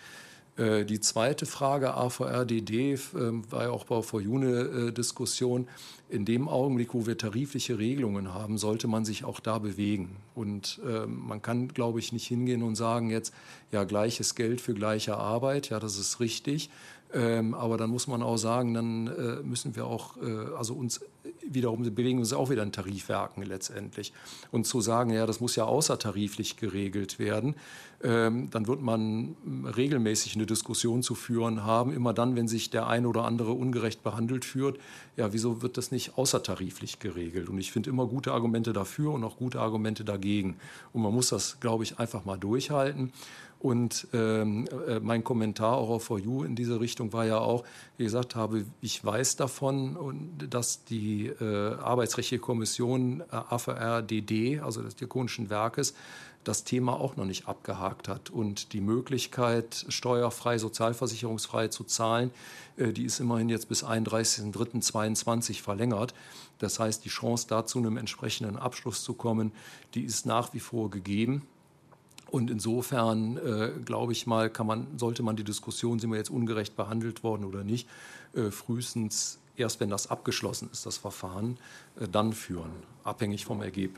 Äh, die zweite Frage, A V R D D, äh, war ja auch bei V U eine äh, Diskussion. In dem Augenblick, wo wir tarifliche Regelungen haben, sollte man sich auch da bewegen. Und äh, man kann, glaube ich, nicht hingehen und sagen jetzt, ja, gleiches Geld für gleiche Arbeit, ja, das ist richtig. Ähm, aber dann muss man auch sagen, dann äh, müssen wir auch, äh, also uns wiederum bewegen uns auch wieder in Tarifwerken letztendlich. Und zu sagen, ja, das muss ja außertariflich geregelt werden, ähm, dann wird man regelmäßig eine Diskussion zu führen haben, immer dann, wenn sich der eine oder andere ungerecht behandelt fühlt, ja, wieso wird das nicht außertariflich geregelt? Und ich finde immer gute Argumente dafür und auch gute Argumente dagegen. Und man muss das, glaube ich, einfach mal durchhalten. Und ähm, äh, mein Kommentar auch auf V U in diese Richtung war ja auch, wie gesagt habe, ich weiß davon, und dass die äh, Arbeitsrechtliche Kommission äh, A V R D D, also des Diakonischen Werkes, das Thema auch noch nicht abgehakt hat. Und die Möglichkeit, steuerfrei, sozialversicherungsfrei zu zahlen, äh, die ist immerhin jetzt bis einunddreißigsten dritten zweiundzwanzig verlängert. Das heißt, die Chance dazu, einem entsprechenden Abschluss zu kommen, die ist nach wie vor gegeben. Und insofern, äh, glaube ich mal, kann man, sollte man die Diskussion, sind wir jetzt ungerecht behandelt worden oder nicht, äh, frühestens erst, wenn das abgeschlossen ist, das Verfahren, äh, dann führen, abhängig vom Ergebnis.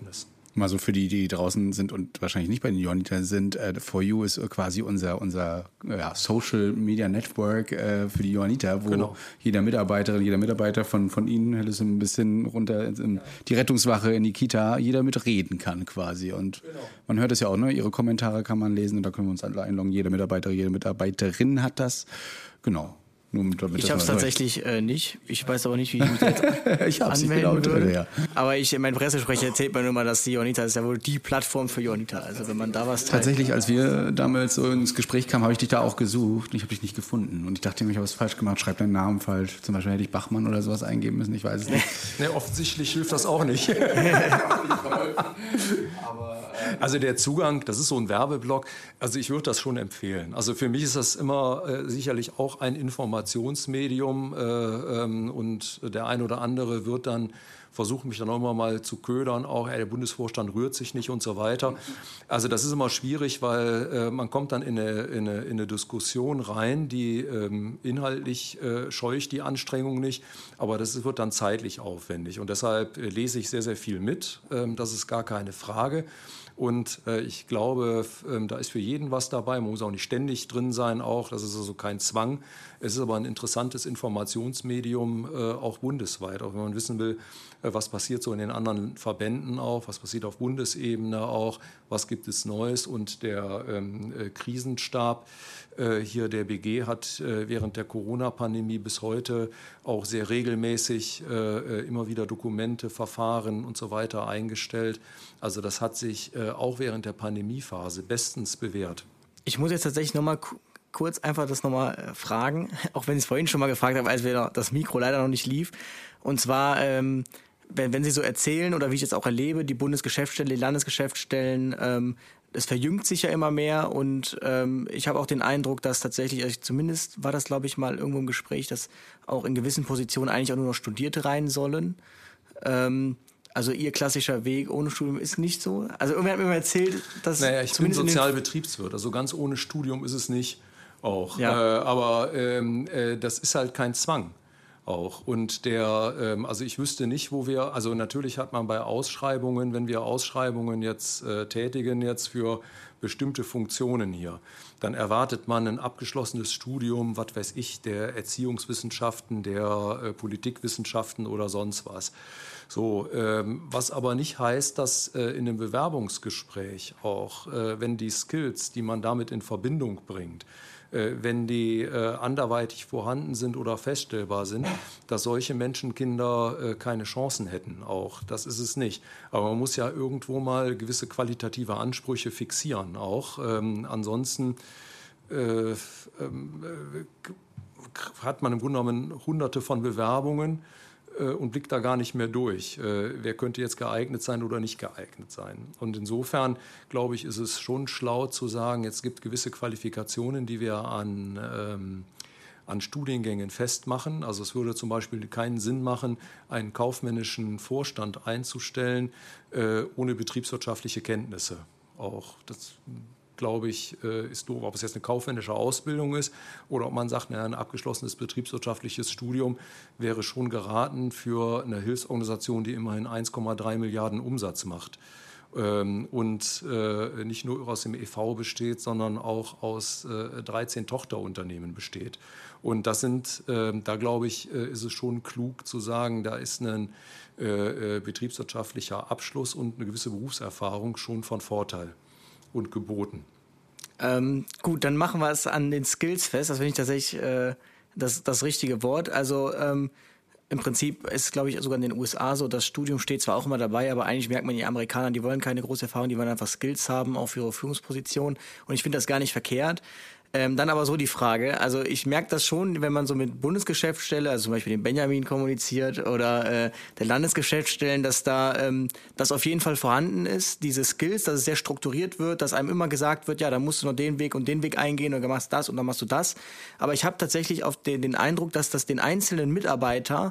Mal so für die, die draußen sind und wahrscheinlich nicht bei den Johanniter sind, äh, For You ist quasi unser, unser ja, Social Media Network äh, für die Johanniter, wo genau. jeder Mitarbeiterin, jeder Mitarbeiter von, von Ihnen, hätte so ein bisschen runter in die Rettungswache, in die Kita, jeder mitreden kann quasi. Und genau. man hört es ja auch, ne? Ihre Kommentare kann man lesen und da können wir uns alle einloggen. Jeder Mitarbeiter, jede Mitarbeiterin hat das. Genau. Nur damit ich habe es tatsächlich äh, nicht. Ich weiß aber nicht, wie ich mich jetzt ich hab's nicht genau würde. Drin, ja. Aber ich, mein Pressesprecher erzählt mir nur mal, dass die Johanniter ist ja wohl die Plattform für Johanniter. Also wenn man da was tatsächlich, teilt. Als wir damals so ins Gespräch kamen, habe ich dich da auch gesucht und ich habe dich nicht gefunden. Und ich dachte mir, ich habe was falsch gemacht, schreib deinen Namen falsch. Zum Beispiel hätte ich Bachmann oder sowas eingeben müssen, ich weiß es nicht. Nee, offensichtlich hilft das auch nicht. Also der Zugang, das ist so ein Werbeblock, also ich würde das schon empfehlen. Also für mich ist das immer äh, sicherlich auch ein Informationsmedium äh, ähm, und der ein oder andere wird dann versuchen, mich dann auch immer mal zu ködern, auch ey, der Bundesvorstand rührt sich nicht und so weiter. Also das ist immer schwierig, weil äh, man kommt dann in eine, in eine, in eine Diskussion rein, die ähm, inhaltlich äh, scheucht die Anstrengung nicht, aber das wird dann zeitlich aufwendig und deshalb äh, lese ich sehr, sehr viel mit, ähm, das ist gar keine Frage. Und äh, ich glaube, äh, da ist für jeden was dabei. Man muss auch nicht ständig drin sein, auch. Das ist also kein Zwang. Es ist aber ein interessantes Informationsmedium, äh, auch bundesweit. Auch wenn man wissen will, äh, was passiert so in den anderen Verbänden auch, was passiert auf Bundesebene auch, was gibt es Neues. Und der ähm, äh, Krisenstab äh, hier, der B G, hat äh, während der Corona-Pandemie bis heute auch sehr regelmäßig äh, immer wieder Dokumente, Verfahren und so weiter eingestellt. Also das hat sich äh, auch während der Pandemiephase bestens bewährt. Ich muss jetzt tatsächlich noch mal ku- kurz einfach das noch mal äh, fragen, auch wenn ich es vorhin schon mal gefragt habe, als wir das Mikro leider noch nicht lief. Und zwar, ähm, wenn, wenn Sie so erzählen oder wie ich es auch erlebe, die Bundesgeschäftsstellen, die Landesgeschäftsstellen, ähm, es verjüngt sich ja immer mehr und ähm, ich habe auch den Eindruck, dass tatsächlich, also zumindest war das, glaube ich, mal irgendwo im Gespräch, dass auch in gewissen Positionen eigentlich auch nur noch Studierte rein sollen. Ähm, Also Ihr klassischer Weg ohne Studium ist nicht so? Also irgendwer hat mir mal erzählt, dass... Naja, ich zumindest bin Sozialbetriebswirt, also ganz ohne Studium ist es nicht auch. Ja. Äh, aber ähm, äh, das ist halt kein Zwang auch. Und der, ähm, also ich wüsste nicht, wo wir, also natürlich hat man bei Ausschreibungen, wenn wir Ausschreibungen jetzt äh, tätigen, jetzt für bestimmte Funktionen hier, dann erwartet man ein abgeschlossenes Studium, was weiß ich, der Erziehungswissenschaften, der äh, Politikwissenschaften oder sonst was. So, ähm, was aber nicht heißt, dass äh, in einem Bewerbungsgespräch auch, äh, wenn die Skills, die man damit in Verbindung bringt, äh, wenn die äh, anderweitig vorhanden sind oder feststellbar sind, dass solche Menschenkinder äh, keine Chancen hätten auch. Das ist es nicht. Aber man muss ja irgendwo mal gewisse qualitative Ansprüche fixieren auch. Ähm, ansonsten äh, äh, hat man im Grunde genommen hunderte von Bewerbungen und blickt da gar nicht mehr durch. Wer könnte jetzt geeignet sein oder nicht geeignet sein? Und insofern, glaube ich, ist es schon schlau zu sagen, jetzt gibt gewisse Qualifikationen, die wir an, ähm, an Studiengängen festmachen. Also es würde zum Beispiel keinen Sinn machen, einen kaufmännischen Vorstand einzustellen, äh, ohne betriebswirtschaftliche Kenntnisse. Auch das, glaube ich, ist doof, ob es jetzt eine kaufmännische Ausbildung ist oder ob man sagt, naja, ein abgeschlossenes betriebswirtschaftliches Studium wäre schon geraten für eine Hilfsorganisation, die immerhin eins Komma drei Milliarden Umsatz macht und nicht nur aus dem E V besteht, sondern auch aus dreizehn Tochterunternehmen besteht. Und das sind, da glaube ich, ist es schon klug zu sagen, da ist ein betriebswirtschaftlicher Abschluss und eine gewisse Berufserfahrung schon von Vorteil und geboten. Ähm, gut, dann machen wir es an den Skills fest. Das finde ich tatsächlich äh, das, das richtige Wort. Also ähm, im Prinzip ist es, glaube ich, sogar in den U S A so, das Studium steht zwar auch immer dabei, aber eigentlich merkt man, die Amerikaner, die wollen keine große Erfahrung, die wollen einfach Skills haben, auch für ihre Führungsposition. Und ich finde das gar nicht verkehrt. Ähm, dann aber so die Frage, also ich merke das schon, wenn man so mit Bundesgeschäftsstelle, also zum Beispiel den Benjamin kommuniziert oder äh, der Landesgeschäftsstellen, dass da ähm, das auf jeden Fall vorhanden ist, diese Skills, dass es sehr strukturiert wird, dass einem immer gesagt wird, ja, da musst du noch den Weg und den Weg eingehen oder machst das und dann machst du das. Aber ich habe tatsächlich auf den, den Eindruck, dass das den einzelnen Mitarbeiter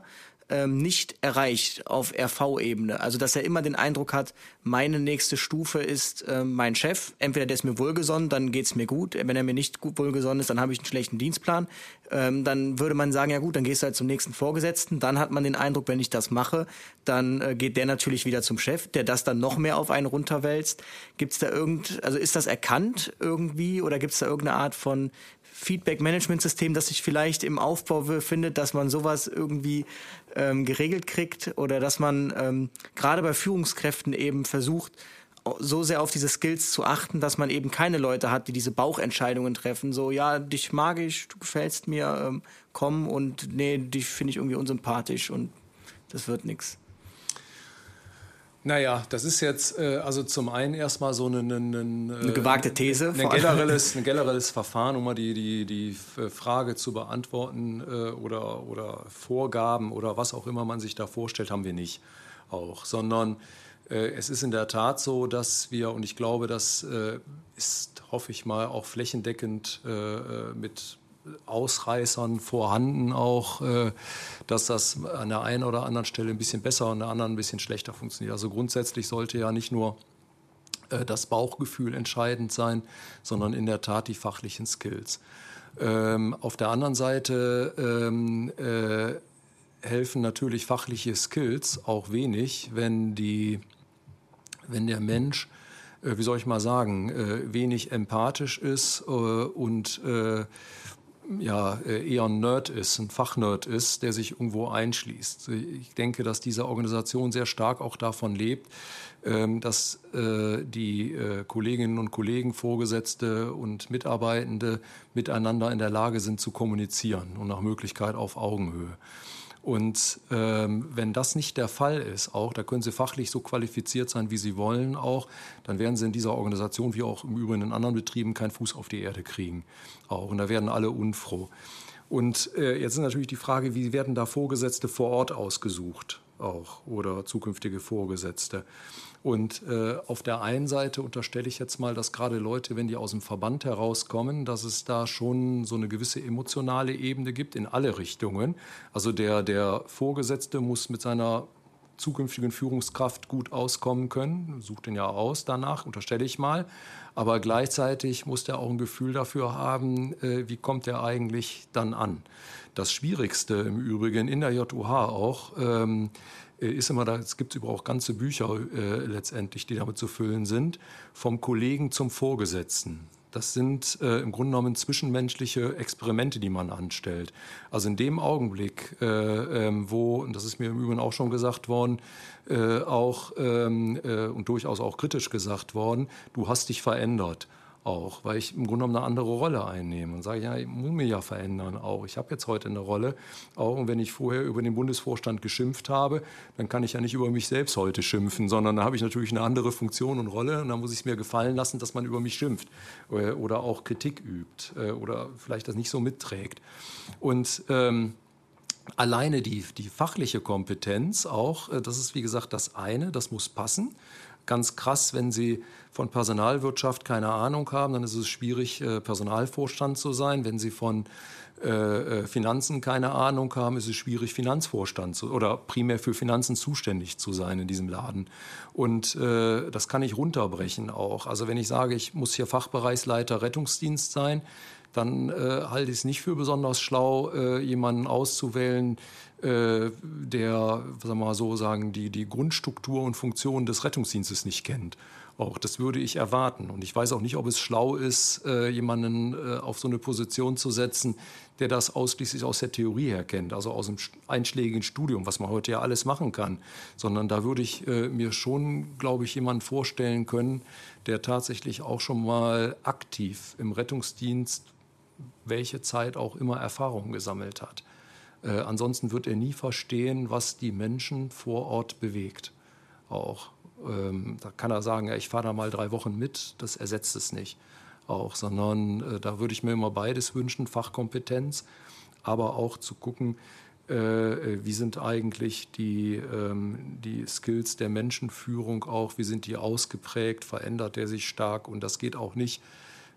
ähm, nicht erreicht auf R V-Ebene. Also dass er immer den Eindruck hat, meine nächste Stufe ist äh, mein Chef. Entweder der ist mir wohlgesonnen, dann geht's mir gut. Wenn er mir nicht gut wohlgesonnen ist, dann habe ich einen schlechten Dienstplan. Ähm, dann würde man sagen, ja gut, dann gehst du halt zum nächsten Vorgesetzten. Dann hat man den Eindruck, wenn ich das mache, dann äh, geht der natürlich wieder zum Chef, der das dann noch mehr auf einen runterwälzt. Gibt's da irgend, also ist das erkannt irgendwie oder gibt's da irgendeine Art von Feedback-Management-System, das sich vielleicht im Aufbau befindet, dass man sowas irgendwie ähm, geregelt kriegt oder dass man ähm, gerade bei Führungskräften eben versucht, so sehr auf diese Skills zu achten, dass man eben keine Leute hat, die diese Bauchentscheidungen treffen, so, ja, dich mag ich, du gefällst mir, ähm, komm und nee, dich finde ich irgendwie unsympathisch und das wird nix. Naja, das ist jetzt äh, also zum einen erstmal so eine, eine, eine, eine gewagte These. Ein, ein, generelles, ein generelles Verfahren, um mal die, die, die Frage zu beantworten äh, oder, oder Vorgaben oder was auch immer man sich da vorstellt, haben wir nicht auch. Sondern äh, es ist in der Tat so, dass wir, und ich glaube, das äh, ist, hoffe ich mal, auch flächendeckend äh, mit Ausreißern vorhanden auch, äh, dass das an der einen oder anderen Stelle ein bisschen besser und an der anderen ein bisschen schlechter funktioniert. Also grundsätzlich sollte ja nicht nur äh, das Bauchgefühl entscheidend sein, sondern in der Tat die fachlichen Skills. Ähm, auf der anderen Seite ähm, äh, helfen natürlich fachliche Skills auch wenig, wenn, die, wenn der Mensch, äh, wie soll ich mal sagen, äh, wenig empathisch ist äh, und äh, ja, eher ein Nerd ist, ein Fachnerd ist, der sich irgendwo einschließt. Ich denke, dass diese Organisation sehr stark auch davon lebt, dass die Kolleginnen und Kollegen, Vorgesetzte und Mitarbeitende miteinander in der Lage sind zu kommunizieren und nach Möglichkeit auf Augenhöhe. Und ähm, wenn das nicht der Fall ist, auch, da können Sie fachlich so qualifiziert sein, wie Sie wollen auch, dann werden Sie in dieser Organisation, wie auch im Übrigen in anderen Betrieben, keinen Fuß auf die Erde kriegen. Auch. Und da werden alle unfroh. Und äh, jetzt ist natürlich die Frage, wie werden da Vorgesetzte vor Ort ausgesucht auch oder zukünftige Vorgesetzte? Und äh, auf der einen Seite unterstelle ich jetzt mal, dass gerade Leute, wenn die aus dem Verband herauskommen, dass es da schon so eine gewisse emotionale Ebene gibt in alle Richtungen. Also der, der Vorgesetzte muss mit seiner zukünftigen Führungskraft gut auskommen können, sucht ihn ja aus danach, unterstelle ich mal. Aber gleichzeitig muss der auch ein Gefühl dafür haben, äh, wie kommt er eigentlich dann an. Das Schwierigste im Übrigen in der J U H auch, ähm, ist immer, da, es gibt über auch ganze Bücher äh, letztendlich, die damit zu füllen sind, vom Kollegen zum Vorgesetzten. Das sind äh, im Grunde genommen zwischenmenschliche Experimente, die man anstellt. Also in dem Augenblick, äh, ähm, wo, und das ist mir im Übrigen auch schon gesagt worden, äh, auch ähm, äh, und durchaus auch kritisch gesagt worden, du hast dich verändert. Auch, weil ich im Grunde genommen eine andere Rolle einnehme und sage, ja, ich muss mich ja verändern auch. Ich habe jetzt heute eine Rolle, auch und wenn ich vorher über den Bundesvorstand geschimpft habe, dann kann ich ja nicht über mich selbst heute schimpfen, sondern da habe ich natürlich eine andere Funktion und Rolle und dann muss ich es mir gefallen lassen, dass man über mich schimpft oder auch Kritik übt oder vielleicht das nicht so mitträgt. Und ähm, alleine die, die fachliche Kompetenz auch, das ist wie gesagt das eine, das muss passen. Ganz krass, wenn Sie von Personalwirtschaft keine Ahnung haben, dann ist es schwierig, Personalvorstand zu sein. Wenn Sie von äh, Finanzen keine Ahnung haben, ist es schwierig, Finanzvorstand zu, oder primär für Finanzen zuständig zu sein in diesem Laden. Und äh, das kann ich runterbrechen auch. Also wenn ich sage, ich muss hier Fachbereichsleiter Rettungsdienst sein, dann äh, halte ich es nicht für besonders schlau, äh, jemanden auszuwählen, äh, der, sagen wir mal so sagen, die, die Grundstruktur und Funktion des Rettungsdienstes nicht kennt. Auch das würde ich erwarten. Und ich weiß auch nicht, ob es schlau ist, äh, jemanden äh, auf so eine Position zu setzen, der das ausschließlich aus der Theorie her kennt, also aus dem einschlägigen Studium, was man heute ja alles machen kann. Sondern da würde ich äh, mir schon, glaube ich, jemanden vorstellen können, der tatsächlich auch schon mal aktiv im Rettungsdienst, welche Zeit auch immer, Erfahrungen gesammelt hat. Äh, ansonsten wird er nie verstehen, was die Menschen vor Ort bewegt. Auch ähm, da kann er sagen, ja, ich fahre da mal drei Wochen mit, das ersetzt es nicht. Auch, sondern äh, da würde ich mir immer beides wünschen, Fachkompetenz, aber auch zu gucken, äh, wie sind eigentlich die, ähm, die Skills der Menschenführung auch, wie sind die ausgeprägt, verändert der sich stark und das geht auch nicht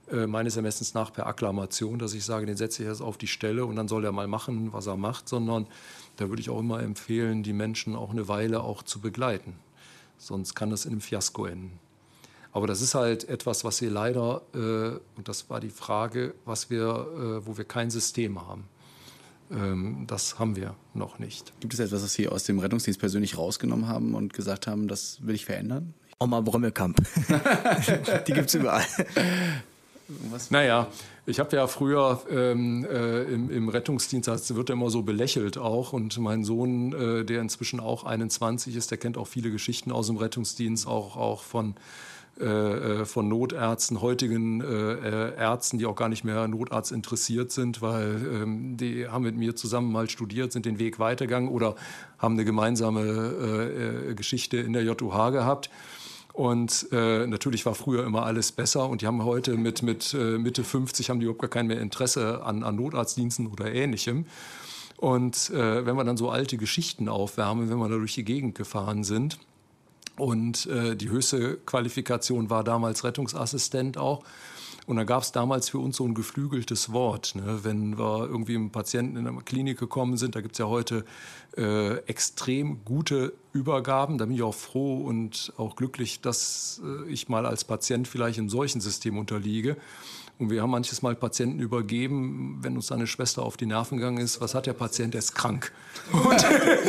äh, meines Ermessens nach per Akklamation, dass ich sage, den setze ich jetzt auf die Stelle und dann soll er mal machen, was er macht, sondern da würde ich auch immer empfehlen, die Menschen auch eine Weile auch zu begleiten. Sonst kann das in einem Fiasko enden. Aber das ist halt etwas, was wir leider, äh, und das war die Frage, was wir, äh, wo wir kein System haben. Ähm, das haben wir noch nicht. Gibt es etwas, was Sie aus dem Rettungsdienst persönlich rausgenommen haben und gesagt haben, das will ich verändern? Oma Brömmelkamp. Die gibt es überall. Was? Naja, ich habe ja früher ähm, äh, im, im Rettungsdienst, das wird immer so belächelt auch. Und mein Sohn, äh, der inzwischen auch einundzwanzig ist, der kennt auch viele Geschichten aus dem Rettungsdienst, auch, auch von, äh, von Notärzten, heutigen äh, Ärzten, die auch gar nicht mehr Notarzt interessiert sind, weil ähm, die haben mit mir zusammen mal studiert, sind den Weg weitergegangen oder haben eine gemeinsame äh, Geschichte in der J U H gehabt. Und äh, natürlich war früher immer alles besser und die haben heute mit, mit äh, Mitte fünfzig haben die überhaupt gar kein mehr Interesse an, an Notarztdiensten oder Ähnlichem. Und äh, wenn wir dann so alte Geschichten aufwärmen, wenn wir da durch die Gegend gefahren sind und äh, die höchste Qualifikation war damals Rettungsassistent auch. Und da gab es damals für uns so ein geflügeltes Wort. Ne? Wenn wir irgendwie mit einem Patienten in eine Klinik gekommen sind, da gibt es ja heute äh, extrem gute Übergaben. Da bin ich auch froh und auch glücklich, dass äh, ich mal als Patient vielleicht im solchen System unterliege. Und wir haben manches Mal Patienten übergeben, wenn uns eine Schwester auf die Nerven gegangen ist, was hat der Patient, der ist krank. Und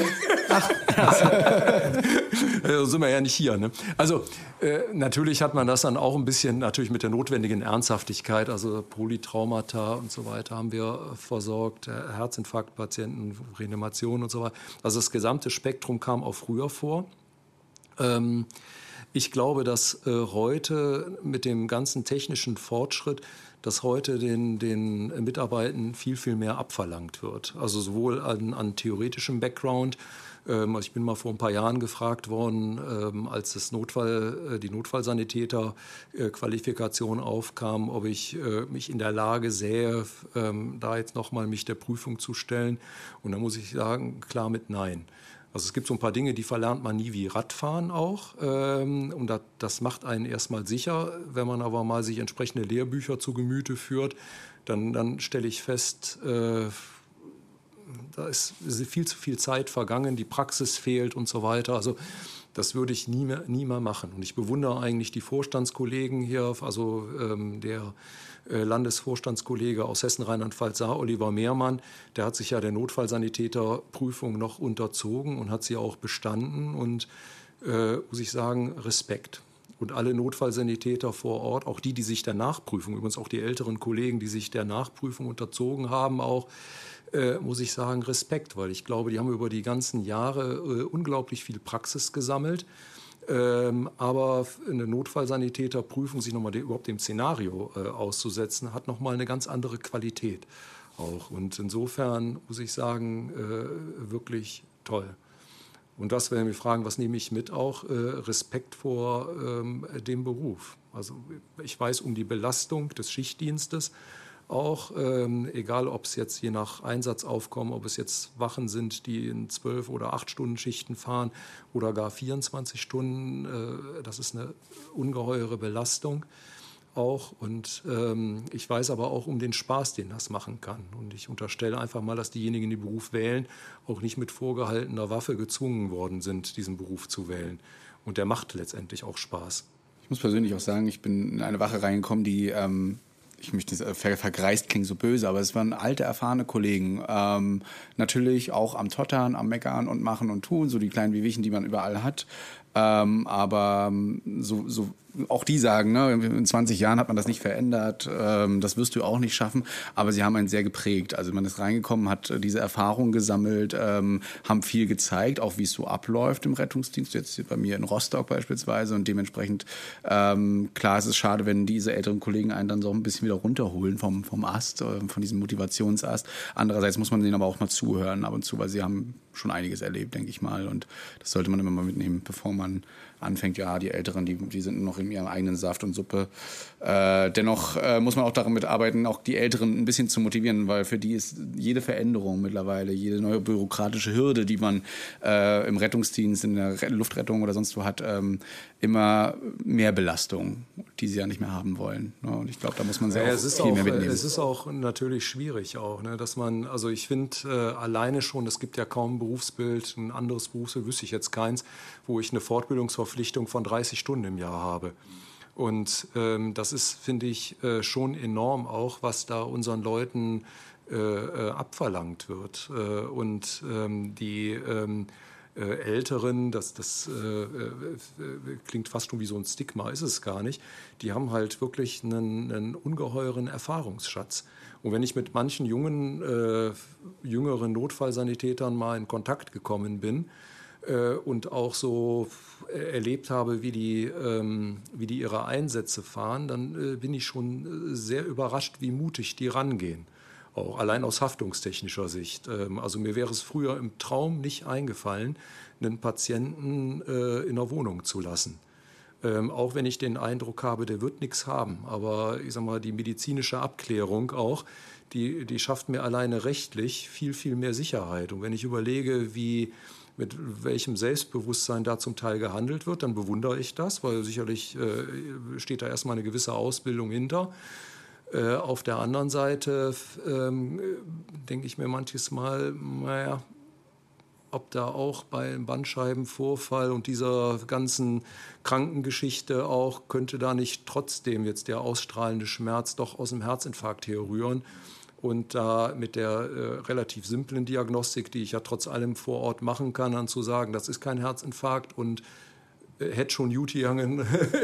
also sind wir ja nicht hier. Ne? Also äh, natürlich hat man das dann auch ein bisschen natürlich mit der notwendigen Ernsthaftigkeit, also Polytraumata und so weiter haben wir versorgt, Herzinfarktpatienten, Reanimation und so weiter. Also das gesamte Spektrum kam auch früher vor. Ähm, Ich glaube, dass äh, heute mit dem ganzen technischen Fortschritt, dass heute den, den Mitarbeitern viel, viel mehr abverlangt wird. Also sowohl an, an theoretischem Background. Ähm, ich bin mal vor ein paar Jahren gefragt worden, ähm, als das Notfall, äh, die Notfallsanitäter-Qualifikation äh, aufkam, ob ich äh, mich in der Lage sähe, ähm, da jetzt nochmal mich der Prüfung zu stellen. Und da muss ich sagen, klar mit Nein. Also es gibt so ein paar Dinge, die verlernt man nie, wie Radfahren auch. Ähm, und das, das macht einen erstmal sicher. Wenn man aber mal sich entsprechende Lehrbücher zu Gemüte führt, dann, dann stelle ich fest, äh, da ist viel zu viel Zeit vergangen, die Praxis fehlt und so weiter. Also das würde ich nie mehr, nie mehr machen. Und ich bewundere eigentlich die Vorstandskollegen hier, also ähm, der Landesvorstandskollege aus Hessen, Rheinland-Pfalz, Oliver Mehrmann, der hat sich ja der Notfallsanitäterprüfung noch unterzogen und hat sie auch bestanden. Und äh, muss ich sagen, Respekt. Und alle Notfallsanitäter vor Ort, auch die, die sich der Nachprüfung, übrigens auch die älteren Kollegen, die sich der Nachprüfung unterzogen haben, auch, äh, muss ich sagen, Respekt. Weil ich glaube, die haben über die ganzen Jahre äh, unglaublich viel Praxis gesammelt. Ähm, aber eine Notfallsanitäterprüfung, sich nochmal de, überhaupt dem Szenario äh, auszusetzen, hat nochmal eine ganz andere Qualität auch. Und insofern muss ich sagen, äh, wirklich toll. Und das, wenn wir fragen, was nehme ich mit, auch äh, Respekt vor ähm, dem Beruf. Also ich weiß um die Belastung des Schichtdienstes auch, ähm, egal ob es jetzt je nach Einsatzaufkommen, ob es jetzt Wachen sind, die in zwölf oder acht Stunden Schichten fahren oder gar vierundzwanzig Stunden, äh, das ist eine ungeheure Belastung auch. Und ähm, ich weiß aber auch um den Spaß, den das machen kann. Und ich unterstelle einfach mal, dass diejenigen, die den Beruf wählen, auch nicht mit vorgehaltener Waffe gezwungen worden sind, diesen Beruf zu wählen. Und der macht letztendlich auch Spaß. Ich muss persönlich auch sagen, ich bin in eine Wache reingekommen, die... Ähm ich möchte nicht ver- vergreist klingt so böse, aber es waren alte, erfahrene Kollegen. Ähm, natürlich auch am Tottern, am Meckern und Machen und Tun, so die kleinen Wehwehchen, die man überall hat. Ähm, aber so, so auch die sagen, ne, in zwanzig Jahren hat man das nicht verändert, ähm, das wirst du auch nicht schaffen, aber sie haben einen sehr geprägt. Also man ist reingekommen, hat diese Erfahrung gesammelt, ähm, haben viel gezeigt, auch wie es so abläuft im Rettungsdienst, jetzt bei mir in Rostock beispielsweise, und dementsprechend, ähm, klar, es ist schade, wenn diese älteren Kollegen einen dann so ein bisschen wieder runterholen vom, vom Ast, äh, von diesem Motivationsast. Andererseits muss man denen aber auch mal zuhören ab und zu, weil sie haben schon einiges erlebt, denke ich mal, und das sollte man immer mal mitnehmen, bevor man anfängt, ja, die Älteren, die, die sind noch in ihrem eigenen Saft und Suppe. Äh, dennoch äh, muss man auch daran mitarbeiten, auch die Älteren ein bisschen zu motivieren, weil für die ist jede Veränderung mittlerweile, jede neue bürokratische Hürde, die man äh, im Rettungsdienst, in der Luftrettung oder sonst wo hat, ähm, immer mehr Belastung. die sie ja nicht mehr haben wollen. Und ich glaube, da muss man sehr ja, auch es ist viel auch, mehr mitnehmen. Es ist auch natürlich schwierig auch, ne, dass man, also ich finde äh, alleine schon, es gibt ja kaum ein Berufsbild, ein anderes Berufsbild, wüsste ich jetzt keins, wo ich eine Fortbildungsverpflichtung von dreißig Stunden im Jahr habe. Und ähm, das ist, finde ich, äh, schon enorm auch, was da unseren Leuten äh, äh, abverlangt wird. Äh, und ähm, die ähm, äh, Älteren, das, das äh, äh, klingt fast schon wie so ein Stigma, ist es gar nicht, die haben halt wirklich einen, einen ungeheuren Erfahrungsschatz. Und wenn ich mit manchen jungen, äh, jüngeren Notfallsanitätern mal in Kontakt gekommen bin, und auch so erlebt habe, wie die, ähm, wie die ihre Einsätze fahren, dann äh, bin ich schon sehr überrascht, wie mutig die rangehen. Auch allein aus haftungstechnischer Sicht. Ähm, also mir wäre es früher im Traum nicht eingefallen, einen Patienten äh, in der Wohnung zu lassen. Ähm, auch wenn ich den Eindruck habe, der wird nichts haben. Aber ich sag mal, die medizinische Abklärung auch, die, die schafft mir alleine rechtlich viel, viel mehr Sicherheit. Und wenn ich überlege, wie mit welchem Selbstbewusstsein da zum Teil gehandelt wird, dann bewundere ich das, weil sicherlich äh, steht da erstmal eine gewisse Ausbildung hinter. Äh, auf der anderen Seite ähm, denke ich mir manches Mal, naja, ob da auch bei einem Bandscheibenvorfall und dieser ganzen Krankengeschichte auch, könnte da nicht trotzdem jetzt der ausstrahlende Schmerz doch aus dem Herzinfarkt herrühren. Und da mit der äh, relativ simplen Diagnostik, die ich ja trotz allem vor Ort machen kann, dann zu sagen, das ist kein Herzinfarkt und äh, hätte schon gut gegangen.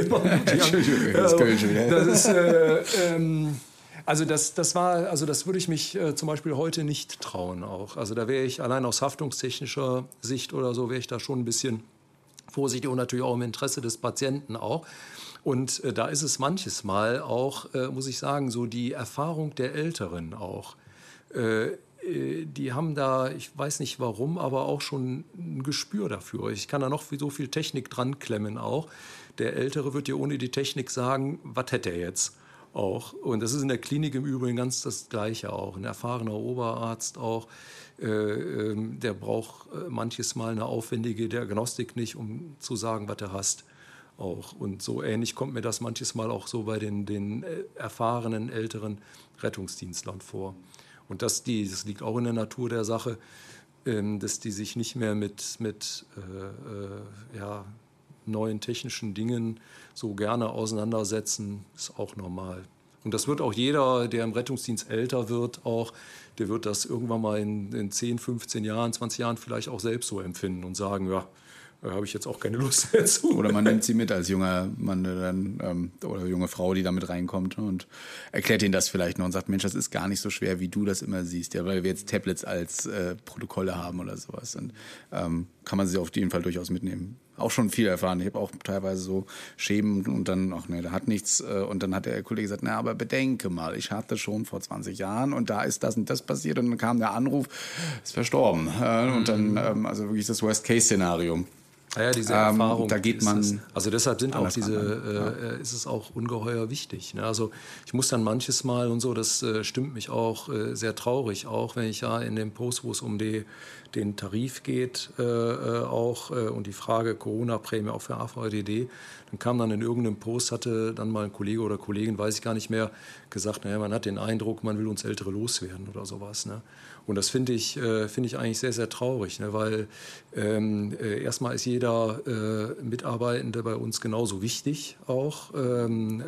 Das ist, äh, ähm, also das, das war, also das würde ich mich äh, zum Beispiel heute nicht trauen auch. Also da wäre ich allein aus haftungstechnischer Sicht oder so, wäre ich da schon ein bisschen vorsichtig und natürlich auch im Interesse des Patienten auch. Und äh, da ist es manches Mal auch, äh, muss ich sagen, so die Erfahrung der Älteren auch. Äh, äh, die haben da, ich weiß nicht warum, aber auch schon ein Gespür dafür. Ich kann da noch so viel Technik dran klemmen auch. Der Ältere wird dir ohne die Technik sagen, was hätte er jetzt auch. Und das ist in der Klinik im Übrigen ganz das Gleiche auch. Ein erfahrener Oberarzt auch, äh, äh, der braucht äh, manches Mal eine aufwendige Diagnostik nicht, um zu sagen, was er hast. Auch. Und so ähnlich kommt mir das manches Mal auch so bei den, den erfahrenen, älteren Rettungsdienstlern vor. Und das, die, das liegt auch in der Natur der Sache, ähm, dass die sich nicht mehr mit, mit äh, äh, ja, neuen technischen Dingen so gerne auseinandersetzen, ist auch normal. Und das wird auch jeder, der im Rettungsdienst älter wird, auch, der wird das irgendwann mal in, in zehn, fünfzehn Jahren, zwanzig Jahren vielleicht auch selbst so empfinden und sagen, ja, da habe ich jetzt auch keine Lust mehr zu. Oder man nimmt sie mit als junger Mann dann, ähm, oder junge Frau, die da mit reinkommt und erklärt ihnen das vielleicht noch und sagt, Mensch, das ist gar nicht so schwer, wie du das immer siehst, ja, weil wir jetzt Tablets als äh, Protokolle haben oder sowas. Und ähm, kann man sie auf jeden Fall durchaus mitnehmen. Auch schon viel erfahren. Ich habe auch teilweise so Schäben und dann, ach nee, der hat nichts. Und dann hat der Kollege gesagt, na, aber bedenke mal, ich hatte schon vor zwanzig Jahren und da ist das und das passiert und dann kam der Anruf, ist verstorben. Und dann, ähm, also wirklich das Worst-Case-Szenario. Ja, ja, diese Erfahrung. Ähm, da geht man es, also deshalb sind auch diese, ran, ja. äh, ist es auch ungeheuer wichtig. Ne? Also ich muss dann manches Mal und so, das äh, stimmt mich auch äh, sehr traurig, auch wenn ich ja in dem Post, wo es um die, den Tarif geht, äh, auch äh, und die Frage Corona-Prämie auch für A V R D D, dann kam dann in irgendeinem Post, hatte dann mal ein Kollege oder Kollegin, weiß ich gar nicht mehr, gesagt, naja, man hat den Eindruck, man will uns Ältere loswerden oder sowas. Ne? Und das finde ich, äh, finde ich eigentlich sehr, sehr traurig, ne? Weil ähm, äh, erstmal ist jeder äh, Mitarbeitende bei uns genauso wichtig auch ähm,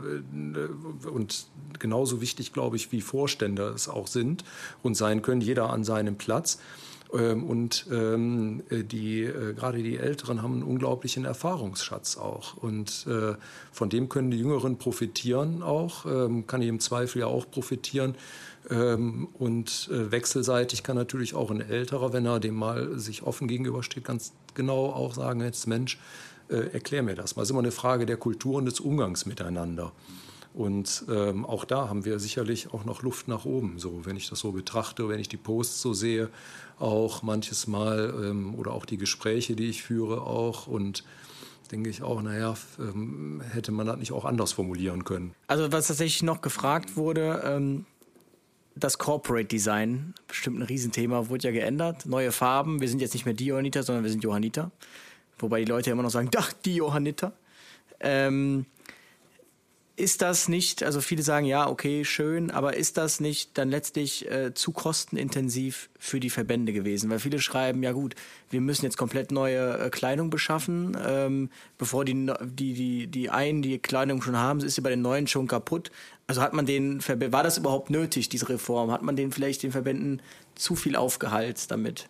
äh, und genauso wichtig, glaube ich, wie Vorstände es auch sind und sein können, jeder an seinem Platz. Ähm, und ähm, die, äh, gerade die Älteren haben einen unglaublichen Erfahrungsschatz auch. Und äh, von dem können die Jüngeren profitieren auch, ähm, kann ich im Zweifel ja auch profitieren. Ähm, und äh, wechselseitig kann natürlich auch ein Älterer, wenn er dem mal sich offen gegenübersteht, ganz genau auch sagen, jetzt Mensch, äh, erklär mir das mal. Es ist immer eine Frage der Kultur und des Umgangs miteinander. Und ähm, auch da haben wir sicherlich auch noch Luft nach oben, so wenn ich das so betrachte, wenn ich die Posts so sehe, auch manches Mal ähm, oder auch die Gespräche, die ich führe auch und denke ich auch, naja, ähm, hätte man das nicht auch anders formulieren können. Also was tatsächlich noch gefragt wurde, ähm, das Corporate Design, bestimmt ein Riesenthema, wurde ja geändert, neue Farben, wir sind jetzt nicht mehr die Johanniter, sondern wir sind Johanniter, wobei die Leute ja immer noch sagen, ach, die Johanniter. Ähm, ist das nicht, also viele sagen, ja, okay, schön, aber ist das nicht dann letztlich äh, zu kostenintensiv für die Verbände gewesen? Weil viele schreiben, ja gut, wir müssen jetzt komplett neue äh, Kleidung beschaffen, ähm, bevor die, die, die, die einen die Kleidung schon haben, ist sie bei den neuen schon kaputt. Also hat man den, Verb- war das überhaupt nötig, diese Reform? Hat man den vielleicht den Verbänden zu viel aufgehalst damit?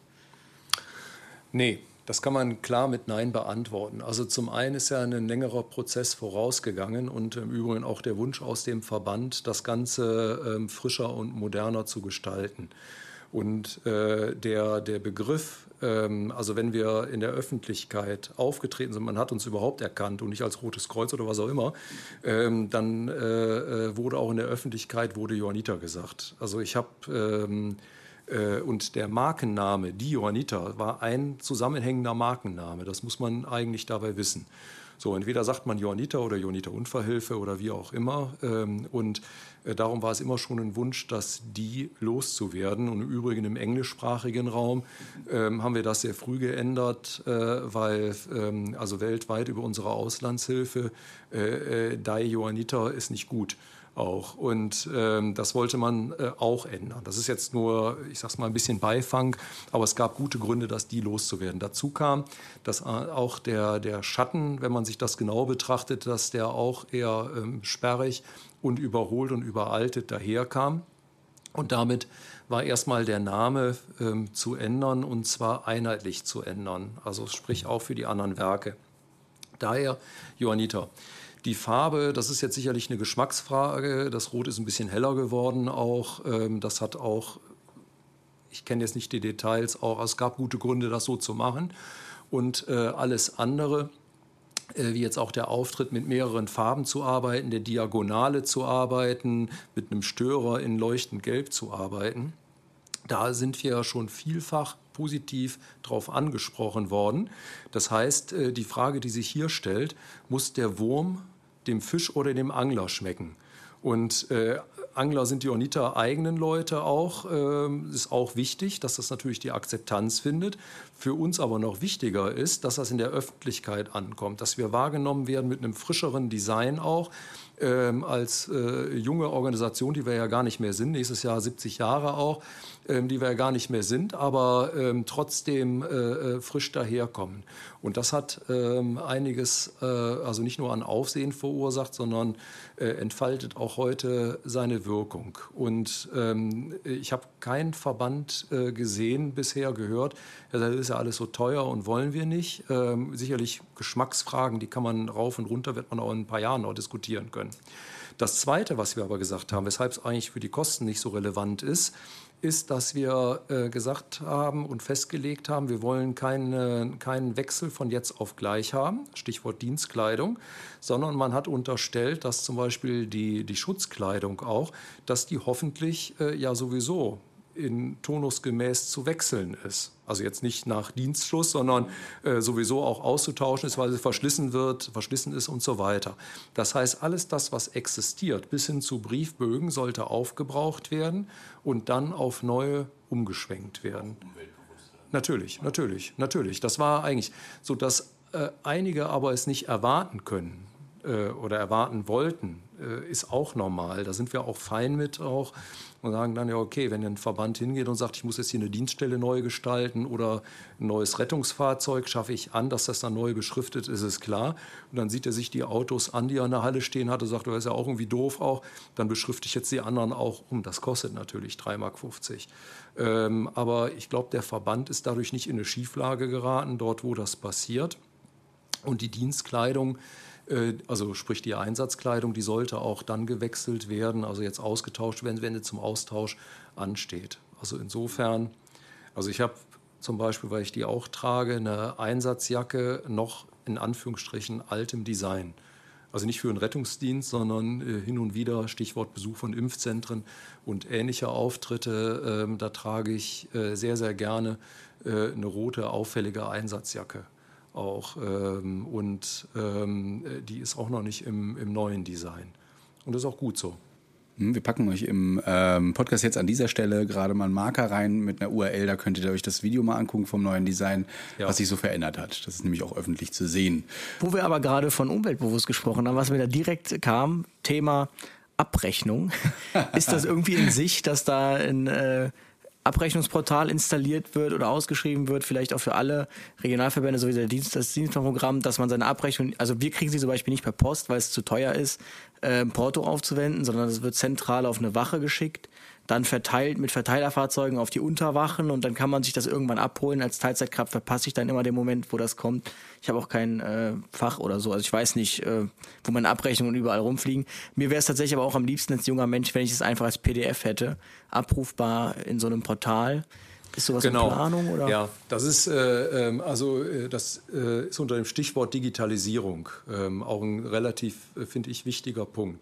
Nee. Das kann man klar mit Nein beantworten. Also zum einen ist ja ein längerer Prozess vorausgegangen und im Übrigen auch der Wunsch aus dem Verband, das Ganze ähm, frischer und moderner zu gestalten. Und äh, der, der Begriff, ähm, also wenn wir in der Öffentlichkeit aufgetreten sind, man hat uns überhaupt erkannt und nicht als Rotes Kreuz oder was auch immer, ähm, dann äh, wurde auch in der Öffentlichkeit wurde Johanniter gesagt. Also ich habe... Ähm, Und der Markenname, die Johanniter, war ein zusammenhängender Markenname. Das muss man eigentlich dabei wissen. So, entweder sagt man Johanniter oder Johanniter Unfallhilfe oder wie auch immer. Und darum war es immer schon ein Wunsch, dass die loszuwerden. Und im Übrigen im englischsprachigen Raum haben wir das sehr früh geändert, weil also weltweit über unsere Auslandshilfe die Johanniter ist nicht gut. Auch. Und ähm, das wollte man äh, auch ändern. Das ist jetzt nur, ich sag's mal, ein bisschen Beifang, aber es gab gute Gründe, dass die loszuwerden. Dazu kam, dass äh, auch der, der Schatten, wenn man sich das genau betrachtet, dass der auch eher ähm, sperrig und überholt und überaltet daherkam. Und damit war erstmal der Name ähm, zu ändern und zwar einheitlich zu ändern. Also sprich auch für die anderen Werke. Daher Johanniter. Die Farbe, das ist jetzt sicherlich eine Geschmacksfrage. Das Rot ist ein bisschen heller geworden auch. Das hat auch, ich kenne jetzt nicht die Details, auch es gab gute Gründe, das so zu machen. Und alles andere, wie jetzt auch der Auftritt mit mehreren Farben zu arbeiten, der Diagonale zu arbeiten, mit einem Störer in leuchtend Gelb zu arbeiten, da sind wir schon vielfach positiv darauf angesprochen worden. Das heißt, die Frage, die sich hier stellt, muss der Wurm dem Fisch oder dem Angler schmecken? Und äh, Angler sind Johanniter eigenen Leute auch. Ähm, ist auch wichtig, dass das natürlich die Akzeptanz findet. Für uns aber noch wichtiger ist, dass das in der Öffentlichkeit ankommt, dass wir wahrgenommen werden mit einem frischeren Design auch. Ähm, als äh, junge Organisation, die wir ja gar nicht mehr sind, nächstes Jahr siebzig Jahre auch, ähm, die wir ja gar nicht mehr sind, aber ähm, trotzdem äh, frisch daherkommen. Und das hat ähm, einiges, äh, also nicht nur an Aufsehen verursacht, sondern äh, entfaltet auch heute seine Wirkung. Und ähm, ich habe keinen Verband äh, gesehen, bisher gehört, ja, das ist ja alles so teuer und wollen wir nicht. Ähm, sicherlich Geschmacksfragen, die kann man rauf und runter, wird man auch in ein paar Jahren noch diskutieren können. Das Zweite, was wir aber gesagt haben, weshalb es eigentlich für die Kosten nicht so relevant ist, ist, dass wir äh, gesagt haben und festgelegt haben, wir wollen keine, keinen Wechsel von jetzt auf gleich haben, Stichwort Dienstkleidung, sondern man hat unterstellt, dass zum Beispiel die, die Schutzkleidung auch, dass die hoffentlich äh, ja sowieso in turnusgemäß zu wechseln ist. Also jetzt nicht nach Dienstschluss, sondern äh, sowieso auch auszutauschen ist, weil sie verschlissen wird, verschlissen ist und so weiter. Das heißt, alles das, was existiert, bis hin zu Briefbögen, sollte aufgebraucht werden und dann auf neue umgeschwenkt werden. Natürlich, natürlich, natürlich. Das war eigentlich so, dass äh, einige aber es nicht erwarten können äh, oder erwarten wollten, äh, ist auch normal. Da sind wir auch fein mit auch. Und sagen dann, ja okay, wenn ein Verband hingeht und sagt, ich muss jetzt hier eine Dienststelle neu gestalten oder ein neues Rettungsfahrzeug schaffe ich an, dass das dann neu beschriftet ist, ist klar. Und dann sieht er sich die Autos an, die er in der Halle stehen hat und sagt, das ist ja auch irgendwie doof auch, dann beschrifte ich jetzt die anderen auch um. Das kostet natürlich drei Mark fünfzig. Ähm, aber ich glaube, der Verband ist dadurch nicht in eine Schieflage geraten, dort wo das passiert. Und die Dienstkleidung, also sprich die Einsatzkleidung, die sollte auch dann gewechselt werden, also jetzt ausgetauscht werden, wenn sie zum Austausch ansteht. Also insofern, also ich habe zum Beispiel, weil ich die auch trage, eine Einsatzjacke noch in Anführungsstrichen altem Design. Also nicht für den Rettungsdienst, sondern äh, hin und wieder, Stichwort Besuch von Impfzentren und ähnliche Auftritte, äh, da trage ich äh, sehr, sehr gerne äh, eine rote, auffällige Einsatzjacke. Auch, ähm, und ähm, die ist auch noch nicht im, im neuen Design. Und das ist auch gut so. Wir packen euch im ähm, Podcast jetzt an dieser Stelle gerade mal einen Marker rein mit einer U R L, da könnt ihr euch das Video mal angucken vom neuen Design, ja. was sich so verändert hat. Das ist nämlich auch öffentlich zu sehen. Wo wir aber gerade von umweltbewusst gesprochen haben, was mir da direkt kam, Thema Abrechnung. Ist das irgendwie in sich, dass da ein äh, Abrechnungsportal installiert wird oder ausgeschrieben wird, vielleicht auch für alle Regionalverbände, so wie der Dienst, das Dienstprogramm, dass man seine Abrechnung, also wir kriegen sie zum Beispiel nicht per Post, weil es zu teuer ist, äh, Porto aufzuwenden, sondern es wird zentral auf eine Wache geschickt, dann verteilt mit Verteilerfahrzeugen auf die Unterwachen und dann kann man sich das irgendwann abholen. Als Teilzeitkraft verpasse ich dann immer den Moment, wo das kommt. Ich habe auch kein äh, Fach oder so, also ich weiß nicht, äh, wo meine Abrechnungen überall rumfliegen. Mir wäre es tatsächlich aber auch am liebsten als junger Mensch, wenn ich es einfach als P D F hätte, abrufbar in so einem Portal. Ist sowas genau. in Planung? Oder? Ja, das ist äh, ähm, also äh, das äh, ist unter dem Stichwort Digitalisierung ähm, auch ein relativ, äh, finde ich, wichtiger Punkt.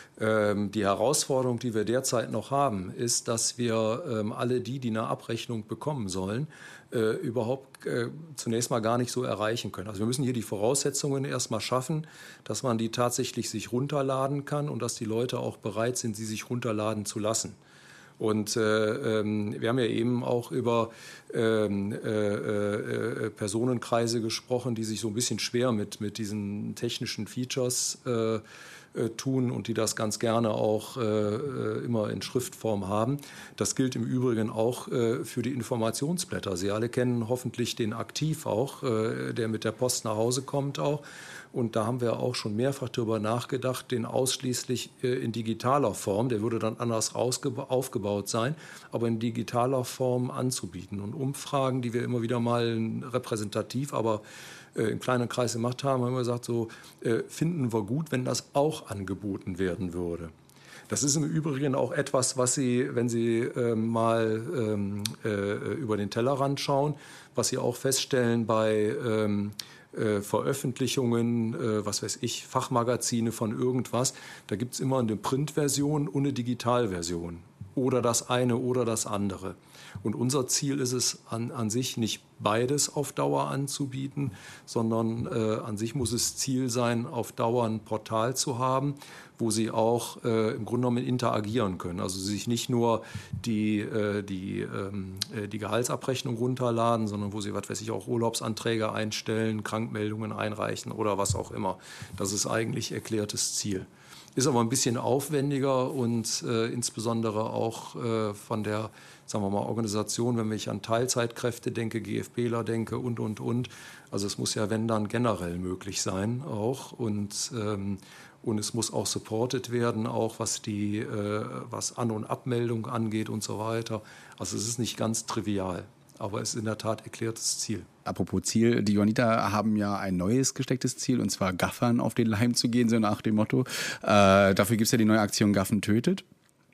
Ähm, die Herausforderung, die wir derzeit noch haben, ist, dass wir ähm, alle die, die eine Abrechnung bekommen sollen, äh, überhaupt äh, zunächst mal gar nicht so erreichen können. Also wir müssen hier die Voraussetzungen erstmal schaffen, dass man die tatsächlich sich runterladen kann und dass die Leute auch bereit sind, sie sich runterladen zu lassen. Und äh, ähm, wir haben ja eben auch über ähm, äh, äh, Personenkreise gesprochen, die sich so ein bisschen schwer mit, mit diesen technischen Features äh, äh, tun und die das ganz gerne auch äh, immer in Schriftform haben. Das gilt im Übrigen auch äh, für die Informationsblätter. Sie alle kennen hoffentlich den Aktiv auch, äh, der mit der Post nach Hause kommt auch. Und da haben wir auch schon mehrfach darüber nachgedacht, den ausschließlich in digitaler Form, der würde dann anders aufgebaut sein, aber in digitaler Form anzubieten. Und Umfragen, die wir immer wieder mal repräsentativ, aber im kleinen Kreis gemacht haben, haben wir gesagt, so finden wir gut, wenn das auch angeboten werden würde. Das ist im Übrigen auch etwas, was Sie, wenn Sie äh, mal ähm, äh, über den Tellerrand schauen, was Sie auch feststellen bei ähm, Äh, Veröffentlichungen, äh, was weiß ich, Fachmagazine von irgendwas, da gibt es immer eine Printversion und eine Digitalversion. Oder das eine oder das andere. Und unser Ziel ist es an, an sich nicht beides auf Dauer anzubieten, sondern äh, an sich muss es Ziel sein, auf Dauer ein Portal zu haben, wo sie auch äh, im Grunde genommen interagieren können. Also sich nicht nur die, äh, die, ähm, die Gehaltsabrechnung runterladen, sondern wo sie, was weiß ich, auch Urlaubsanträge einstellen, Krankmeldungen einreichen oder was auch immer. Das ist eigentlich erklärtes Ziel. Ist aber ein bisschen aufwendiger und äh, insbesondere auch äh, von der, sagen wir mal, Organisation, wenn ich an Teilzeitkräfte denke, GfBler denke und, und, und. Also es muss ja, wenn dann, generell möglich sein auch und, ähm, und es muss auch supported werden, auch was die, äh, was An- und Abmeldung angeht und so weiter. Also es ist nicht ganz trivial. Aber es ist in der Tat erklärtes Ziel. Apropos Ziel, die Johanniter haben ja ein neues gestecktes Ziel, und zwar Gaffern auf den Leim zu gehen, so nach dem Motto. Äh, dafür gibt es ja die neue Aktion Gaffen tötet.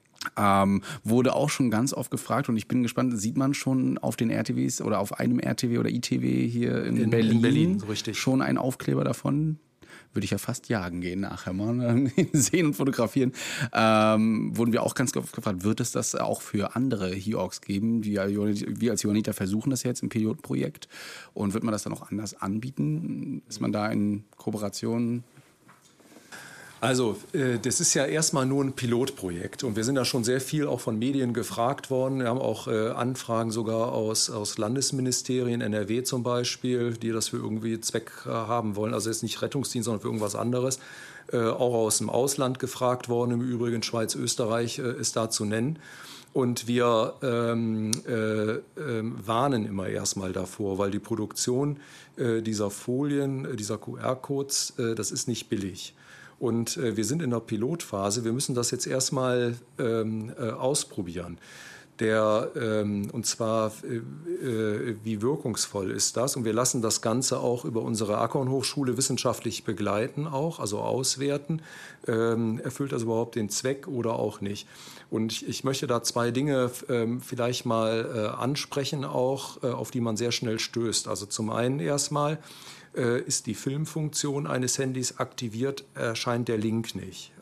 Ähm, wurde auch schon ganz oft gefragt und ich bin gespannt, sieht man schon auf den R T Ws oder auf einem R T W oder I T W hier in, in Berlin, in Berlin so richtig. Schon einen Aufkleber davon? Würde ich ja fast jagen gehen nachher mal, sehen und fotografieren. Ähm, wurden wir auch ganz oft gefragt, wird es das auch für andere Hiogs geben? Wir, wir als Johanniter versuchen das jetzt im Pilotprojekt. Und wird man das dann auch anders anbieten? Ist man da in Kooperation? Also äh, das ist ja erstmal nur ein Pilotprojekt und wir sind da schon sehr viel auch von Medien gefragt worden. Wir haben auch äh, Anfragen sogar aus, aus Landesministerien, N R W zum Beispiel, die das für irgendwie Zweck äh, haben wollen. Also jetzt nicht Rettungsdienst, sondern für irgendwas anderes. Äh, auch aus dem Ausland gefragt worden, im Übrigen Schweiz, Österreich äh, ist da zu nennen. Und wir ähm, äh, äh, warnen immer erstmal davor, weil die Produktion äh, dieser Folien, dieser Q R-Codes, äh, das ist nicht billig. Und äh, wir sind in der Pilotphase. Wir müssen das jetzt erstmal ähm, äh, ausprobieren. Der, ähm, und zwar, äh, äh, wie wirkungsvoll ist das? Und wir lassen das Ganze auch über unsere Akon-Hochschule wissenschaftlich begleiten, auch, also auswerten. Ähm, erfüllt das überhaupt den Zweck oder auch nicht? Und ich, ich möchte da zwei Dinge ähm, vielleicht mal äh, ansprechen, auch, äh, auf die man sehr schnell stößt. Also zum einen erstmal, ist die Filmfunktion eines Handys aktiviert, erscheint der Link nicht.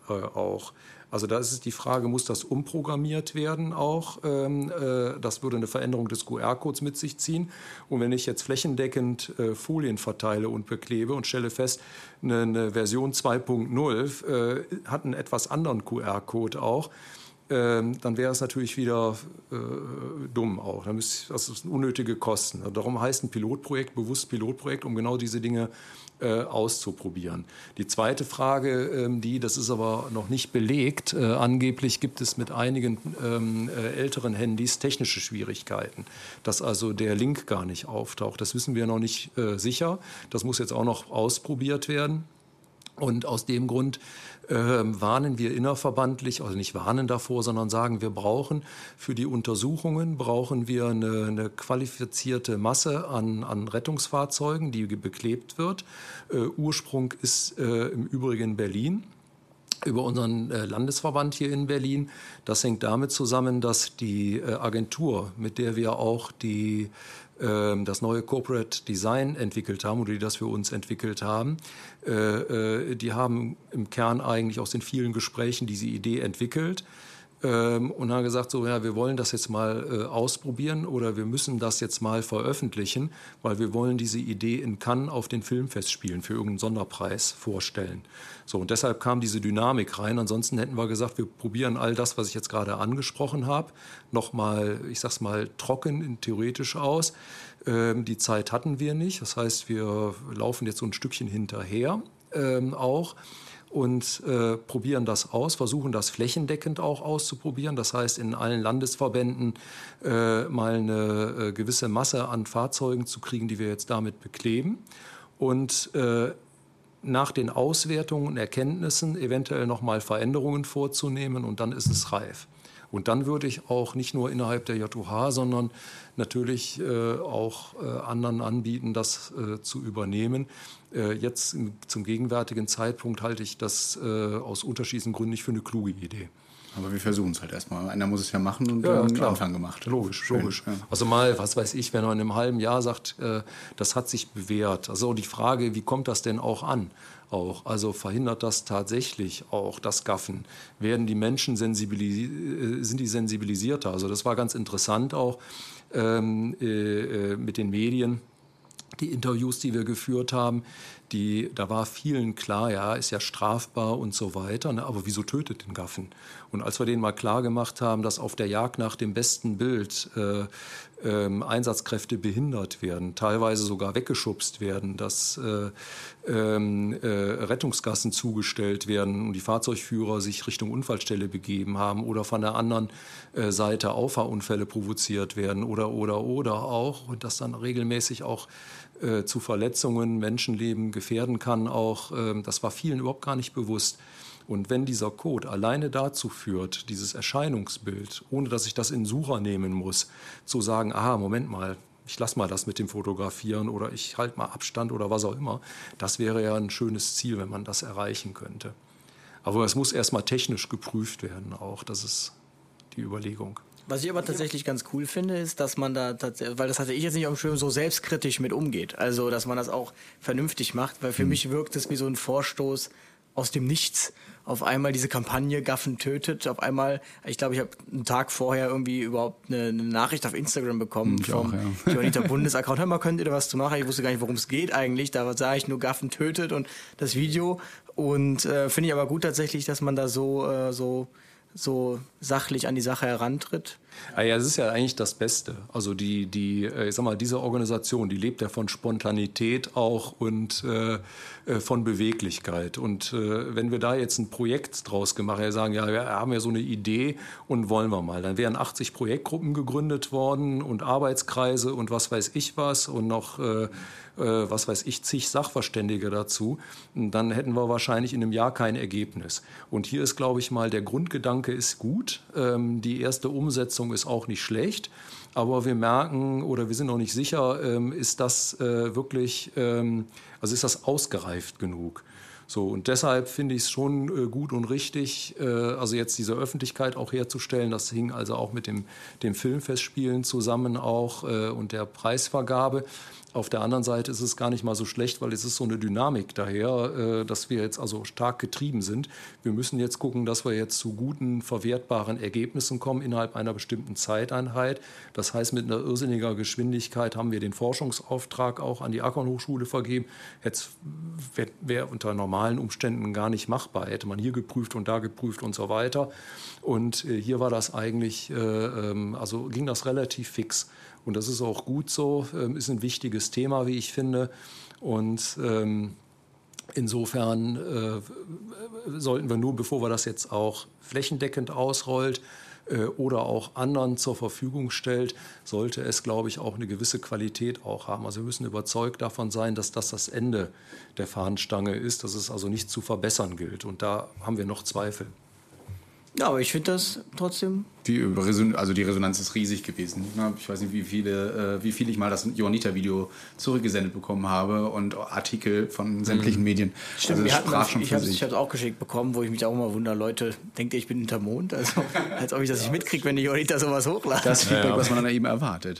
äh, auch. Also da ist es die Frage, muss das umprogrammiert werden auch? Ähm, äh, das würde eine Veränderung des Q R-Codes mit sich ziehen. Und wenn ich jetzt flächendeckend äh, Folien verteile und beklebe und stelle fest, eine, eine Version zwei Punkt null äh, hat einen etwas anderen Q R-Code auch, ähm, dann wäre es natürlich wieder äh, dumm auch. Dann müsste, das sind unnötige Kosten. Also darum heißt ein Pilotprojekt bewusst Pilotprojekt, um genau diese Dinge Äh, auszuprobieren. Die zweite Frage, ähm, die, das ist aber noch nicht belegt, äh, angeblich gibt es mit einigen ähm, äh, älteren Handys technische Schwierigkeiten, dass also der Link gar nicht auftaucht. Das wissen wir noch nicht äh, sicher. Das muss jetzt auch noch ausprobiert werden. Und aus dem Grund äh, warnen wir innerverbandlich, also nicht warnen davor, sondern sagen, wir brauchen für die Untersuchungen, brauchen wir eine, eine qualifizierte Masse an, an Rettungsfahrzeugen, die beklebt wird. Äh, Ursprung ist äh, im Übrigen Berlin, über unseren äh, Landesverband hier in Berlin. Das hängt damit zusammen, dass die äh, Agentur, mit der wir auch die das neue Corporate Design entwickelt haben oder die das für uns entwickelt haben, äh, die haben im Kern eigentlich aus den vielen Gesprächen diese Idee entwickelt ähm, und haben gesagt, so, ja, wir wollen das jetzt mal äh, ausprobieren oder wir müssen das jetzt mal veröffentlichen, weil wir wollen diese Idee in Cannes auf den Filmfestspielen für irgendeinen Sonderpreis vorstellen. So, und deshalb kam diese Dynamik rein. Ansonsten hätten wir gesagt, wir probieren all das, was ich jetzt gerade angesprochen habe, nochmal, ich sag's mal, trocken, theoretisch aus. Ähm, die Zeit hatten wir nicht. Das heißt, wir laufen jetzt so ein Stückchen hinterher ähm, auch und äh, probieren das aus, versuchen das flächendeckend auch auszuprobieren. Das heißt, in allen Landesverbänden äh, mal eine äh, gewisse Masse an Fahrzeugen zu kriegen, die wir jetzt damit bekleben. Und äh, nach den Auswertungen und Erkenntnissen eventuell nochmal Veränderungen vorzunehmen und dann ist es reif. Und dann würde ich auch nicht nur innerhalb der J U H, sondern natürlich äh, auch äh, anderen anbieten, das äh, zu übernehmen. Äh, jetzt im, zum gegenwärtigen Zeitpunkt halte ich das äh, aus unterschiedlichen Gründen nicht für eine kluge Idee. Aber wir versuchen es halt erstmal. Einer muss es ja machen und ja, dann klar. Anfang gemacht. Logisch, Schön, logisch. Ja. Also mal, was weiß ich, wenn man in einem halben Jahr sagt, äh, das hat sich bewährt. Also die Frage, wie kommt das denn auch an? Auch. Also verhindert das tatsächlich auch das Gaffen? Werden die Menschen sensibilis- sind die sensibilisierter? Also das war ganz interessant auch ähm, äh, mit den Medien. Die Interviews, die wir geführt haben, die, da war vielen klar, ja, ist ja strafbar und so weiter, ne, aber wieso tötet den Gaffen? Und als wir denen mal klar gemacht haben, dass auf der Jagd nach dem besten Bild äh, ähm, Einsatzkräfte behindert werden, teilweise sogar weggeschubst werden, dass äh, ähm, äh, Rettungsgassen zugestellt werden und die Fahrzeugführer sich Richtung Unfallstelle begeben haben oder von der anderen äh, Seite Auffahrunfälle provoziert werden oder, oder, oder auch und das dann regelmäßig auch äh, zu Verletzungen, Menschenleben gefährden kann auch. Äh, das war vielen überhaupt gar nicht bewusst. Und wenn dieser Code alleine dazu führt, dieses Erscheinungsbild, ohne dass ich das in den Sucher nehmen muss, zu sagen, aha, Moment mal, ich lasse mal das mit dem Fotografieren oder ich halte mal Abstand oder was auch immer, das wäre ja ein schönes Ziel, wenn man das erreichen könnte. Aber es muss erstmal technisch geprüft werden auch, das ist die Überlegung. Was ich aber tatsächlich ganz cool finde, ist, dass man da tatsächlich, weil das hatte ich jetzt nicht auf dem Schirm, so selbstkritisch mit umgeht. Also, dass man das auch vernünftig macht, weil für hm. mich wirkt es wie so ein Vorstoß aus dem Nichts. Auf einmal diese Kampagne Gaffen tötet, auf einmal, ich glaube, ich habe einen Tag vorher irgendwie überhaupt eine, eine Nachricht auf Instagram bekommen ich vom auch, ja. Johanniter Bundesaccount. Hör mal, könnt ihr da was zu machen? Ich wusste gar nicht, worum es geht eigentlich. Da sah ich nur Gaffen tötet und das Video. Und äh, finde ich aber gut tatsächlich, dass man da so, äh, so, so sachlich an die Sache herantritt. Ja, ja, es ist ja eigentlich das Beste. Also die, die, ich sag mal, diese Organisation, die lebt ja von Spontanität auch und äh, von Beweglichkeit. Und äh, wenn wir da jetzt ein Projekt draus gemacht hätten, sagen, ja, wir haben ja so eine Idee und wollen wir mal, dann wären achtzig Projektgruppen gegründet worden und Arbeitskreise und was weiß ich was und noch äh, was weiß ich, zig Sachverständige dazu, dann hätten wir wahrscheinlich in einem Jahr kein Ergebnis. Und hier ist, glaube ich mal, der Grundgedanke ist gut, ähm, die erste Umsetzung ist auch nicht schlecht, aber wir merken oder wir sind noch nicht sicher, ähm, ist das äh, wirklich, ähm, also ist das ausgereift genug? So, und deshalb finde ich es schon äh, gut und richtig, äh, also jetzt diese Öffentlichkeit auch herzustellen. Das hing also auch mit dem, dem Filmfestspielen zusammen auch äh, und der Preisvergabe. Auf der anderen Seite ist es gar nicht mal so schlecht, weil es ist so eine Dynamik daher, äh, dass wir jetzt also stark getrieben sind. Wir müssen jetzt gucken, dass wir jetzt zu guten, verwertbaren Ergebnissen kommen innerhalb einer bestimmten Zeiteinheit. Das heißt, mit einer irrsinniger Geschwindigkeit haben wir den Forschungsauftrag auch an die Akron-Hochschule vergeben. Jetzt wäre unter normalen Umständen gar nicht machbar. Hätte man hier geprüft und da geprüft und so weiter. Und äh, hier war das eigentlich, äh, ähm, also ging das relativ fix. Und das ist auch gut so, ähm, ist ein wichtiges Thema, wie ich finde. Und ähm, insofern äh, sollten wir nur, bevor wir das jetzt auch flächendeckend ausrollt äh, oder auch anderen zur Verfügung stellt, sollte es, glaube ich, auch eine gewisse Qualität auch haben. Also wir müssen überzeugt davon sein, dass das das Ende der Fahnenstange ist, dass es also nicht zu verbessern gilt. Und da haben wir noch Zweifel. Ja, aber ich finde das trotzdem... Die, also die Resonanz ist riesig gewesen. Ich weiß nicht, wie viele, wie viel ich mal das Johanniter-Video zurückgesendet bekommen habe und Artikel von sämtlichen mhm. Medien. Stimmt, also das sprach schon ich habe es auch geschickt bekommen, wo ich mich auch immer wundere, Leute, denkt ihr, ich bin hinterm Mond? Also, als ob ich das nicht mitkriege, wenn die Johanniter sowas hochladen. Das Feedback, ja, ja. was man dann eben erwartet.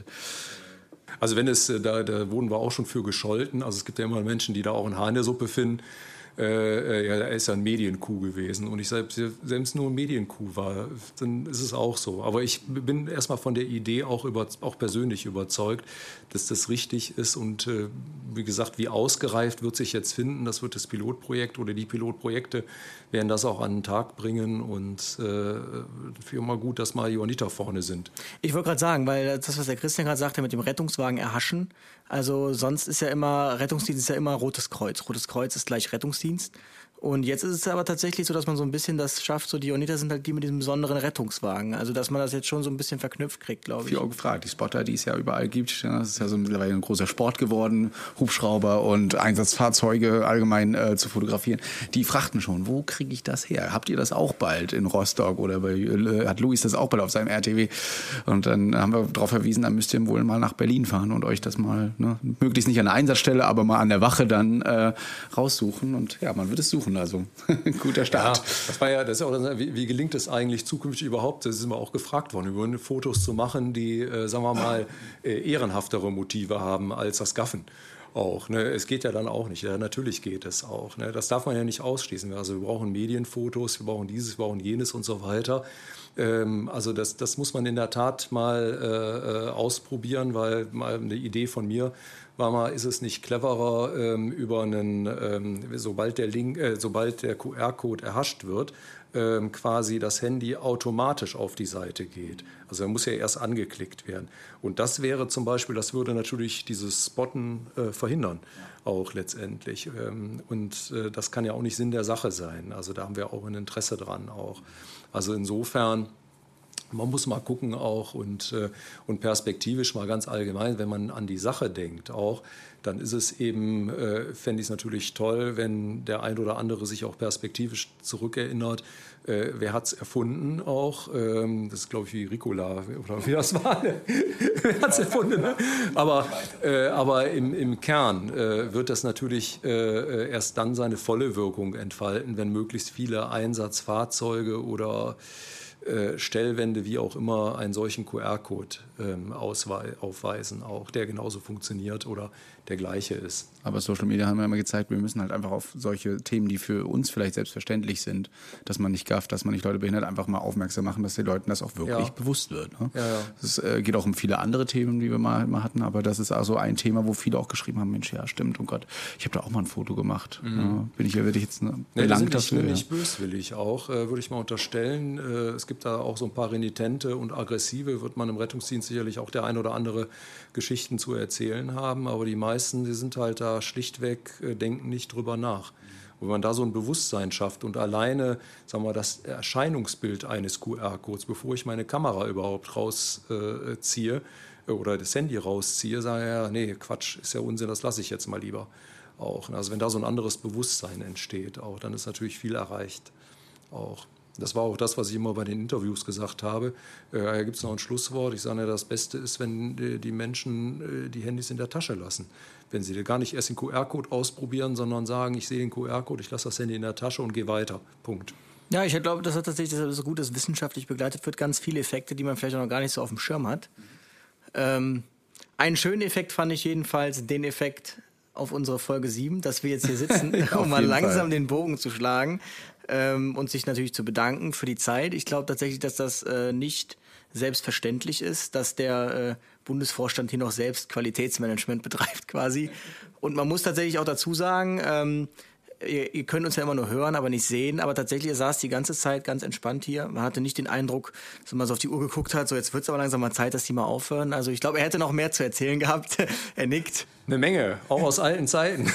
Also wenn es, da, da wurden wir auch schon für gescholten. Also es gibt ja immer Menschen, die da auch ein Haar in der Suppe finden. Äh, ja, er ist ja ein Medienkuh gewesen und ich selbst, selbst nur ein Medienkuh war, dann ist es auch so. Aber ich bin erstmal von der Idee auch, über, auch persönlich überzeugt, dass das richtig ist und äh, wie gesagt, wie ausgereift wird sich jetzt finden, das wird das Pilotprojekt oder die Pilotprojekte werden das auch an den Tag bringen und äh, für immer gut, dass mal Johanniter vorne sind. Ich wollte gerade sagen, weil das, was der Christian gerade sagte mit dem Rettungswagen erhaschen, also sonst ist ja immer, Rettungsdienst ist ja immer Rotes Kreuz. Rotes Kreuz ist gleich Rettungsdienst. Und jetzt ist es aber tatsächlich so, dass man so ein bisschen das schafft, so die Johanniter sind halt die mit diesem besonderen Rettungswagen. Also dass man das jetzt schon so ein bisschen verknüpft kriegt, glaube ich. Ich habe auch gefragt, die Spotter, die es ja überall gibt, das ist ja so mittlerweile ein großer Sport geworden, Hubschrauber und Einsatzfahrzeuge allgemein äh, zu fotografieren. Die frachten schon, wo kriege ich das her? Habt ihr das auch bald in Rostock oder bei, äh, hat Luis das auch bald auf seinem R T W? Und dann haben wir darauf verwiesen, dann müsst ihr wohl mal nach Berlin fahren und euch das mal, ne, möglichst nicht an der Einsatzstelle, aber mal an der Wache dann äh, raussuchen. Und ja, man wird es suchen. Also guter Start. Ja, das war ja, das ist auch, wie, wie gelingt es eigentlich zukünftig überhaupt? Das sind wir auch gefragt worden, über Fotos zu machen, die, äh, sagen wir mal, äh, ehrenhaftere Motive haben als das Gaffen. Auch, ne? Es geht ja dann auch nicht. Ja, natürlich geht es auch. Ne? Das darf man ja nicht ausschließen. Also wir brauchen Medienfotos, wir brauchen dieses, wir brauchen jenes und so weiter. Ähm, also das, das muss man in der Tat mal äh, ausprobieren, weil mal eine Idee von mir war mal, ist es nicht cleverer, ähm, über einen, ähm, sobald der Link, äh, sobald der Q R-Code erhascht wird, ähm, quasi das Handy automatisch auf die Seite geht. Also er muss ja erst angeklickt werden. Und das wäre zum Beispiel, das würde natürlich dieses Spotten äh, verhindern, ja. Auch letztendlich. Ähm, und äh, das kann ja auch nicht Sinn der Sache sein. Also da haben wir auch ein Interesse dran auch. Also insofern, man muss mal gucken auch und, äh, und perspektivisch mal ganz allgemein, wenn man an die Sache denkt auch, dann ist es eben, äh, fände ich es natürlich toll, wenn der ein oder andere sich auch perspektivisch zurückerinnert. Äh, wer hat es erfunden auch? Ähm, das ist, glaube ich, wie Ricola oder wie das war. Wer hat es erfunden? Ne? Aber, äh, aber im, im Kern äh, wird das natürlich äh, erst dann seine volle Wirkung entfalten, wenn möglichst viele Einsatzfahrzeuge oder Äh, Stellwände, wie auch immer, einen solchen Q R-Code ähm, aufweisen, auch der genauso funktioniert oder der gleiche ist. Aber Social Media haben ja immer gezeigt, wir müssen halt einfach auf solche Themen, die für uns vielleicht selbstverständlich sind, dass man nicht gafft, dass man nicht Leute behindert, einfach mal aufmerksam machen, dass den Leuten das auch wirklich ja. bewusst wird. Ne? Ja, ja. Es äh, geht auch um viele andere Themen, die wir mal, mal hatten, aber das ist also ein Thema, wo viele auch geschrieben haben, Mensch, ja stimmt, oh Gott, ich habe da auch mal ein Foto gemacht. Mhm. Ja, bin ich ja wirklich jetzt ne, belangt nee, dafür. Nicht, nicht böswillig auch, äh, würde ich mal unterstellen. Äh, es gibt da auch so ein paar renitente und aggressive, wird man im Rettungsdienst sicherlich auch der ein oder andere Geschichten zu erzählen haben, aber die meisten, die sind halt da schlichtweg, äh, denken nicht drüber nach. Wenn man da so ein Bewusstsein schafft und alleine, sagen wir, das Erscheinungsbild eines Q R-Codes, bevor ich meine Kamera überhaupt rausziehe äh, oder das Handy rausziehe, sage ich, ja, nee, Quatsch, ist ja Unsinn, das lasse ich jetzt mal lieber auch. Also wenn da so ein anderes Bewusstsein entsteht, auch, dann ist natürlich viel erreicht auch. Das war auch das, was ich immer bei den Interviews gesagt habe. Äh, da gibt es noch ein Schlusswort. Ich sage, ja, das Beste ist, wenn äh, die Menschen äh, die Handys in der Tasche lassen. Wenn sie gar nicht erst den Q R-Code ausprobieren, sondern sagen, ich sehe den Q R-Code, ich lasse das Handy in der Tasche und gehe weiter. Punkt. Ja, ich glaube, das hat tatsächlich, das ist so gut, dass wissenschaftlich begleitet wird, ganz viele Effekte, die man vielleicht auch noch gar nicht so auf dem Schirm hat. Ähm, Einen schönen Effekt fand ich jedenfalls, den Effekt auf unsere Folge sieben, dass wir jetzt hier sitzen, um mal langsam Fall. den Bogen zu schlagen ähm, und sich natürlich zu bedanken für die Zeit. Ich glaube tatsächlich, dass das äh, nicht selbstverständlich ist, dass der äh, Bundesvorstand hier noch selbst Qualitätsmanagement betreibt quasi. Und man muss tatsächlich auch dazu sagen, ähm, Ihr, ihr könnt uns ja immer nur hören, aber nicht sehen. Aber tatsächlich, er saß die ganze Zeit ganz entspannt hier. Man hatte nicht den Eindruck, dass man so auf die Uhr geguckt hat, so jetzt wird es aber langsam mal Zeit, dass die mal aufhören. Also ich glaube, er hätte noch mehr zu erzählen gehabt. Er nickt. Eine Menge, auch aus alten Zeiten.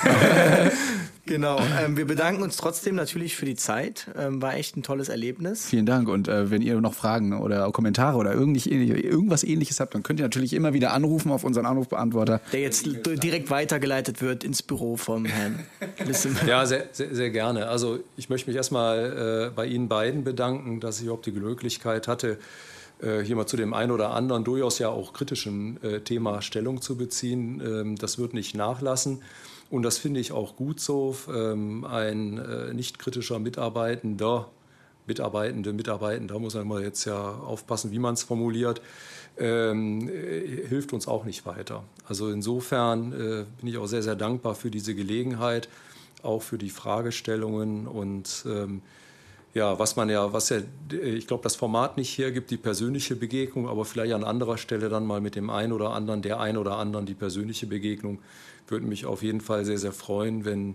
Genau. Ähm, wir bedanken uns trotzdem natürlich für die Zeit. Ähm, war echt ein tolles Erlebnis. Vielen Dank. Und äh, wenn ihr noch Fragen oder Kommentare oder irgendwas Ähnliches habt, dann könnt ihr natürlich immer wieder anrufen auf unseren Anrufbeantworter. Der jetzt direkt weitergeleitet wird ins Büro vom Herrn Lissem. Ja, sehr, sehr, sehr gerne. Also ich möchte mich erstmal äh, bei Ihnen beiden bedanken, dass ich überhaupt die Möglichkeit hatte, äh, hier mal zu dem einen oder anderen durchaus ja auch kritischen äh, Thema Stellung zu beziehen. Ähm, das wird nicht nachlassen. Und das finde ich auch gut so. Ähm, ein äh, nicht kritischer Mitarbeitender, Mitarbeitende, Mitarbeitender, muss man mal jetzt ja aufpassen, wie man es formuliert, ähm, äh, hilft uns auch nicht weiter. Also insofern äh, bin ich auch sehr, sehr dankbar für diese Gelegenheit, auch für die Fragestellungen und ähm, ja, was man ja, was ja, ich glaube, das Format nicht hergibt, die persönliche Begegnung, aber vielleicht an anderer Stelle dann mal mit dem einen oder anderen, der einen oder anderen die persönliche Begegnung, würde mich auf jeden Fall sehr, sehr freuen, wenn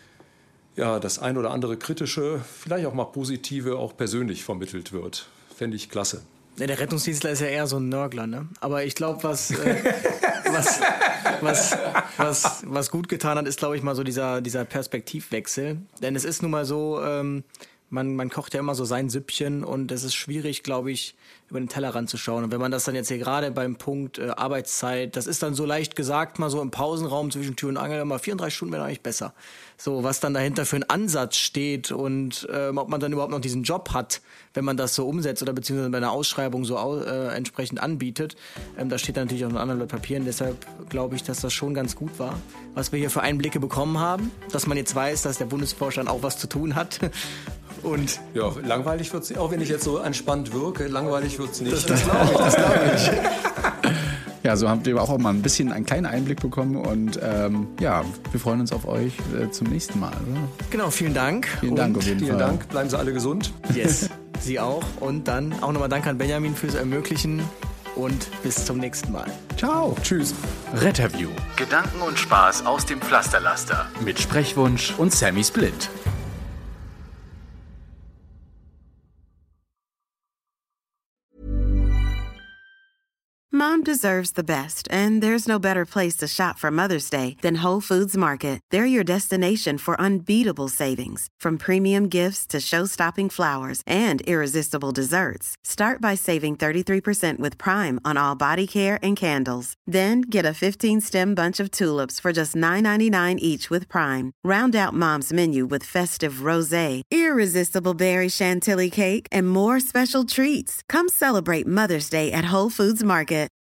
ja, das ein oder andere Kritische, vielleicht auch mal Positive auch persönlich vermittelt wird. Fände ich klasse. Ja, der Rettungsdienstler ist ja eher so ein Nörgler, ne? Aber ich glaube, was, äh, was, was, was, was gut getan hat, ist, glaube ich, mal so dieser, dieser Perspektivwechsel. Denn es ist nun mal so, ähm, man, man kocht ja immer so sein Süppchen und es ist schwierig, glaube ich, über den Tellerrand zu schauen. Und wenn man das dann jetzt hier gerade beim Punkt äh, Arbeitszeit, das ist dann so leicht gesagt, mal so im Pausenraum zwischen Tür und Angel, mal vierunddreißig Stunden wäre eigentlich besser. So, was dann dahinter für ein Ansatz steht und ähm, ob man dann überhaupt noch diesen Job hat, wenn man das so umsetzt oder beziehungsweise bei einer Ausschreibung so äh, entsprechend anbietet. Ähm, da steht dann natürlich auch in anderen Papieren. Deshalb glaube ich, dass das schon ganz gut war, was wir hier für Einblicke bekommen haben. Dass man jetzt weiß, dass der Bundesvorstand auch was zu tun hat. Und ja, langweilig wird es nicht, auch wenn ich jetzt so entspannt wirke, langweilig wird es nicht. Das, das glaube ich, das glaube ich. Ja, so habt ihr auch mal ein bisschen einen kleinen Einblick bekommen und ähm, ja, wir freuen uns auf euch äh, zum nächsten Mal, oder? Genau, vielen Dank. Vielen Dank und auf jeden vielen Fall. Dank, bleiben Sie alle gesund. Yes, Sie auch. Und dann auch nochmal Dank an Benjamin fürs Ermöglichen und bis zum nächsten Mal. Ciao. Tschüss. Retterview. Gedanken und Spaß aus dem Pflasterlaster. Mit Sprechwunsch und Sammy Splint. Mom deserves the best, and there's no better place to shop for Mother's Day than Whole Foods Market. They're your destination for unbeatable savings, from premium gifts to show-stopping flowers and irresistible desserts. Start by saving thirty-three percent with Prime on all body care and candles. Then get a fifteen-stem bunch of tulips for just nine ninety-nine each with Prime. Round out Mom's menu with festive rosé, irresistible berry chantilly cake, and more special treats. Come celebrate Mother's Day at Whole Foods Market.